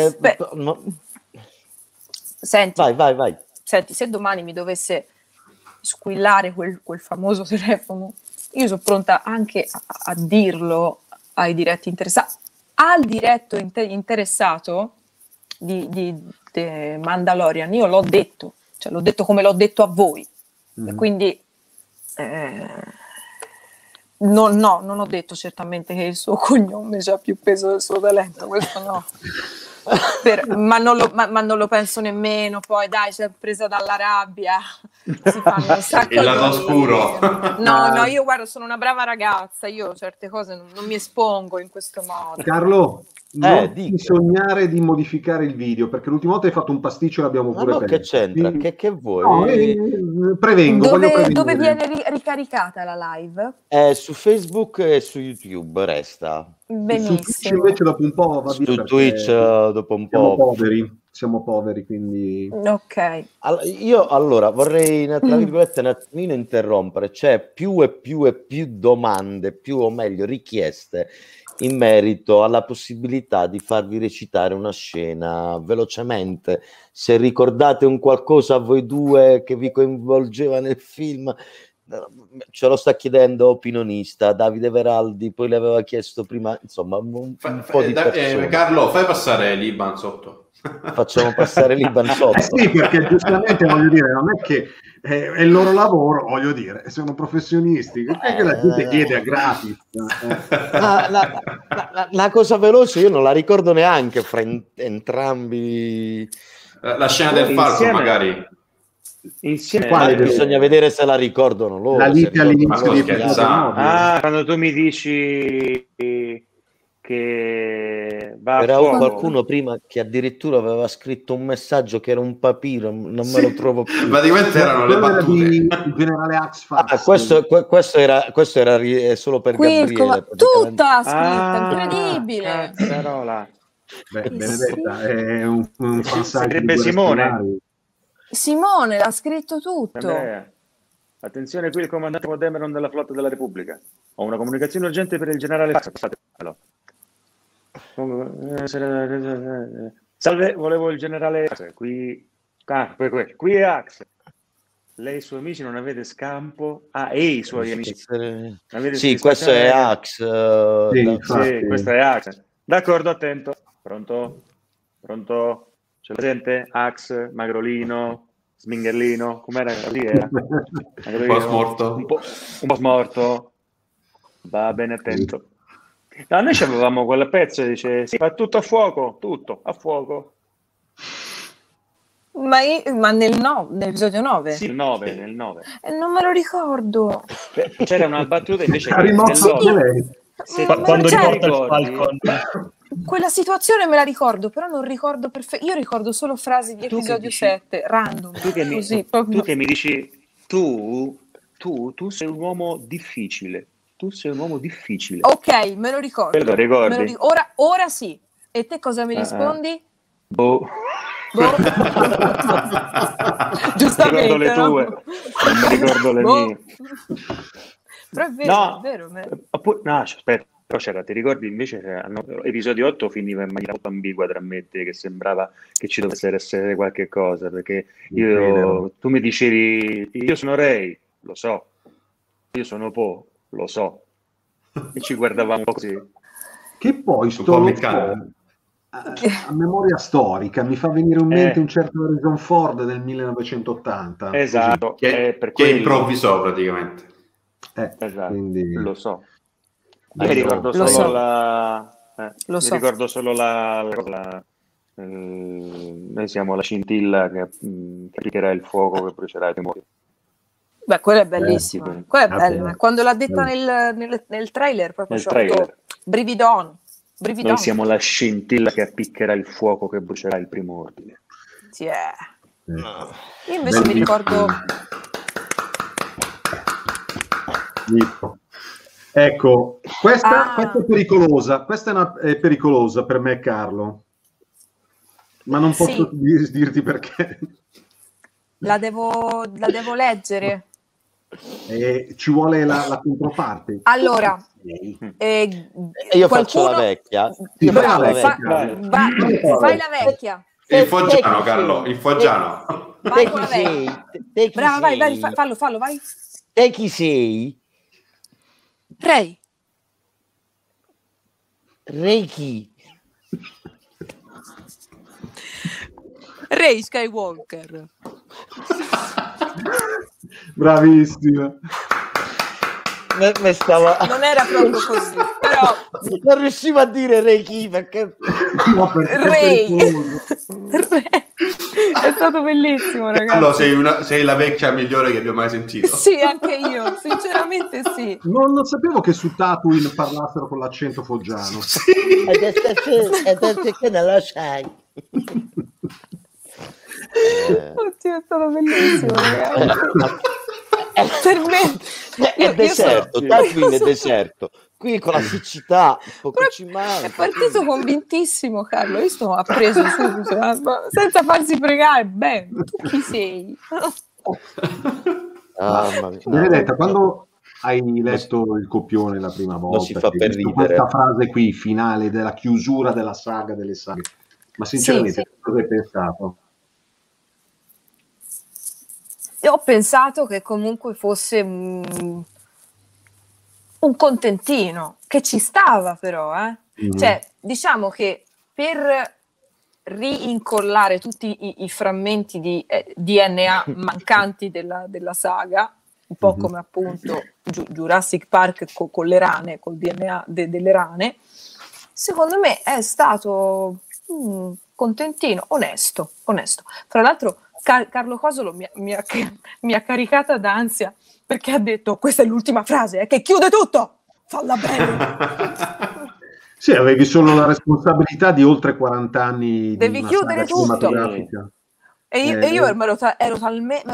Senti, vai. Senti, se domani mi dovesse squillare quel famoso telefono, io sono pronta anche a dirlo ai diretti interessati, al diretto interessato di Mandalorian, io l'ho detto come l'ho detto a voi, e quindi non ho detto certamente che il suo cognome c'ha più peso del suo talento, questo no. Ma non lo penso nemmeno, poi dai, c'è presa dalla rabbia, si fanno un sacco il lato oscuro. No, io guarda, sono una brava ragazza, io certe cose non mi espongo in questo modo. Carlo, non sognare di modificare il video, perché l'ultima volta hai fatto un pasticcio e l'abbiamo pure perso. Che c'entra? Che vuoi? No, prevengo. Dove viene ricaricata la live? Su Facebook e su YouTube resta. Benissimo. Su Twitch invece dopo un po' va via. Su Twitch dopo un po'. Siamo poveri, quindi... Ok. Io allora vorrei, tra virgolette, un attimino interrompere. C'è più e più domande, più o meglio richieste in merito alla possibilità di farvi recitare una scena velocemente. Se ricordate un qualcosa a voi due che vi coinvolgeva nel film, ce lo sta chiedendo Opinionista, Davide Veraldi, poi le aveva chiesto prima, insomma un po' di persone. Carlo, fai passare l'Iban sotto. Facciamo passare l'Iban sotto. Sì, perché giustamente voglio dire, non è che è il loro lavoro, voglio dire, sono professionisti, non è che la gente chiede a gratis. La cosa veloce io non la ricordo neanche fra entrambi. La scena del falco magari. Insieme bisogna vedere se la ricordano loro. La lite all'inizio di quando tu mi dici che va era qualcuno prima che addirittura aveva scritto un messaggio che era un papiro, non me lo trovo più. Praticamente erano le battute. Il generale Axfax. Questo era solo per Gabriele. Tutta scritta, incredibile. Benedetta è un passaggio di Simone l'ha scritto tutto. Attenzione, qui il comandante Podemeron della flotta della Repubblica. Ho una comunicazione urgente per il generale Fax. Salve, volevo il generale Axe. Qui è Axe. Lei e i suoi amici non avete scampo? E i suoi amici? Sì, questo è Axe. Sì, questo è Axe. D'accordo, attento. Pronto? Ce la sente? Axe, magrolino, smingerlino, com'era? Era? Un po' smorto. Un po' smorto. Va bene, attento. No, noi avevamo quel pezzo che dice, sì, fa tutto a fuoco, tutto a fuoco. Ma nell'episodio 9? Sì, nel 9. Non me lo ricordo. C'era una battuta invece Ha rimosso lei. Quando riporta il Falcon. Quella situazione me la ricordo, però non ricordo io ricordo solo frasi di episodio 7, random. Tu che mi dici, tu sei un uomo difficile. Tu sei un uomo difficile. Ok, me lo ricordo. Lo ricordi? Ora sì. E te cosa mi rispondi? Boh. Giustamente. Ricordo le tue, non mi ricordo le mie. Però è vero, No, aspetta, però c'era, ti ricordi invece episodio 8 finiva in maniera molto ambigua tra me e te, che sembrava che ci dovesse essere qualche cosa, perché tu mi dicevi, io sono Rey, lo so, io sono Poe, lo so, e ci guardavamo così. Che poi a memoria storica mi fa venire in mente un certo Harrison Ford del 1980. Esatto, che improvvisò praticamente. Esatto, quindi... lo so. Io mi ricordo solo noi siamo la scintilla che applicherà il fuoco che brucerà i temori. Beh, quella è bellissima. Quella è bella. Quando l'ha detta nel trailer, proprio brividon. Noi siamo la scintilla che appiccherà il fuoco che brucerà il primo ordine. Yeah. Io invece mi ricordo... Ecco, questa è pericolosa. Questa è pericolosa per me, Carlo. Ma non posso dirti perché. La devo leggere. Ci vuole la controparte. Allora, io faccio la vecchia. Fai la vecchia. Il foggiano, Carlo, il foggiano. Vai con la vecchia. Brava, vai, fallo, vai. Te chi sei? Rey chi? Rey Skywalker. Bravissima. Non era proprio così, però non riuscivo a dire Rey chi perché Rey è stato bellissimo, ragazzi. Allora sei la vecchia migliore che abbia mai sentito. Sì, anche io, sinceramente sì. Non sapevo che su Tatooine parlassero con l'accento foggiano. Sì. Adesso che non lo sai. Oddio, è stato bellissimo, ragazzi. Per me è deserto, Tatooine è deserto. Qui con la siccità poco ci manca. È partito convintissimo, Carlo. Io ha preso subito, senza farsi pregare. Beh, tu chi sei? Benedetta, quando hai letto il copione la prima volta, si fa per ridere. Questa frase qui, finale della chiusura della saga delle saghe, ma sinceramente cosa hai pensato? Io ho pensato che comunque fosse un contentino, che ci stava però, Cioè, diciamo che per rincollare tutti i frammenti di DNA mancanti della saga, un po' come appunto Jurassic Park con le rane, col DNA delle rane, secondo me è stato contentino, onesto. Tra l'altro Carlo Cosolo mi ha caricata d'ansia perché ha detto questa è l'ultima frase che chiude tutto, falla bene. Sì, avevi solo la responsabilità di oltre 40 anni devi di chiudere tutto e io ero talmente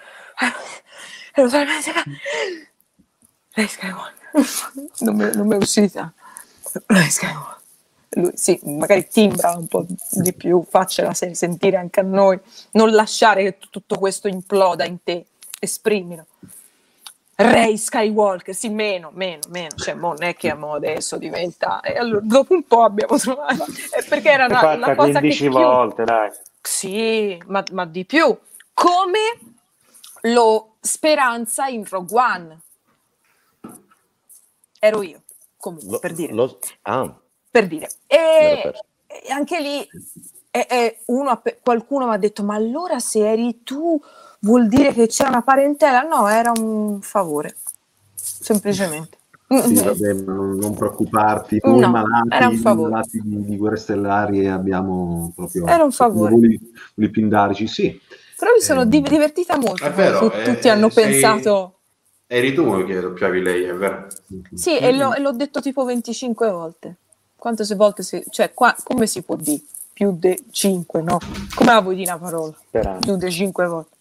Rey Skywalker non mi è uscita Rey Skywalker. Lui sì, magari timbra un po' di più, faccela sentire anche a noi, non lasciare che tutto questo imploda in te, esprimilo. Rey Skywalker, sì, meno, cioè non è che adesso diventa, e allora dopo un po' abbiamo trovato, perché era una cosa 15 che volte, dai. Sì, ma di più, come lo Speranza in Rogue One. Ero io, comunque, per dire. Per dire. E anche lì qualcuno mi ha detto, ma allora se eri tu vuol dire che c'era una parentela? No, era un favore, semplicemente. Sì, vabbè, non preoccuparti, noi malati di Guerre Stellari abbiamo proprio... Era un favore. Voli pindarici, sì. Però mi sono divertita molto. È vero, tutti hanno pensato... Eri tu che doppiavi lei, è vero? Sì, e l'ho detto tipo 25 volte. Quante volte come si può dire? Più di 5, no? Come la vuoi dire una parola? Speranza. Più di 5 volte.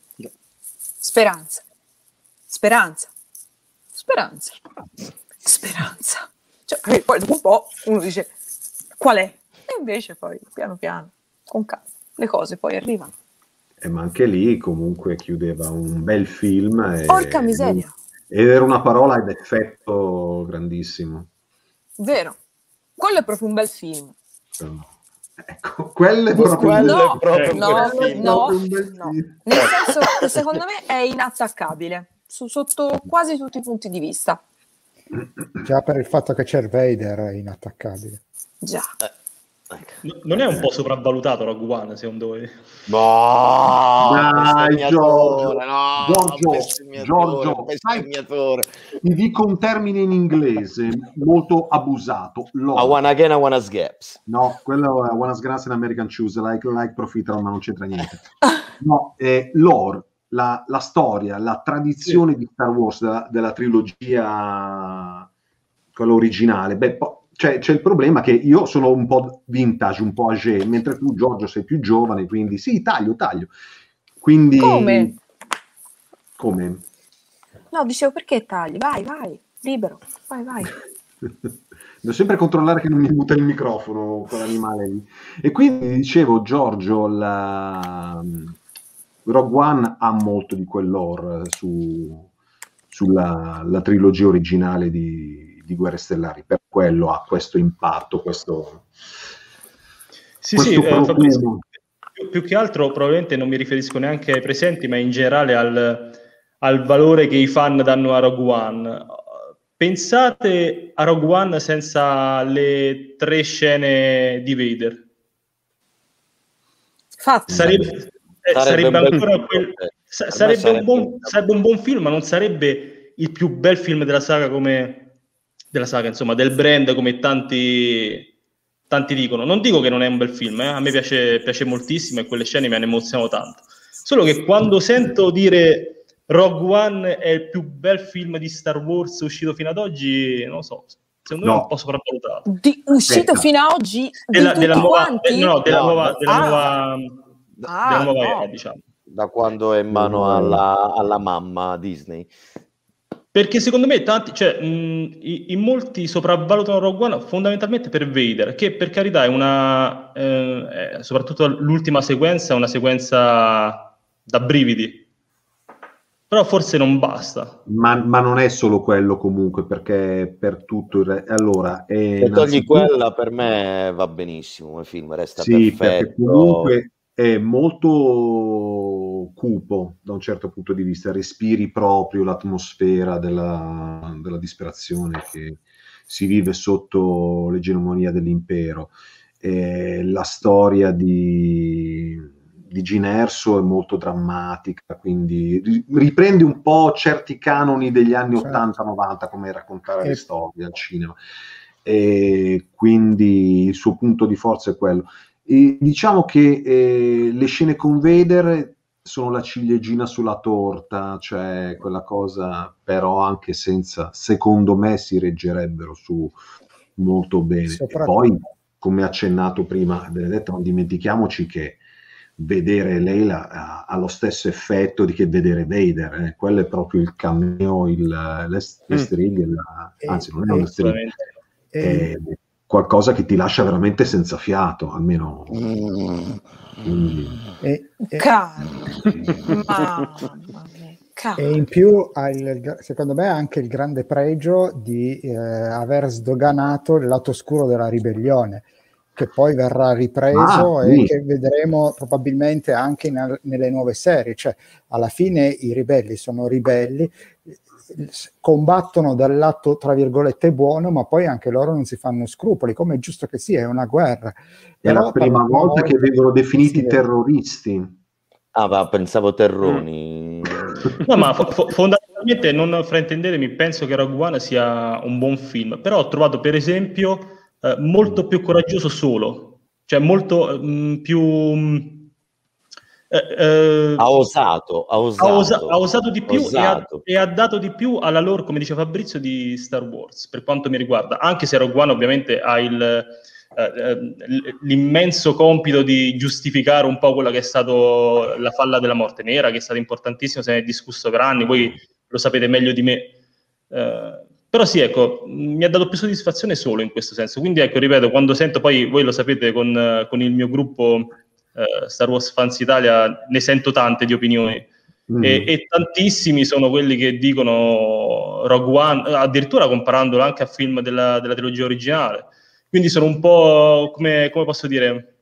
Speranza. Cioè, poi dopo un po' uno dice qual è? E invece poi piano piano, con calma, le cose poi arrivano. Ma anche lì comunque chiudeva un bel film. Porca miseria. Ed era una parola ad effetto grandissimo. Vero. Quello è proprio un bel film. Ecco, quello è proprio un bel film. Nel senso che secondo me è inattaccabile sotto quasi tutti i punti di vista. Già per il fatto che c'è Vader è inattaccabile. Già. Non è un po' sopravvalutato Rogue One, secondo voi? Dai, Giorgio, ti dico un termine in inglese molto abusato. I wanna sgaps. No, quello è I wanna sgaps in American Choose, like Profiterol, ma non c'entra niente. No, lore, la storia, la tradizione di Star Wars, della trilogia, quella originale. C'è il problema che io sono un po' vintage, un po' âgé, mentre tu, Giorgio, sei più giovane, quindi sì, taglio. Quindi... Come? No, dicevo, perché tagli? Vai, libero, vai. Devo sempre controllare che non mi muta il microfono con l'animale lì. E quindi, dicevo, Giorgio, Rogue One ha molto di quell'ore sulla trilogia originale di Guerre Stellari, per quello ha questo impatto, questo Fabrizio, più che altro probabilmente non mi riferisco neanche ai presenti, ma in generale al valore che i fan danno a Rogue One. Pensate a Rogue One senza le 3 scene di Vader. Sarebbe un buon film, ma non sarebbe il più bel film della saga, insomma, del brand, come tanti dicono. Non dico che non è un bel film, a me piace moltissimo e quelle scene mi hanno emozionato tanto. Solo che quando sento dire Rogue One è il più bel film di Star Wars uscito fino ad oggi, non lo so, secondo me è un po' sopravvalutato. Uscito fino ad oggi della nuova era, diciamo. Da quando è in mano alla mamma Disney. Perché secondo me in molti sopravvalutano Rogue One fondamentalmente per Vader, che per carità è soprattutto l'ultima sequenza, è una sequenza da brividi. Però forse non basta. Ma non è solo quello comunque, perché per tutto allora se togli quella, per me va benissimo, il film resta perfetto. Perché comunque è molto cupo da un certo punto di vista, respiri proprio l'atmosfera della disperazione che si vive sotto l'egemonia dell'impero. La storia di Jyn Erso è molto drammatica, quindi riprende un po' certi canoni degli anni 80-90, come raccontare le storie al cinema, e quindi il suo punto di forza è quello. E diciamo che le scene con Vader sono la ciliegina sulla torta, cioè quella cosa, però anche senza, secondo me si reggerebbero su molto bene. E poi, come accennato prima Benedetta, non dimentichiamoci che vedere Leila ha lo stesso effetto di che vedere Vader, quello è proprio il cameo, l'easter egg, anzi non è un easter egg, qualcosa che ti lascia veramente senza fiato, almeno. E in più secondo me ha anche il grande pregio di aver sdoganato il lato oscuro della ribellione, che poi verrà ripreso e che vedremo probabilmente anche nelle nuove serie. Cioè, alla fine i ribelli sono ribelli, combattono dal lato tra virgolette buono, ma poi anche loro non si fanno scrupoli, come è giusto che sia, è una guerra. È la prima volta che vengono definiti terroristi. Ah, ma pensavo terroni. No, ma fondamentalmente, non fraintendetemi, penso che Rogue One sia un buon film, però ho trovato per esempio molto più coraggioso Solo, cioè molto più... ha osato di più e ha dato di più alla lore, come diceva Fabrizio, di Star Wars, per quanto mi riguarda, anche se Rogue One ovviamente ha l'immenso compito di giustificare un po' quella che è stato la falla della Morte Nera, che è stata importantissima, se ne è discusso per anni, voi lo sapete meglio di me, però sì, ecco, mi ha dato più soddisfazione Solo in questo senso, quindi ecco, ripeto, quando sento, poi voi lo sapete con il mio gruppo Star Wars Fans Italia, ne sento tante di opinioni, e tantissimi sono quelli che dicono Rogue One, addirittura comparandolo anche a film della trilogia originale. Quindi sono un po', come posso dire,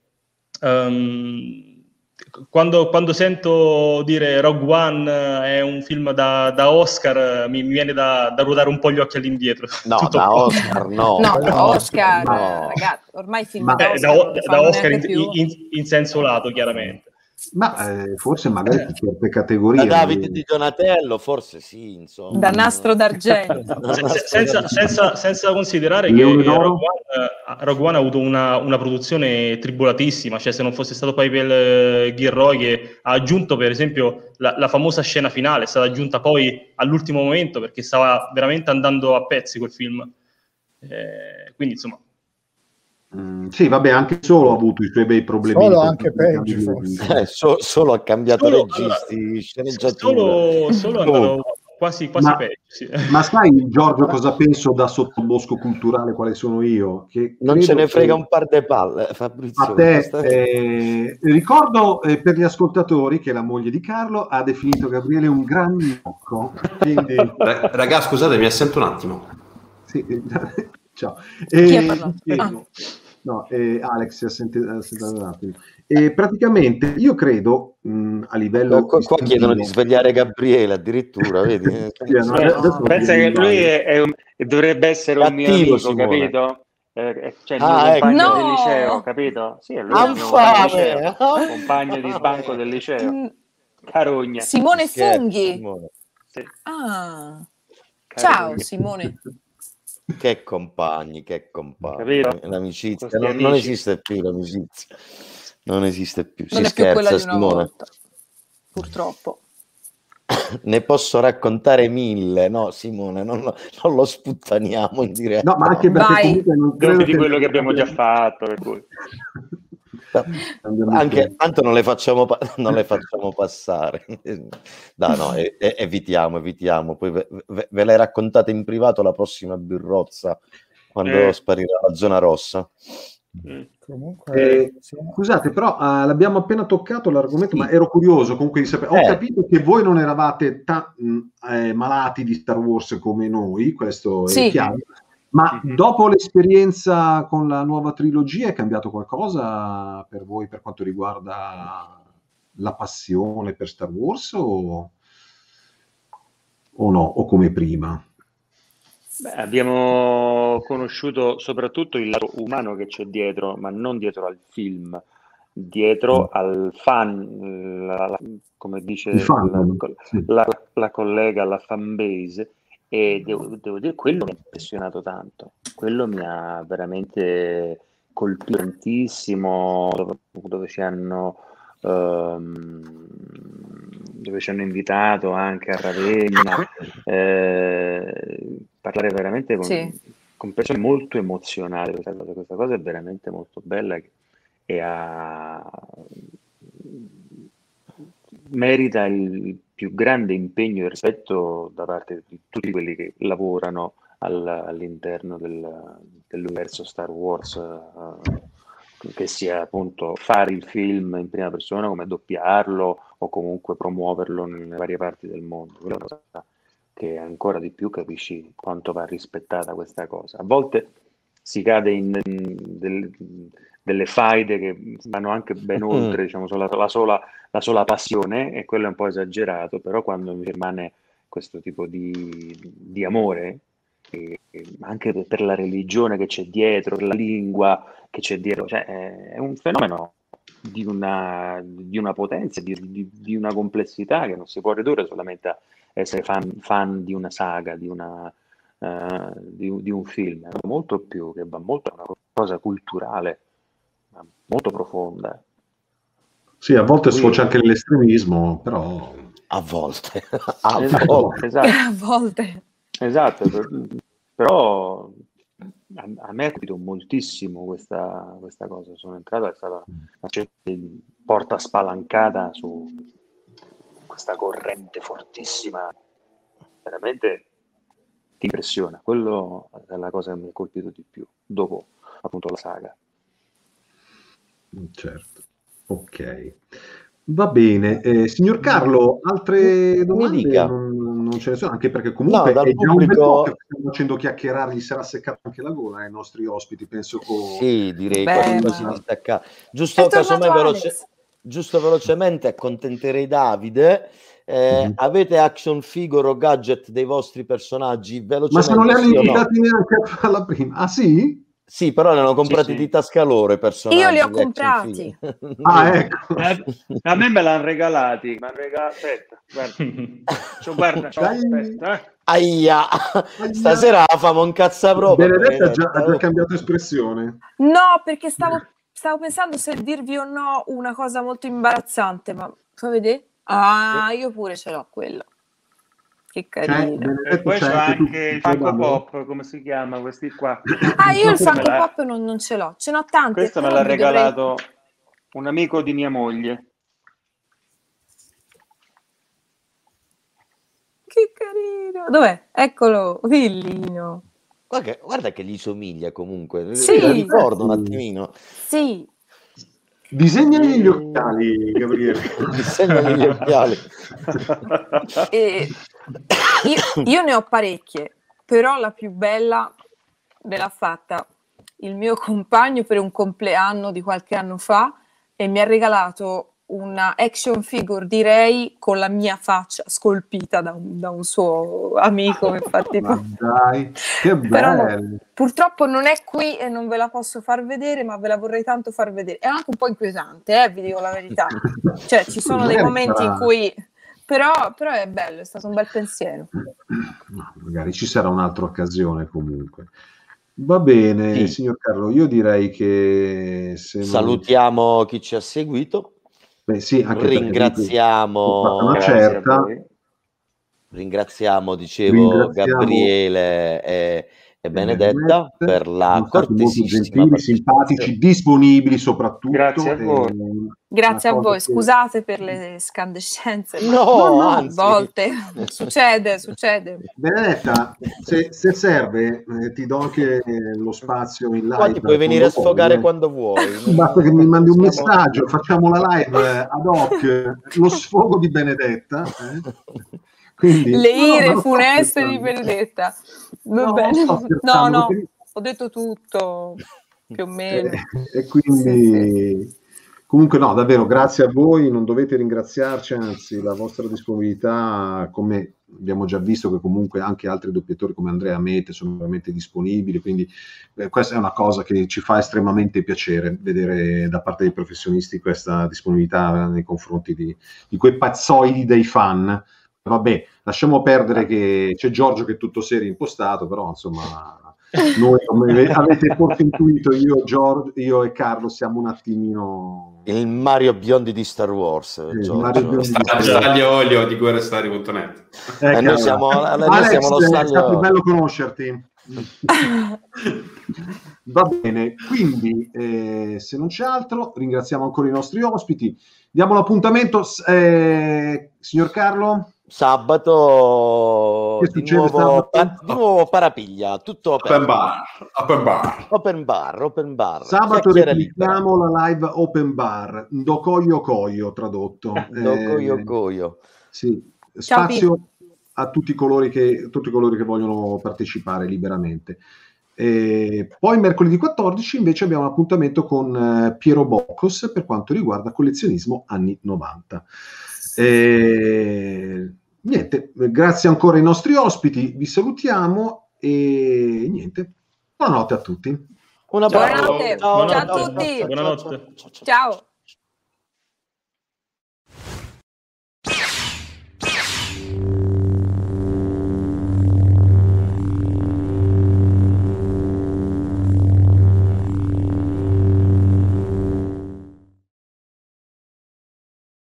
quando sento dire Rogue One è un film da Oscar, mi viene da ruotare un po' gli occhi all'indietro. No, da Oscar no. No, da Oscar, ragazzi, ormai i film da Oscar in senso lato, chiaramente. Ma forse magari per certe categorie. Da Davide di Donatello, forse sì, insomma. Da Nastro d'Argento. senza considerare che Rogue One ha avuto una produzione tribolatissima, cioè se non fosse stato poi per Gilroy che ha aggiunto, per esempio, la famosa scena finale, è stata aggiunta poi all'ultimo momento perché stava veramente andando a pezzi quel film. Quindi insomma. Sì, vabbè, anche Solo ha avuto i suoi bei problemi. Solo anche peggio, forse. Solo ha cambiato registi, sceneggiatura. Solo è andato quasi peggio. Sì. Ma sai, Giorgio, cosa penso da sottobosco culturale, quale sono io? Che non ce ne frega un par de palle, Fabrizio. A te, ricordo per gli ascoltatori che la moglie di Carlo ha definito Gabriele un gran gnocco. Quindi... Raga, scusate, mi assento un attimo. Sì, ciao. Chi ha parlato? No, Alex si è sentito un attimo. Praticamente io credo a livello qua chiedono di svegliare Gabriele addirittura, vedi? Pensa che lui dovrebbe essere un mio amico, Simone. Capito? Cioè il mio compagno del liceo, capito? Sì, è lui il mio compagno di banco del liceo. Carogna. Simone Funghi. Simone. Sì. Ciao Simone. Che compagni, capito? L'amicizia non esiste più, l'amicizia non esiste più. Non si è più quella di Simone. una volta, purtroppo. Ne posso raccontare 1000, no Simone, non lo sputtaniamo in diretta. No, ma anche perché comunque non credo di quello che abbiamo già fatto, per cui. Anche tanto non le facciamo passare. No, evitiamo, poi ve l'hai raccontata in privato la prossima birrozza quando sparirà la zona rossa. Comunque, scusate, però l'abbiamo appena toccato l'argomento, ma ero curioso comunque di sapere. Ho capito che voi non eravate malati di Star Wars come noi, questo è chiaro. Ma dopo l'esperienza con la nuova trilogia è cambiato qualcosa per voi per quanto riguarda la passione per Star Wars o no? O come prima? Beh, abbiamo conosciuto soprattutto il lato umano che c'è dietro, ma non dietro al film, dietro al fan, come dice la collega, la fan base. E devo dire, quello mi ha impressionato tanto, quello mi ha veramente colpito tantissimo, dove ci hanno invitato anche a Ravenna, parlare veramente con persone molto emozionate. Questa cosa è veramente molto bella e merita il più grande impegno e rispetto da parte di tutti quelli che lavorano all'interno dell'universo Star Wars che sia appunto fare il film in prima persona, come doppiarlo o comunque promuoverlo nelle varie parti del mondo. Quella è una cosa che ancora di più capisci quanto va rispettata questa cosa. A volte si cade in delle faide che vanno anche ben oltre, diciamo, la sola passione, e quello è un po' esagerato, però quando mi rimane questo tipo di amore, anche per la religione che c'è dietro, per la lingua che c'è dietro, cioè è un fenomeno di una potenza, di una complessità che non si può ridurre solamente a essere fan di una saga, di un film. È molto più, che va molto a una cosa culturale molto profonda. Sì, a volte sfocia anche nell'estremismo, però a volte esatto, però a me ha capito moltissimo questa cosa. Sono entrato, è stata una specie di porta spalancata su questa corrente fortissima, veramente ti impressiona. Quello è la cosa che mi ha colpito di più dopo appunto la saga. Certo, ok, va bene. Signor Carlo, altre domande? Non ce ne sono, anche perché comunque è già un bel po' che stiamo facendo chiacchierare, gli sarà seccata anche la gola ai nostri ospiti, penso. Sì, direi quasi di staccare. Giusto velocemente accontenterei Davide. Avete action figure o gadget dei vostri personaggi? Velocemente, ma se non li hanno invitati neanche alla prima? Ah sì? Sì, però ne hanno comprati di tasca loro i personaggi. Io li ho comprati. Ecco. A me me l'hanno regalati. Aspetta, aspetta. Aia. Stasera famo un cazzaprova. Benedetta ha già cambiato espressione. No, perché stavo pensando se dirvi o no una cosa molto imbarazzante, ma fai vedere? Io pure ce l'ho quello. Che carino. E poi c'è anche il Funko Pop, come si chiama questi qua? Io il Funko Pop non ce l'ho, ce n'ho tanti. Questo me l'ha regalato un amico di mia moglie. Che carino. Dov'è? Eccolo, Villino. Guarda che gli somiglia comunque. Sì. Ricordo un attimino. Sì. Disegnagli gli occhiali, Gabriele. Disegnagli gli occhiali. Io ne ho parecchie, però la più bella me l'ha fatta il mio compagno per un compleanno di qualche anno fa e mi ha regalato una action figure di Rey con la mia faccia scolpita da un suo amico. Infatti, dai, che bello. Purtroppo non è qui e non ve la posso far vedere, ma ve la vorrei tanto far vedere. È anche un po' inquietante, vi dico la verità. Cioè, ci sono dei momenti in cui... Però è bello, è stato un bel pensiero. Magari ci sarà un'altra occasione comunque. Va bene, sì. Signor Carlo, io direi che... Salutiamo chi ci ha seguito. Sì, anche ringraziamo, dicevo, Gabriele e Benedetta per la cortesissima, gentili, simpatici, disponibili soprattutto. Grazie a voi. Grazie a voi, scusate per le scandescenze. No, a volte succede. Benedetta, se serve ti do anche lo spazio in live. Poi ti puoi venire a sfogare quando vuoi. Basta che mi mandi un messaggio, facciamo la live ad hoc, lo sfogo di Benedetta. Quindi, le ire funeste di Benedetta. Va bene. No, ho detto tutto, più o meno. E quindi... Sì. Comunque no, davvero, grazie a voi, non dovete ringraziarci, anzi la vostra disponibilità, come abbiamo già visto che comunque anche altri doppiatori come Andrea Mete sono veramente disponibili, quindi questa è una cosa che ci fa estremamente piacere, vedere da parte dei professionisti questa disponibilità nei confronti di quei pazzoidi dei fan. Vabbè, lasciamo perdere che c'è Giorgio che è tutto serio impostato, però insomma... Noi, come avete forse intuito, io e Carlo siamo un attimino il Mario Biondi di Star Wars, staglio olio di guerrestari.net. Noi siamo lo staglio. È stato bello conoscerti. Va bene, quindi se non c'è altro ringraziamo ancora i nostri ospiti, diamo l'appuntamento, signor Carlo. sabato di nuovo parapiglia, tutto open bar. Sabato replichiamo la live open bar, Ndokoyo Koyo tradotto. Koyo. Sì, spazio a tutti coloro che vogliono partecipare liberamente. Poi mercoledì 14 invece abbiamo un appuntamento con Piero Boccos per quanto riguarda collezionismo anni 90. Niente, grazie ancora ai nostri ospiti, vi salutiamo e niente, buonanotte a tutti. Buonanotte a tutti. Buonanotte. Ciao.